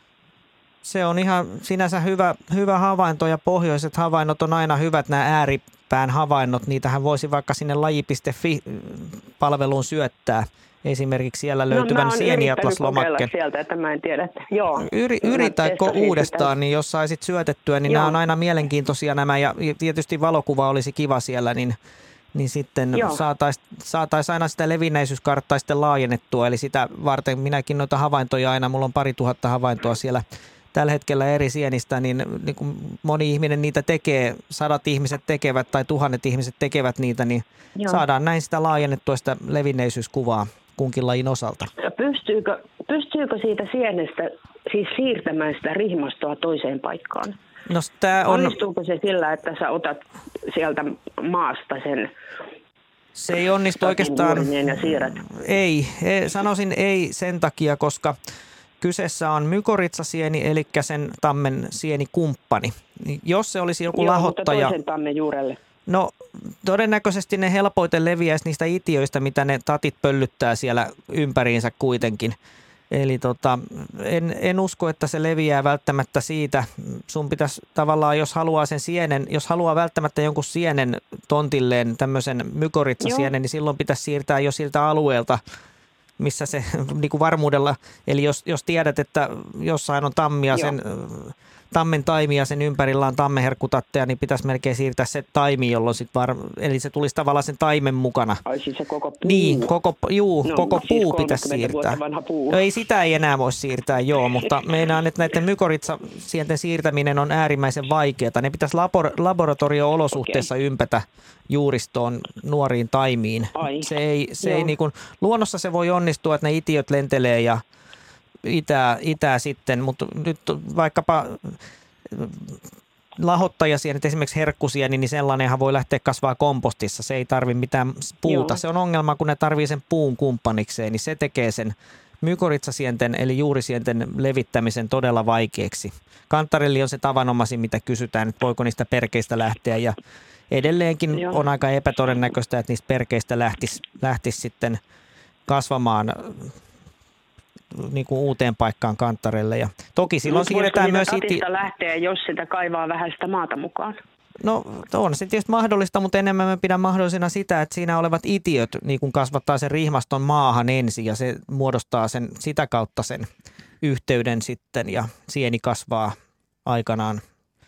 Se on ihan sinänsä hyvä havainto ja pohjoiset havainnot on aina hyvät, nämä ääripään havainnot. Niitähän voisi vaikka sinne laji.fi-palveluun syöttää. Esimerkiksi siellä löytyvän sieniatlaslomakkeen. Sieltä, että mä en tiedä. Joo. Yritätkö uudestaan, niin jos saisit syötettyä, niin nämä on aina mielenkiintoisia nämä. Ja tietysti valokuva olisi kiva siellä, niin sitten saataisiin aina sitä levinnäisyyskarttaa sitten laajennettua. Eli sitä varten minäkin noita havaintoja aina, mulla on 2000 havaintoa siellä tällä hetkellä eri sienistä, niin kuin moni ihminen niitä tekee, 100 ihmiset tekevät tai 1000 ihmiset tekevät niitä, niin saadaan näin sitä laajennettua sitä levinneisyyskuvaa kunkin lajin osalta. Pystyykö siitä sienestä siis siirtämään sitä rihmastoa toiseen paikkaan? No, onnistuuko se sillä, että sä otat sieltä maasta sen? Se ei onnistu oikeastaan. Ja siirrät? Ei, sanoisin ei sen takia, koska kyseessä on mykoritsasieni, eli sen tammen sienikumppani. Jos se olisi joku lahottaja. Mutta toisen tammen juurelle. No todennäköisesti ne helpoiten leviäisi niistä itiöistä, mitä ne tatit pöllyttää siellä ympäriinsä kuitenkin. Eli en usko, että se leviää välttämättä siitä. Sun pitäisi tavallaan, jos haluaa välttämättä jonkun sienen tontilleen, tämmöisen mykoritsasienen, niin silloin pitäisi siirtää jo siltä alueelta, missä se niin kuin varmuudella, eli jos tiedät, että jossain on tammia tammen taimia, sen ympärillä on tammenherkkutatteja, niin pitäisi melkein siirtää se taimi, jolloin eli se tulisi tavallaan sen taimen mukana. Ai siis se koko puu? Niin, koko puu pitäisi siirtää. No, ei sitä ei enää voi siirtää, mutta meinaan, että näiden mykoritsasienten siirtäminen on äärimmäisen vaikeaa. Ne pitäisi laboratorio-olosuhteissa ympätä juuristoon nuoriin taimiin. Se ei niin kuin, luonnossa se voi onnistua, että ne itiöt lentelee ja itää sitten, mutta nyt vaikkapa lahottajasienet, esimerkiksi herkkusieni, niin sellainenhan voi lähteä kasvaa kompostissa. Se ei tarvitse mitään puuta. Se on ongelma, kun ne tarvitsee sen puun kumppanikseen, niin se tekee sen mykoritsasienten eli juurisienten levittämisen todella vaikeaksi. Kanttarelli on se tavanomaisin, mitä kysytään, että voiko niistä perkeistä lähteä, ja edelleenkin on aika epätodennäköistä, että niistä perkeistä lähtisi sitten kasvamaan niin kuin uuteen paikkaan kanttarelle. Ja toki silloin siirretään myös lähteä, jos sitä kaivaa vähän sitä maata mukaan? No on se tietysti mahdollista, mutta enemmän mä pidän mahdollisena sitä, että siinä olevat itiöt niin kuin kasvattaa sen rihmaston maahan ensin ja se muodostaa sitä kautta sen yhteyden sitten ja sieni kasvaa aikanaan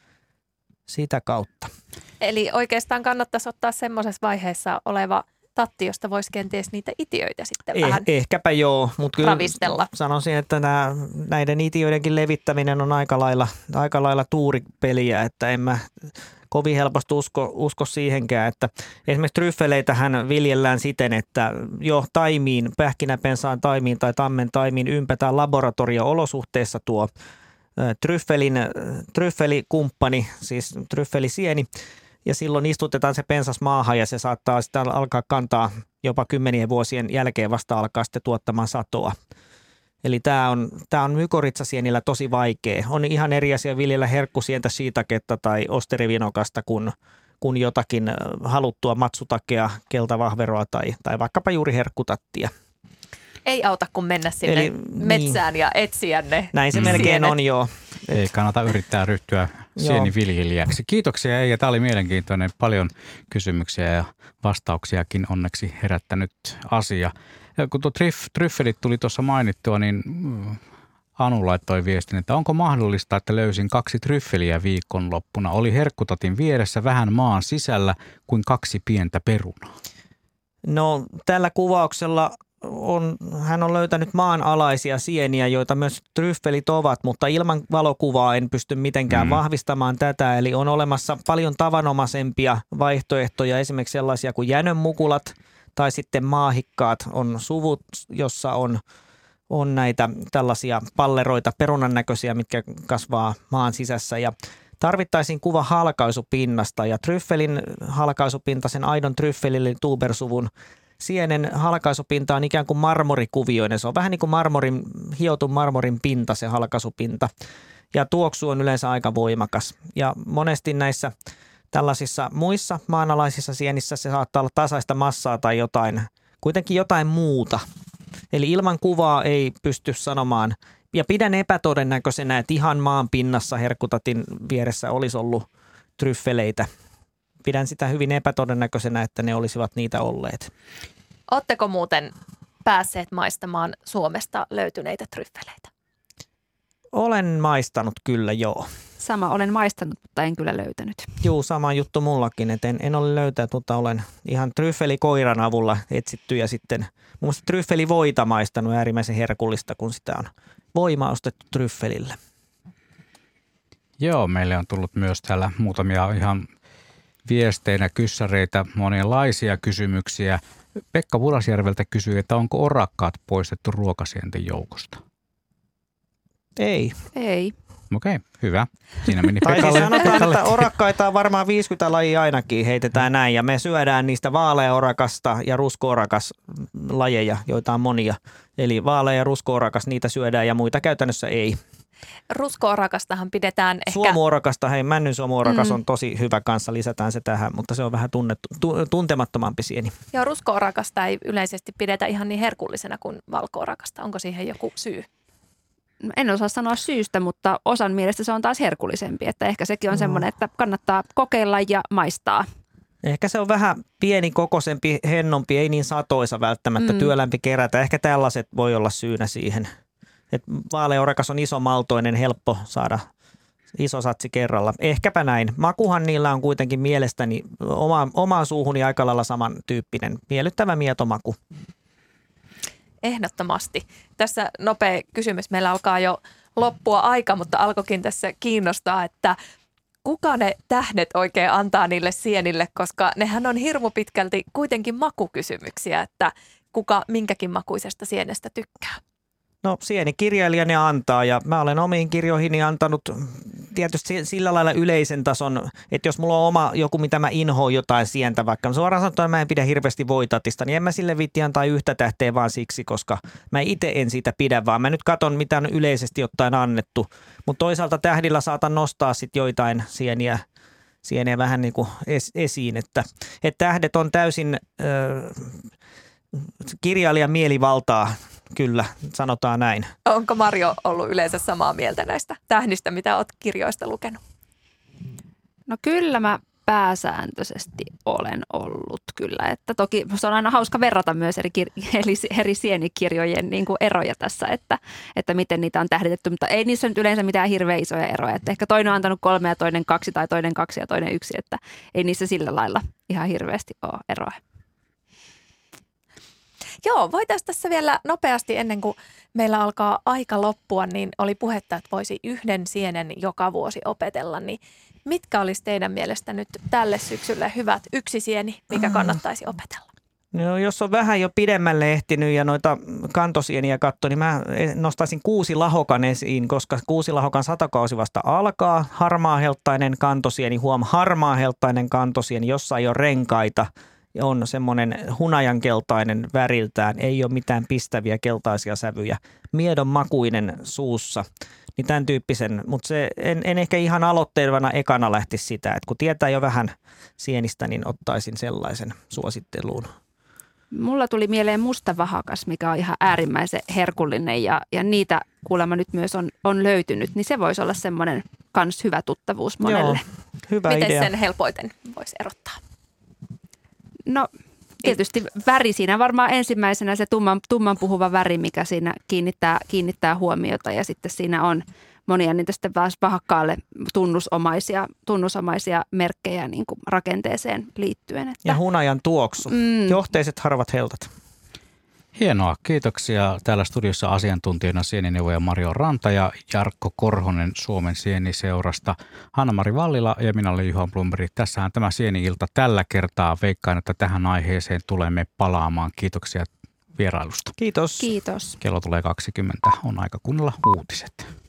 sitä kautta. Eli oikeastaan kannattaisi ottaa semmoisessa vaiheessa oleva tatti, josta voisi kenties niitä itiöitä sitten vähän ehkäpä joo, mutta kyllä ravistella. Sanoisin, että näiden itiöidenkin levittäminen on aika lailla tuuripeliä, että en mä kovin helposti usko siihenkään, että esimerkiksi tryffeleitähän viljellään siten, että jo taimiin, pähkinäpensaan taimiin tai tammen taimiin ympätään laboratorio-olosuhteissa tuo tryffelikumppani, siis tryffelisieni, ja silloin istutetaan se pensas maahan ja se saattaa sitten alkaa kantaa jopa 10 vuosien jälkeen vasta alkaa sitten tuottamaan satoa. Eli tämä on mykoritsasienillä tosi vaikea. On ihan eri asia viljellä herkkusientä, shiitaketta tai osterivinokasta kuin jotakin haluttua matsutakea, keltavahveroa tai vaikkapa juuri herkkutattia. Ei auta kun mennä sinne metsään ja etsiä ne. Näin se melkein on, joo. Ei kannata yrittää ryhtyä sieniviljelijäksi. Kiitoksia Eija, tämä oli mielenkiintoinen. Paljon kysymyksiä ja vastauksiakin onneksi herättänyt asia. Kun tuo tryffelit tuli tuossa mainittua, niin Anu laittoi viestin, että onko mahdollista, että löysin 2 tryffeliä viikonloppuna. Oli herkkutatin vieressä vähän maan sisällä kuin 2 pientä perunaa. No tällä kuvauksella hän on löytänyt maanalaisia sieniä, joita myös tryffelit ovat, mutta ilman valokuvaa en pysty mitenkään vahvistamaan tätä. Eli on olemassa paljon tavanomaisempia vaihtoehtoja, esimerkiksi sellaisia kuin jänönmukulat tai sitten maahikkaat on suvut, jossa on näitä tällaisia palleroita, perunan näköisiä, mitkä kasvaa maan sisässä ja tarvittaisiin kuva halkaisupinnasta ja tryffelin halkaisupinta, sen aidon tryffelin eli tubersuvun sienen halkaisupinta on ikään kuin marmorikuvioinen. Se on vähän niin kuin hiotun marmorin pinta, se halkaisupinta. Ja tuoksu on yleensä aika voimakas. Ja monesti näissä tällaisissa muissa maanalaisissa sienissä se saattaa olla tasaista massaa tai kuitenkin jotain muuta. Eli ilman kuvaa ei pysty sanomaan. Ja pidän epätodennäköisenä, että ihan maan pinnassa herkkutatin vieressä olisi ollut tryffeleitä. Pidän sitä hyvin epätodennäköisenä, että ne olisivat niitä olleet. Oletteko muuten päässeet maistamaan Suomesta löytyneitä tryffeleitä? Olen maistanut kyllä, joo. Sama olen maistanut, mutta en kyllä löytänyt. Joo, sama juttu mullakin, että en ole löytänyt, mutta olen ihan tryffelikoiran avulla etsitty ja sitten muun muassa tryffelivoita maistanut, äärimmäisen herkullista, kun sitä on voimaustettu tryffelille. Joo, meille on tullut myös täällä muutamia ihan viesteinä, kyssäreitä, monenlaisia kysymyksiä. Pekka Pudasjärveltä kysyy, että onko orakkaat poistettu ruokasienten joukosta? Ei. Okei, hyvä. Siinä meni tai Pekalle. Siis sanotaan, että orakkaita on varmaan 50 lajia ainakin, heitetään näin. Ja me syödään niistä vaaleaorakasta ja rusko-orakas lajeja, joita on monia. Eli vaalea ja rusko-orakas, niitä syödään ja muita käytännössä ei. Rusko-orakastahan pidetään ehkä... Suomuorakasta, männynsuomuorakas on tosi hyvä kanssa, lisätään se tähän, mutta se on vähän tuntemattomampi sieni. Joo, rusko-orakasta ei yleisesti pidetä ihan niin herkullisena kuin valko-orakasta. Onko siihen joku syy? En osaa sanoa syystä, mutta osan mielestä se on taas herkullisempi. Että ehkä sekin on semmoinen, että kannattaa kokeilla ja maistaa. Ehkä se on vähän pieni kokoisempi, hennompi, ei niin satoisa välttämättä, työlämpi kerätä. Ehkä tällaiset voi olla syynä siihen. Vaaleaorakas on isomaltoinen, helppo saada iso satsi kerralla. Ehkäpä näin. Makuhan niillä on kuitenkin mielestäni omaan suuhuni aika lailla samantyyppinen. Miellyttävä mietomaku. Ehdottomasti. Tässä nopea kysymys. Meillä alkaa jo loppua aika, mutta alkoikin tässä kiinnostaa, että kuka ne tähdet oikein antaa niille sienille, koska nehän on hirmu pitkälti kuitenkin makukysymyksiä, että kuka minkäkin makuisesta sienestä tykkää. No sienikirjailija ne antaa ja mä olen omiin kirjoihini antanut tietysti sillä lailla yleisen tason, että jos mulla on oma joku, mitä mä inhoon jotain sientä, vaikka suoraan sanottuna mä en pidä hirveästi voitatista, niin en mä sille viitti antaa yhtä tähteä vaan siksi, koska mä itse en siitä pidä, vaan mä nyt katon, mitä on yleisesti ottaen annettu. Mutta toisaalta tähdillä saatan nostaa sitten joitain sieniä vähän niin kuin esiin, että tähdet on täysin kirjailijan mielivaltaa. Kyllä, sanotaan näin. Onko Marjo ollut yleensä samaa mieltä näistä tähdistä, mitä olet kirjoista lukenut? No kyllä mä pääsääntöisesti olen ollut kyllä. Että toki se on aina hauska verrata myös eri sienikirjojen niin kuin eroja tässä, että miten niitä on tähditetty. Mutta ei niissä nyt yleensä mitään hirveän isoja eroja. Että ehkä toinen on antanut 3 ja toinen 2 tai toinen 2 ja toinen 1. Että ei niissä sillä lailla ihan hirveästi ole eroa. Joo, voitaisiin tässä vielä nopeasti ennen kuin meillä alkaa aika loppua, niin oli puhetta, että voisi yhden sienen joka vuosi opetella. Niin mitkä olisi teidän mielestä nyt tälle syksylle hyvät yksi sieni, mikä kannattaisi opetella? No, jos on vähän jo pidemmälle ehtinyt ja noita kantosieniä katsoin, niin mä nostaisin kuusilahokan esiin, koska kuusilahokan satokausi vasta alkaa. Harmaaheltainen kantosieni, harmaaheltainen kantosieni, jossa ei ole renkaita. On semmoinen hunajankeltainen väriltään, ei ole mitään pistäviä keltaisia sävyjä, miedon makuinen suussa, niin tämän tyyppisen, mutta en ehkä ihan aloitteelvana ekana lähtisi sitä, että kun tietää jo vähän sienistä, niin ottaisin sellaisen suositteluun. Mulla tuli mieleen mustavahakas, mikä on ihan äärimmäisen herkullinen ja niitä kuulemma nyt myös on löytynyt, niin se voisi olla semmoinen kans hyvä tuttavuus monelle. Joo, hyvä Miten idea. sen helpoiten voisi erottaa? No Tietysti väri siinä varmaan ensimmäisenä se tumman puhuva väri, mikä siinä kiinnittää huomiota ja sitten siinä on monia niitä sitten vahakkaalle tunnusomaisia merkkejä niin kuin rakenteeseen liittyen. Että. Ja hunajan tuoksu. Johteiset harvat heltat. Hienoa. Kiitoksia. Täällä studiossa asiantuntijana sienineuvoja Mario Ranta ja Jarkko Korhonen Suomen sieniseurasta, Hanna-Mari Vallila ja minä olen Juha Blomberg. Tässähän tämä sieni-ilta tällä kertaa. Veikkaan, että tähän aiheeseen tulemme palaamaan. Kiitoksia vierailusta. Kiitos. Kiitos. Kello tulee 20. On aika kuunnella uutiset.